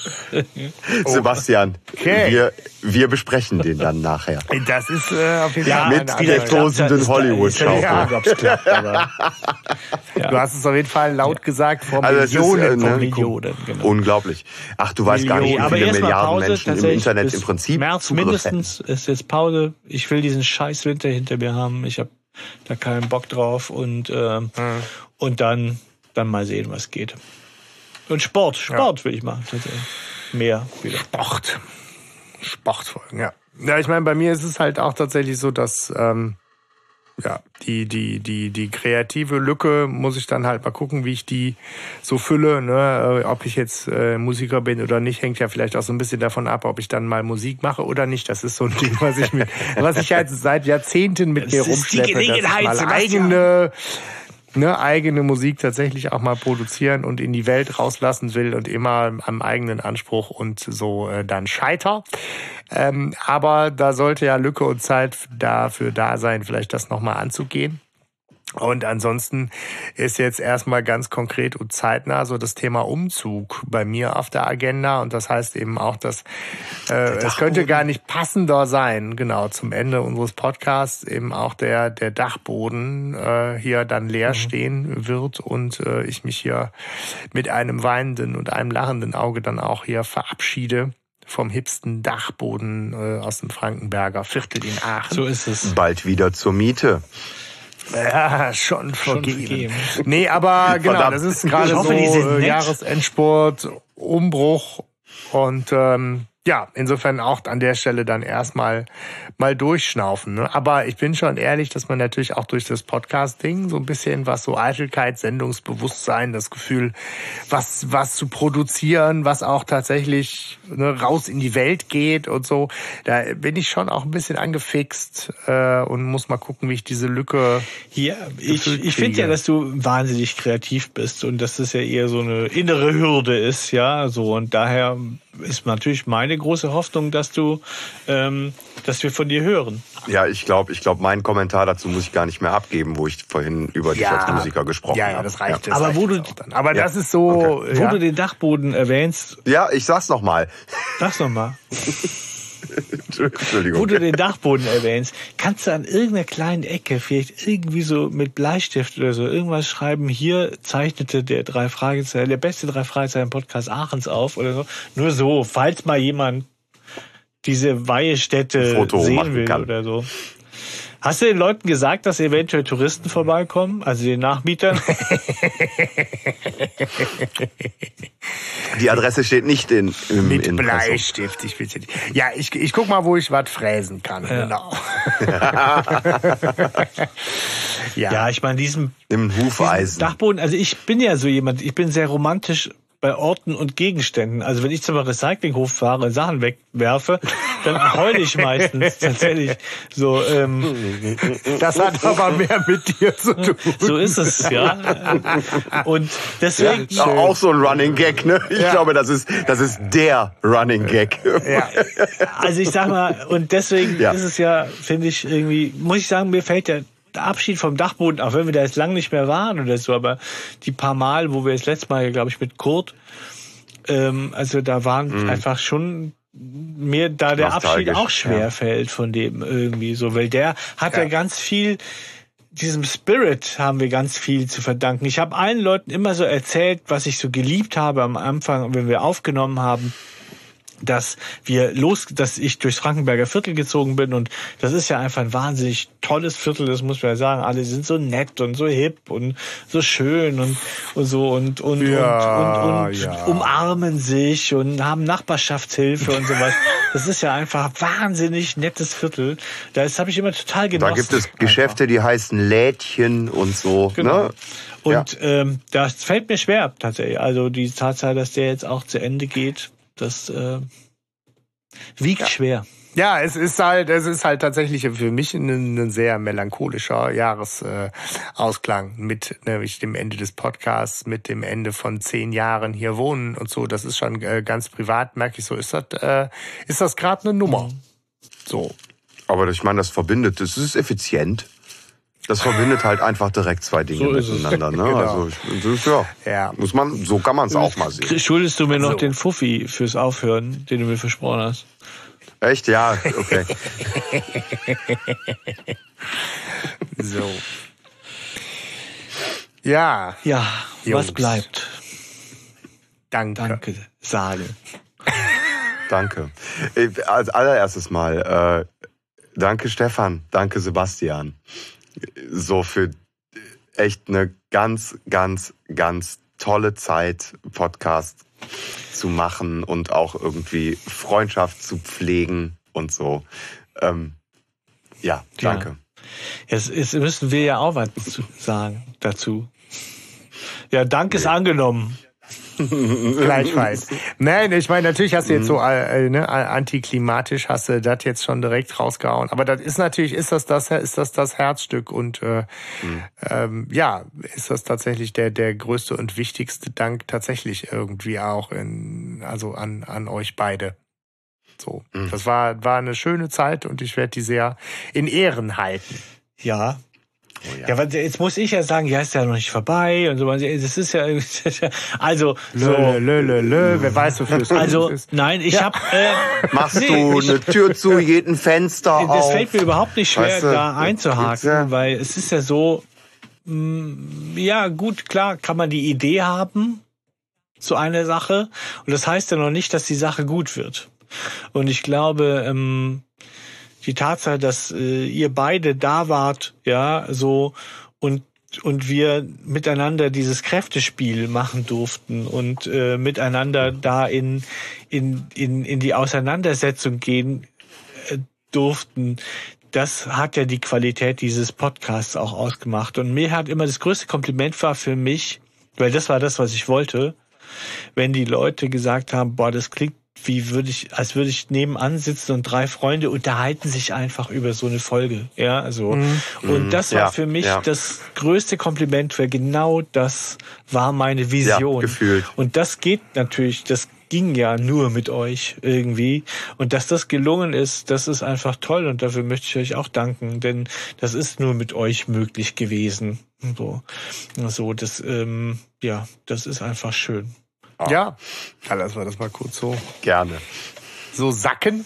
Sebastian, Okay. wir, wir besprechen den dann nachher. Das ist äh, auf jeden Ja, Fall mit eine der andere- tosenden Hollywood-Schaukel. Ja, ob es klappt, aber Du hast es auf jeden Fall laut gesagt vor Also es ist, Millionen äh, ne? Publikum. Millionen, genau. Unglaublich. Ach, du weißt gar nicht, wie Aber viele erstmal Milliarden Pause, Menschen im tatsächlich Internet bis im Prinzip März Zugriff mindestens ist jetzt Pause. Ich will diesen scheiß Winter hinter mir haben. Ich habe da keinen Bock drauf und ähm, Mhm. und dann dann mal sehen, was geht. Und Sport, Sport will ich machen tatsächlich. Mehr wieder. Sport. Sportfolgen, ja. Ja, ich meine, bei mir ist es halt auch tatsächlich so, dass ähm, ja, die, die, die, die kreative Lücke muss ich dann halt mal gucken, wie ich die so fülle. Ne? Ob ich jetzt äh, Musiker bin oder nicht, hängt ja vielleicht auch so ein bisschen davon ab, ob ich dann mal Musik mache oder nicht. Das ist so ein Ding, was ich, mit, was ich halt seit Jahrzehnten mit Das mir ist die rumschleppe. Gelegenheit, dass ich mal Sebastian. eigene, ne, eigene Musik tatsächlich auch mal produzieren und in die Welt rauslassen will und immer am eigenen Anspruch und so äh, dann scheiter. Ähm, aber da sollte ja Lücke und Zeit dafür da sein, vielleicht das nochmal anzugehen. Und ansonsten ist jetzt erstmal ganz konkret und zeitnah so das Thema Umzug bei mir auf der Agenda. Und das heißt eben auch, dass äh, es könnte gar nicht passender sein, genau, zum Ende unseres Podcasts eben auch der, der Dachboden äh, hier dann leer Mhm. stehen wird und äh, ich mich hier mit einem weinenden und einem lachenden Auge dann auch hier verabschiede vom hipsten Dachboden äh, aus dem Frankenberger Viertel in Aachen. So ist es. Bald wieder zur Miete. Ja, schon vergeben. vergeben. Nee, aber genau, Verdammt. das ist gerade Ich so hoffe, die sind äh, nett. Jahresendspurt, Umbruch und ähm, ja, insofern auch an der Stelle dann erstmal mal durchschnaufen. Ne? Aber ich bin schon ehrlich, dass man natürlich auch durch das Podcast-Ding so ein bisschen was so Eitelkeit, Sendungsbewusstsein, das Gefühl, was was zu produzieren, was auch tatsächlich ne, raus in die Welt geht und so. Da bin ich schon auch ein bisschen angefixt äh, und muss mal gucken, wie ich diese Lücke Ja, ich, gefüllt ich finde kriege. ja, dass du wahnsinnig kreativ bist und dass das ja eher so eine innere Hürde ist, ja, so und daher ist natürlich meine große Hoffnung, dass du, ähm, dass wir von dir hören. Ja, ich glaube, ich glaube, meinen Kommentar dazu muss ich gar nicht mehr abgeben, wo ich vorhin über dich als Musiker gesprochen ja, habe. ja, das reicht. Das Aber reicht wo du- jetzt auch dann. Aber Ja. das ist so, Okay. Wo ja. du den Dachboden erwähnst, Ja, ich sag's noch mal. sag's nochmal. Entschuldigung. Wo du den Dachboden erwähnst, kannst du an irgendeiner kleinen Ecke vielleicht irgendwie so mit Bleistift oder so irgendwas schreiben, hier zeichnete der drei Fragezeichen, der beste drei Fragezeichen Podcast Aachens auf oder so. Nur so, falls mal jemand diese Weihestätte Foto sehen machen will kann. oder so. Hast du den Leuten gesagt, dass eventuell Touristen vorbeikommen, also den Nachmietern? Die Adresse steht nicht in, im Mit Impressum. Bleistift, ich bitte dich. Ja, ich, ich guck mal, wo ich was fräsen kann. Genau. ja. Ja, ich meine, diesem Im Diesen Hufeisen. Dachboden, also ich bin ja so jemand, ich bin sehr romantisch bei Orten und Gegenständen. Also wenn ich zum Recyclinghof fahre und Sachen wegwerfe, dann heule ich meistens tatsächlich. So, ähm, das hat aber mehr mit dir zu tun. So ist es, ja. Und deswegen ja, auch so ein Running Gag, ne? Ich ja. glaube, das ist das ist der Running Gag. Ja. Also ich sag mal, und deswegen ja. ist es ja, finde ich irgendwie, muss ich sagen, mir fällt der Abschied vom Dachboden, auch wenn wir da jetzt lang nicht mehr waren oder so, aber die paar Mal, wo wir das letzte Mal, glaube ich, mit Kurt, ähm, also da waren mm. einfach schon mir da der Abschied auch schwer ja. fällt von dem irgendwie so, weil der hat ja, ja ganz viel, diesem Spirit haben wir ganz viel zu verdanken. Ich habe allen Leuten immer so erzählt, was ich so geliebt habe am Anfang, wenn wir aufgenommen haben, dass wir los, dass ich durchs Frankenberger Viertel gezogen bin und das ist ja einfach ein wahnsinnig tolles Viertel, das muss man ja sagen. Alle sind so nett und so hip und so schön und, und so und und ja, und, und, und ja. umarmen sich und haben Nachbarschaftshilfe und sowas. Das ist ja einfach ein wahnsinnig nettes Viertel. Das habe ich immer total genossen. Da gibt es Geschäfte, die heißen Lädchen und so. Genau. Ne? Und ja. ähm, das fällt mir schwer tatsächlich. Also die Tatsache, dass der jetzt auch zu Ende geht. Das äh, wiegt ja. schwer. Ja, es ist halt, es ist halt tatsächlich für mich ein, ein sehr melancholischer Jahresausklang äh, mit nämlich dem Ende des Podcasts, mit dem Ende von zehn Jahren hier wohnen und so. Das ist schon äh, ganz privat, merke ich so. Ist das, äh, ist das gerade eine Nummer? Mhm. So. Aber ich meine, das verbindet, das ist effizient. Das verbindet halt einfach direkt zwei Dinge so miteinander. Ne? Genau. Also ich, ja, ja, muss man, so kann man es auch mal sehen. Schuldest du mir noch so. den Fuffi fürs Aufhören, den du mir versprochen hast? Echt? Ja, okay. So. Ja. Ja, Jungs. Was bleibt? Danke. Danke sagen. Danke. Als allererstes mal, äh, danke Stefan, danke Sebastian. So für echt eine ganz, ganz, ganz tolle Zeit, Podcast zu machen und auch irgendwie Freundschaft zu pflegen und so. Ähm, ja, danke. Ja. Jetzt, jetzt müssen wir ja auch was sagen dazu. Ja, Dank ist angenommen. Gleichfalls. Nein, ich meine, natürlich hast du jetzt so äh, ne, antiklimatisch hast du das jetzt schon direkt rausgehauen. Aber das ist natürlich, ist das das, ist das, das Herzstück und äh, mhm. ähm, ja, ist das tatsächlich der der größte und wichtigste Dank tatsächlich irgendwie auch in, also an an euch beide. So, mhm. das war war eine schöne Zeit und ich werde die sehr in Ehren halten. Ja. Oh ja. ja, jetzt muss ich ja sagen, ja, ist ja noch nicht vorbei und so. Das ist ja, also so. Lö, lö, lö, lö, wer weiß, wofür es Also, ist. nein, ich ja. hab. Äh, Machst nee, du ich, eine Tür zu, jeden Fenster das auf? Das fällt mir überhaupt nicht schwer, weißt du, da einzuhaken, ja. weil es ist ja so, mh, ja, gut, klar, kann man die Idee haben zu einer Sache und das heißt ja noch nicht, dass die Sache gut wird. Und ich glaube, ähm, die Tatsache, dass äh, ihr beide da wart, ja, so und und wir miteinander dieses Kräftespiel machen durften und äh, miteinander da in in in in die Auseinandersetzung gehen äh, durften. Das hat ja die Qualität dieses Podcasts auch ausgemacht. Und mir hat immer das größte Kompliment war für mich, weil das war das, was ich wollte, wenn die Leute gesagt haben, boah, das klingt wie würde ich, als würde ich nebenan sitzen und drei Freunde unterhalten sich einfach über so eine Folge, ja, also. Mhm. Und das war ja, für mich ja. das größte Kompliment, weil genau das war meine Vision. Ja, gefühlt. Und das geht natürlich, das ging ja nur mit euch irgendwie. Und dass das gelungen ist, das ist einfach toll und dafür möchte ich euch auch danken, denn das ist nur mit euch möglich gewesen. So, so das, ähm, ja, das ist einfach schön. Ja, ja, lassen wir das mal kurz so. Gerne. So sacken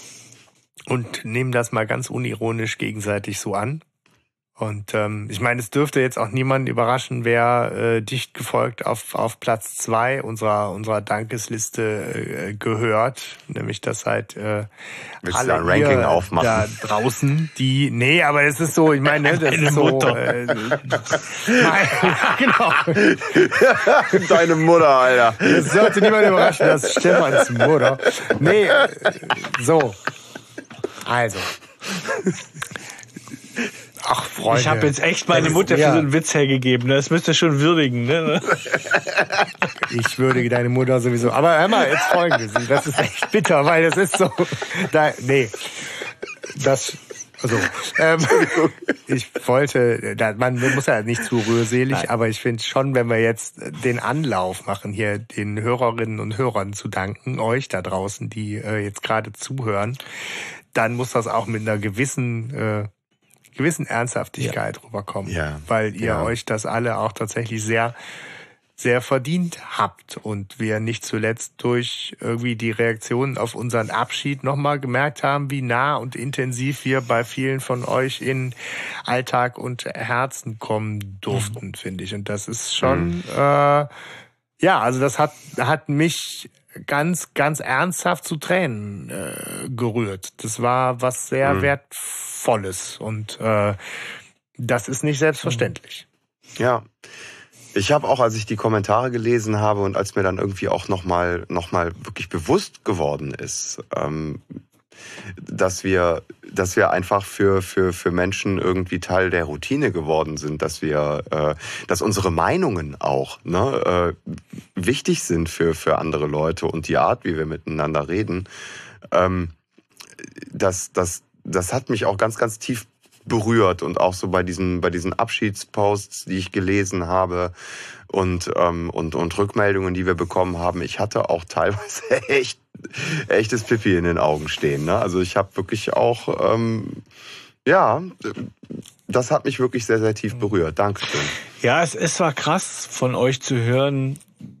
und nehmen das mal ganz unironisch gegenseitig so an. Und ähm, ich meine, es dürfte jetzt auch niemanden überraschen, wer äh, dicht gefolgt auf auf Platz zwei unserer unserer Dankesliste äh, gehört, nämlich das halt äh, Willst alle du ein Ranking ihr aufmachen? Da draußen, die nee, aber es ist so, ich meine, ne, das Meine ist so Mutter. Äh, mein, genau. Deine Mutter, Alter. Es sollte niemand überraschen, das ist Stefans Mutter. Nee, so. Also Ach, Freunde. Ich habe jetzt echt meine Mutter ja. für so einen Witz hergegeben. Das müsst ihr schon würdigen. Ne? Ich würdige deine Mutter sowieso. Aber hör mal, jetzt Folgendes. Das ist echt bitter, weil das ist so... Da, nee, das... Also, ähm, ich wollte, man muss ja nicht zu rührselig, Nein. aber ich finde schon, wenn wir jetzt den Anlauf machen, hier den Hörerinnen und Hörern zu danken, euch da draußen, die äh, jetzt gerade zuhören, dann muss das auch mit einer gewissen, äh, gewissen Ernsthaftigkeit ja. rüberkommen, ja. weil ihr ja. euch das alle auch tatsächlich sehr sehr verdient habt und wir nicht zuletzt durch irgendwie die Reaktionen auf unseren Abschied nochmal gemerkt haben, wie nah und intensiv wir bei vielen von euch in Alltag und Herzen kommen durften, mhm. finde ich. Und das ist schon, mhm. äh, ja, also das hat, hat mich ganz, ganz ernsthaft zu Tränen äh, gerührt. Das war was sehr mhm. Wertvolles und äh, das ist nicht selbstverständlich. Ja. Ich habe auch, als ich die Kommentare gelesen habe und als mir dann irgendwie auch nochmal noch mal wirklich bewusst geworden ist, ähm, dass wir, dass wir einfach für, für, für Menschen irgendwie Teil der Routine geworden sind, dass wir, äh, dass unsere Meinungen auch ne, äh, wichtig sind für, für andere Leute und die Art, wie wir miteinander reden, ähm, das, das, das hat mich auch ganz, ganz tief berührt und auch so bei diesen bei diesen Abschiedsposts, die ich gelesen habe und ähm, und und Rückmeldungen, die wir bekommen haben. Ich hatte auch teilweise echt echtes Pipi in den Augen stehen. Ne? Also ich habe wirklich auch ähm, ja, das hat mich wirklich sehr sehr tief berührt. Dankeschön. Ja, es es war krass von euch zu hören,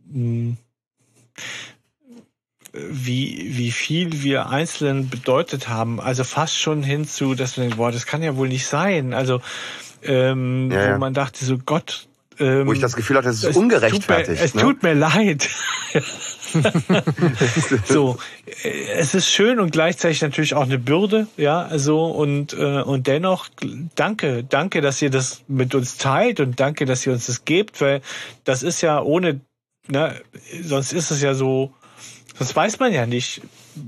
wie wie viel wir Einzelnen bedeutet haben, also fast schon hinzu, dass wir denken, boah, das kann ja wohl nicht sein. Also ähm, ja, ja. wo man dachte so, Gott, ähm, wo ich das Gefühl hatte, es ist es ungerechtfertigt. Tut mir, es ne? tut mir leid. So, es ist schön und gleichzeitig natürlich auch eine Bürde, ja, also und äh, und dennoch danke, danke, dass ihr das mit uns teilt und danke, dass ihr uns das gebt, weil das ist ja ohne, ne, sonst ist es ja so. Sonst weiß man ja nicht,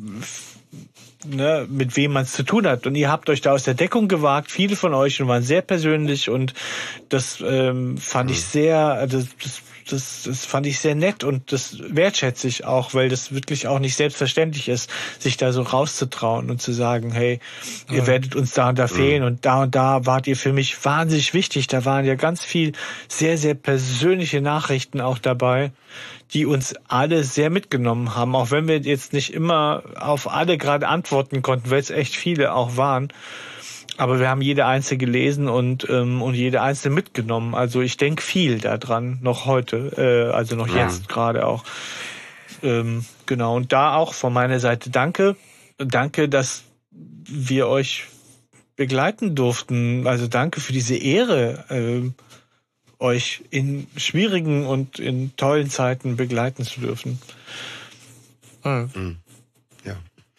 ne, mit wem man es zu tun hat. Und ihr habt euch da aus der Deckung gewagt, viele von euch, und waren sehr persönlich. Und das ähm, fand ich sehr, das, das, das fand ich sehr nett und das wertschätze ich auch, weil das wirklich auch nicht selbstverständlich ist, sich da so rauszutrauen und zu sagen, hey, ihr mhm. werdet uns da und da fehlen und da und da wart ihr für mich wahnsinnig wichtig. Da waren ja ganz viel sehr, sehr persönliche Nachrichten auch dabei, die uns alle sehr mitgenommen haben, auch wenn wir jetzt nicht immer auf alle gerade antworten konnten, weil es echt viele auch waren. Aber wir haben jede einzelne gelesen und ähm, und jede einzelne mitgenommen. Also ich denke viel daran, noch heute, äh, also noch ja. jetzt gerade auch. Ähm, genau, und da auch von meiner Seite danke. Danke, dass wir euch begleiten durften. Also danke für diese Ehre, äh, euch in schwierigen und in tollen Zeiten begleiten zu dürfen. Mhm. Ja.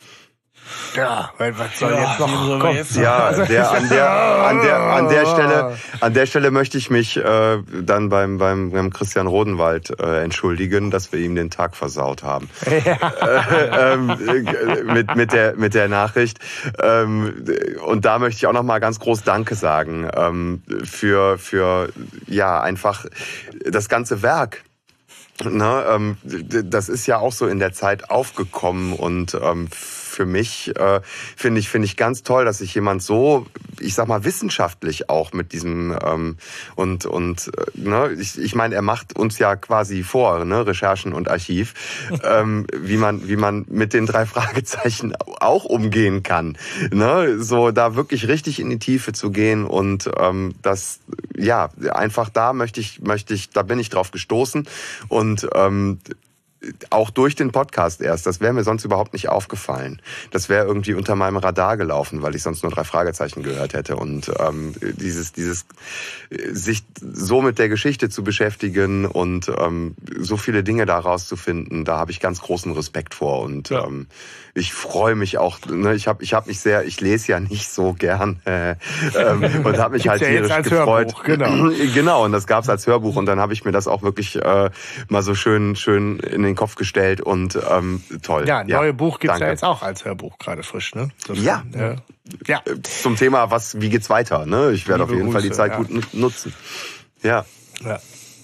Ja, weil was soll ja, jetzt noch kommen? Ja, der, an der an der an der Stelle an der Stelle möchte ich mich äh, dann beim beim beim Christian Rodenwald äh, entschuldigen, dass wir ihm den Tag versaut haben. Ja. Äh, ähm, mit mit der mit der Nachricht. Ähm, und da möchte ich auch noch mal ganz groß Danke sagen ähm, für für ja einfach das ganze Werk. Ne, ähm, das ist ja auch so in der Zeit aufgekommen und ähm, für mich äh, finde ich finde ich ganz toll, dass sich jemand so, ich sag mal wissenschaftlich auch mit diesem ähm, und und äh, ne, ich, ich meine, er macht uns ja quasi vor, ne, Recherchen und Archiv, ähm, wie man wie man mit den drei Fragezeichen auch umgehen kann, ne, so da wirklich richtig in die Tiefe zu gehen und ähm, das ja einfach da möchte ich möchte ich da bin ich drauf gestoßen und ähm, auch durch den Podcast erst, das wäre mir sonst überhaupt nicht aufgefallen. Das wäre irgendwie unter meinem Radar gelaufen, weil ich sonst nur drei Fragezeichen gehört hätte. Und ähm, dieses, dieses sich so mit der Geschichte zu beschäftigen und ähm, so viele Dinge daraus zu finden, da habe ich ganz großen Respekt vor. Und ja. ähm, ich freue mich auch, ne, ich habe ich hab mich sehr, ich lese ja nicht so gern äh, ähm, und habe mich Gibt's halt ja tierisch gefreut. Hörbuch, genau. Genau, und das gab's als Hörbuch und dann habe ich mir das auch wirklich äh, mal so schön schön in den Kopf gestellt und ähm, toll. Ja, neue ja, Buch gibt's danke. ja jetzt auch als Hörbuch gerade frisch, ne? So ja. Äh, ja. Zum Thema, was, wie geht's weiter? Ne? Ich werde auf jeden Grüße, Fall die Zeit ja. gut nutzen. Ja. Ja.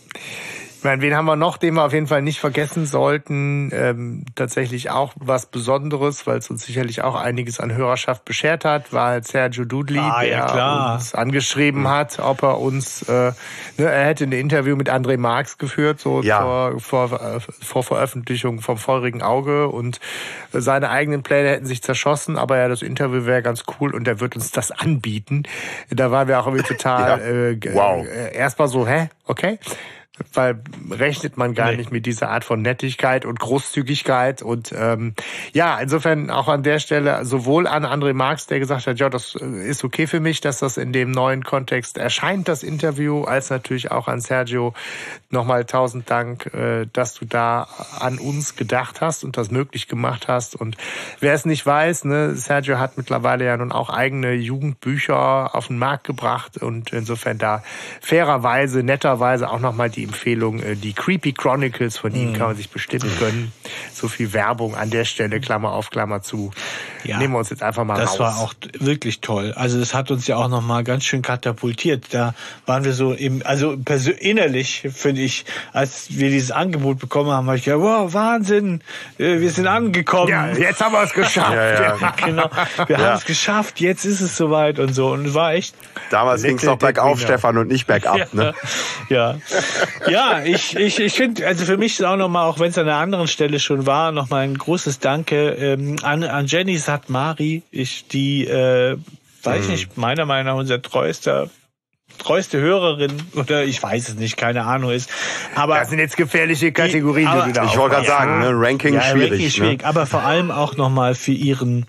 Ich meine, wen haben wir noch, den wir auf jeden Fall nicht vergessen sollten? Ähm, tatsächlich auch was Besonderes, weil es uns sicherlich auch einiges an Hörerschaft beschert hat, war halt Sergio Dudley, ah, der ja, klar. uns angeschrieben hat, ob er uns, äh, ne, er hätte ein Interview mit André Marx geführt, so ja. vor, vor, äh, vor Veröffentlichung vom feurigen Auge, und seine eigenen Pläne hätten sich zerschossen, aber ja, das Interview wäre ganz cool und er wird uns das anbieten. Da waren wir auch irgendwie total ja. äh, wow. äh, erstmal so, hä, okay. Weil rechnet man gar nee. nicht mit dieser Art von Nettigkeit und Großzügigkeit. Und ähm, ja, insofern auch an der Stelle sowohl an André Marx, der gesagt hat, ja, das ist okay für mich, dass das in dem neuen Kontext erscheint, das Interview, als natürlich auch an Sergio nochmal tausend Dank, äh, dass du da an uns gedacht hast und das möglich gemacht hast. Und wer es nicht weiß, ne, Sergio hat mittlerweile ja nun auch eigene Jugendbücher auf den Markt gebracht und insofern da fairerweise, netterweise auch nochmal die Empfehlung, die Creepy Chronicles von ihm, kann man sich bestimmt gönnen. So viel Werbung an der Stelle, Klammer auf, Klammer zu. Ja, nehmen wir uns jetzt einfach mal das raus. Das war auch wirklich toll. Also das hat uns ja auch nochmal ganz schön katapultiert. Da waren wir so im, also innerlich, finde ich, als wir dieses Angebot bekommen haben, habe ich gedacht, wow, Wahnsinn, wir sind angekommen. Ja, jetzt haben wir es geschafft. ja, ja. Genau, wir ja. haben es geschafft, jetzt ist es soweit und so. Und es war echt... Damals ging es noch bergauf, Stefan, und nicht bergab. Ja, ne? ja. ja ich, ich, ich finde, also für mich ist auch nochmal, auch wenn es an einer anderen Stelle schon war, nochmal ein großes Danke ähm, an, an Jenny Satmari, ich, die, äh, weiß hm. nicht, meiner Meinung nach unser treuester treueste Hörerin, oder ich weiß es nicht, keine Ahnung ist. Aber das sind jetzt gefährliche Kategorien, die, die du da Ich wollte gerade sagen, ne, Ranking ja, schwierig. Ranking schwierig, ne? aber vor allem auch nochmal für ihren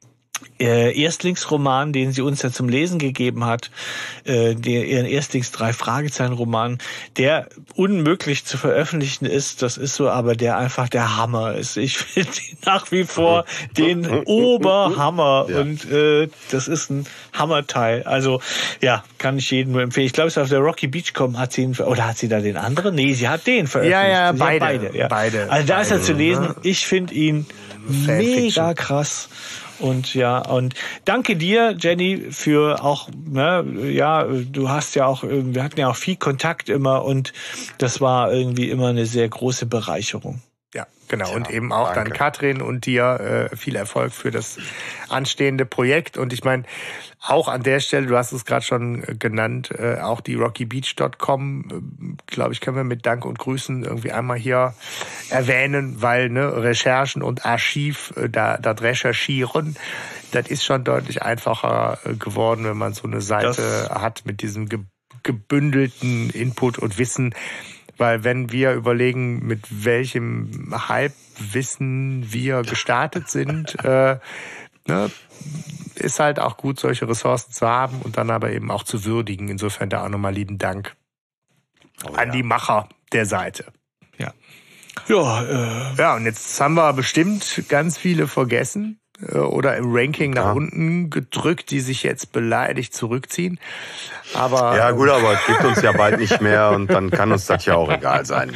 Äh, Erstlingsroman, den sie uns ja zum Lesen gegeben hat, äh, der, ihren Erstlings-Drei-Fragezeichen-Roman, der unmöglich zu veröffentlichen ist, das ist so, aber der einfach der Hammer ist. Ich finde nach wie vor den Oberhammer ja. und äh, das ist ein Hammerteil. Also ja, kann ich jedem nur empfehlen. Ich glaube, es ist auf der Rocky Beach kommen, hat sie ihn, oder hat sie da den anderen? Nee, sie hat den veröffentlicht. Ja, ja, sie beide. beide, ja. beide. Also da beide, ist er zu lesen. Ne? Ich finde ihn Fanfiction. mega krass. Und ja, und danke dir, Jenny, für auch, ne, ja, du hast ja auch, wir hatten ja auch viel Kontakt immer und das war irgendwie immer eine sehr große Bereicherung. Ja, genau. Tja, und eben auch danke. dann Katrin und dir äh, viel Erfolg für das anstehende Projekt. Und ich meine, auch an der Stelle, du hast es gerade schon genannt, äh, auch die rocky beach Punkt com, äh, glaube ich, können wir mit Dank und Grüßen irgendwie einmal hier erwähnen, weil ne, Recherchen und Archiv, äh, da, das Recherchieren, das ist schon deutlich einfacher äh, geworden, wenn man so eine Seite das hat mit diesem ge- gebündelten Input und Wissen. Weil wenn wir überlegen, mit welchem Halbwissen wir gestartet sind, äh, ne, ist halt auch gut, solche Ressourcen zu haben und dann aber eben auch zu würdigen. Insofern da auch nochmal lieben Dank oh, an ja. die Macher der Seite. Ja. Ja, äh. ja, und jetzt haben wir bestimmt ganz viele vergessen oder im Ranking ja. nach unten gedrückt, die sich jetzt beleidigt zurückziehen. Aber ja gut, aber es gibt uns ja bald nicht mehr und dann kann uns das ja auch egal sein.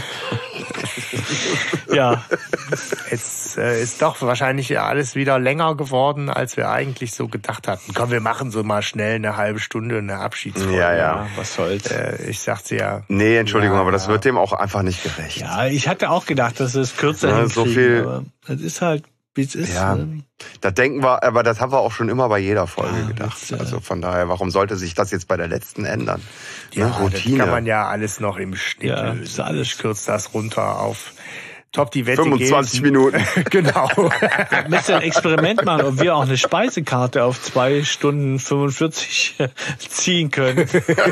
Ja. Es äh, ist doch wahrscheinlich alles wieder länger geworden, als wir eigentlich so gedacht hatten. Komm, wir machen so mal schnell eine halbe Stunde eine Abschiedsfolge. Ja, ja. Was soll's. Äh, ich sag's ja. Nee, Entschuldigung, ja, aber das ja. wird dem auch einfach nicht gerecht. Ja, ich hatte auch gedacht, dass es kürzer ja, hinkriegen, so viel. aber das ist halt, wie es ist. Ja, Ne? das denken wir, aber das haben wir auch schon immer bei jeder Folge ja, gedacht. jetzt, äh, also von daher, warum sollte sich das jetzt bei der letzten ändern? Ja, ne? Routine. Das kann man ja alles noch im Schnitt ja, lösen. ist alles. Ich kürze das runter auf Top die Wette fünfundzwanzig gelten. Minuten. Genau. Wir müssen ein Experiment machen, ob wir auch eine Speisekarte auf zwei Stunden fünfundvierzig ziehen können.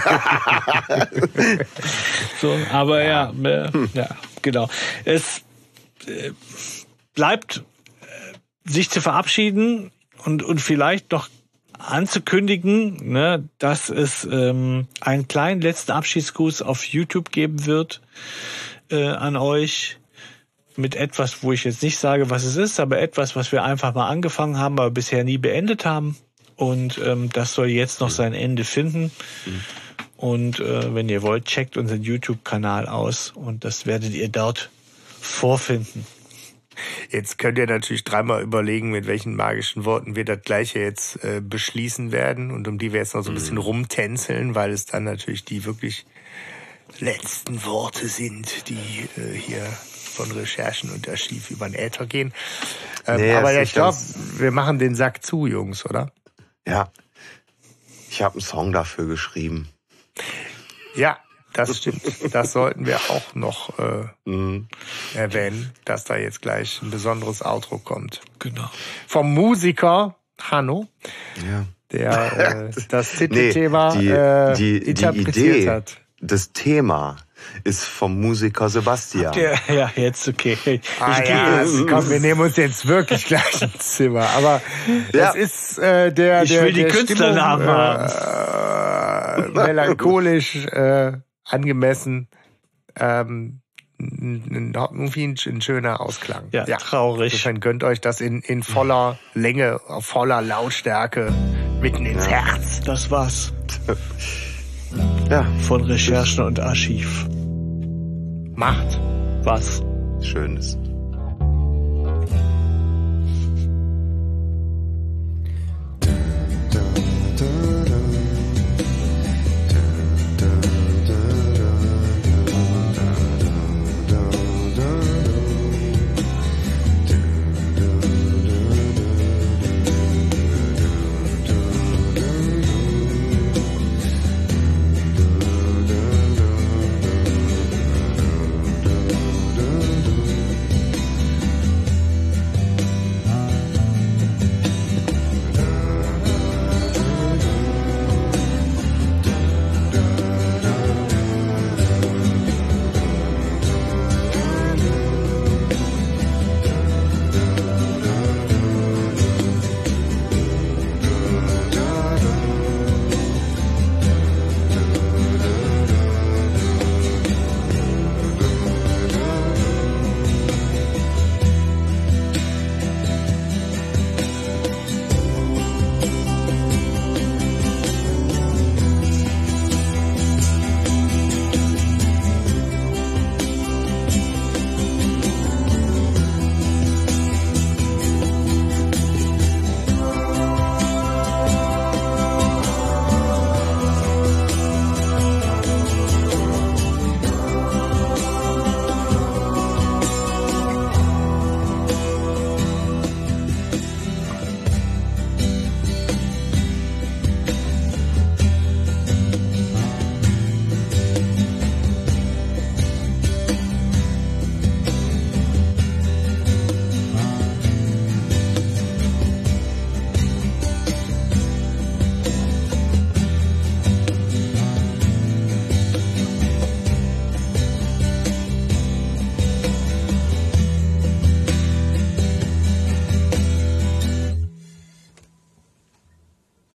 So, aber ja, ja, ja, genau. Es äh, bleibt äh, sich zu verabschieden und, und vielleicht noch anzukündigen, ne, dass es ähm, einen kleinen letzten Abschiedsgruß auf YouTube geben wird äh, an euch. Mit etwas, wo ich jetzt nicht sage, was es ist, aber etwas, was wir einfach mal angefangen haben, aber bisher nie beendet haben. Und ähm, das soll jetzt noch sein Ende finden. Mhm. Und äh, wenn ihr wollt, checkt unseren YouTube-Kanal aus und das werdet ihr dort vorfinden. Jetzt könnt ihr natürlich dreimal überlegen, mit welchen magischen Worten wir das Gleiche jetzt äh, beschließen werden und um die wir jetzt noch so ein bisschen rumtänzeln, weil es dann natürlich die wirklich letzten Worte sind, die äh, hier von Recherchen und Archiv über den Äther gehen. Ähm, nee, aber ja, ich glaube, wir machen den Sack zu, Jungs, oder? Ja. Ich habe einen Song dafür geschrieben. Ja, das stimmt. Das sollten wir auch noch äh, mhm. erwähnen, dass da jetzt gleich ein besonderes Outro kommt. Genau. Vom Musiker Hanno, ja. der äh, das Titelthema nee, die, äh, die, die interpretiert Idee, hat. Das Thema ist vom Musiker Sebastian. Ja, ja, jetzt okay. Ich ah, ja, komm, wir nehmen uns jetzt wirklich gleich ein Zimmer. Aber ja. das ist äh, der, ich der, will die der Künstlernamen Stimmung, haben. Äh, melancholisch äh, angemessen. Ähm, irgendwie ein, ein schöner Ausklang. Ja, ja. Traurig. Insofern gönnt euch das in, in voller Länge, auf voller Lautstärke mitten ins ja. Herz. Das war's. Ja. Von Recherchen und Archiv. Macht was Schönes.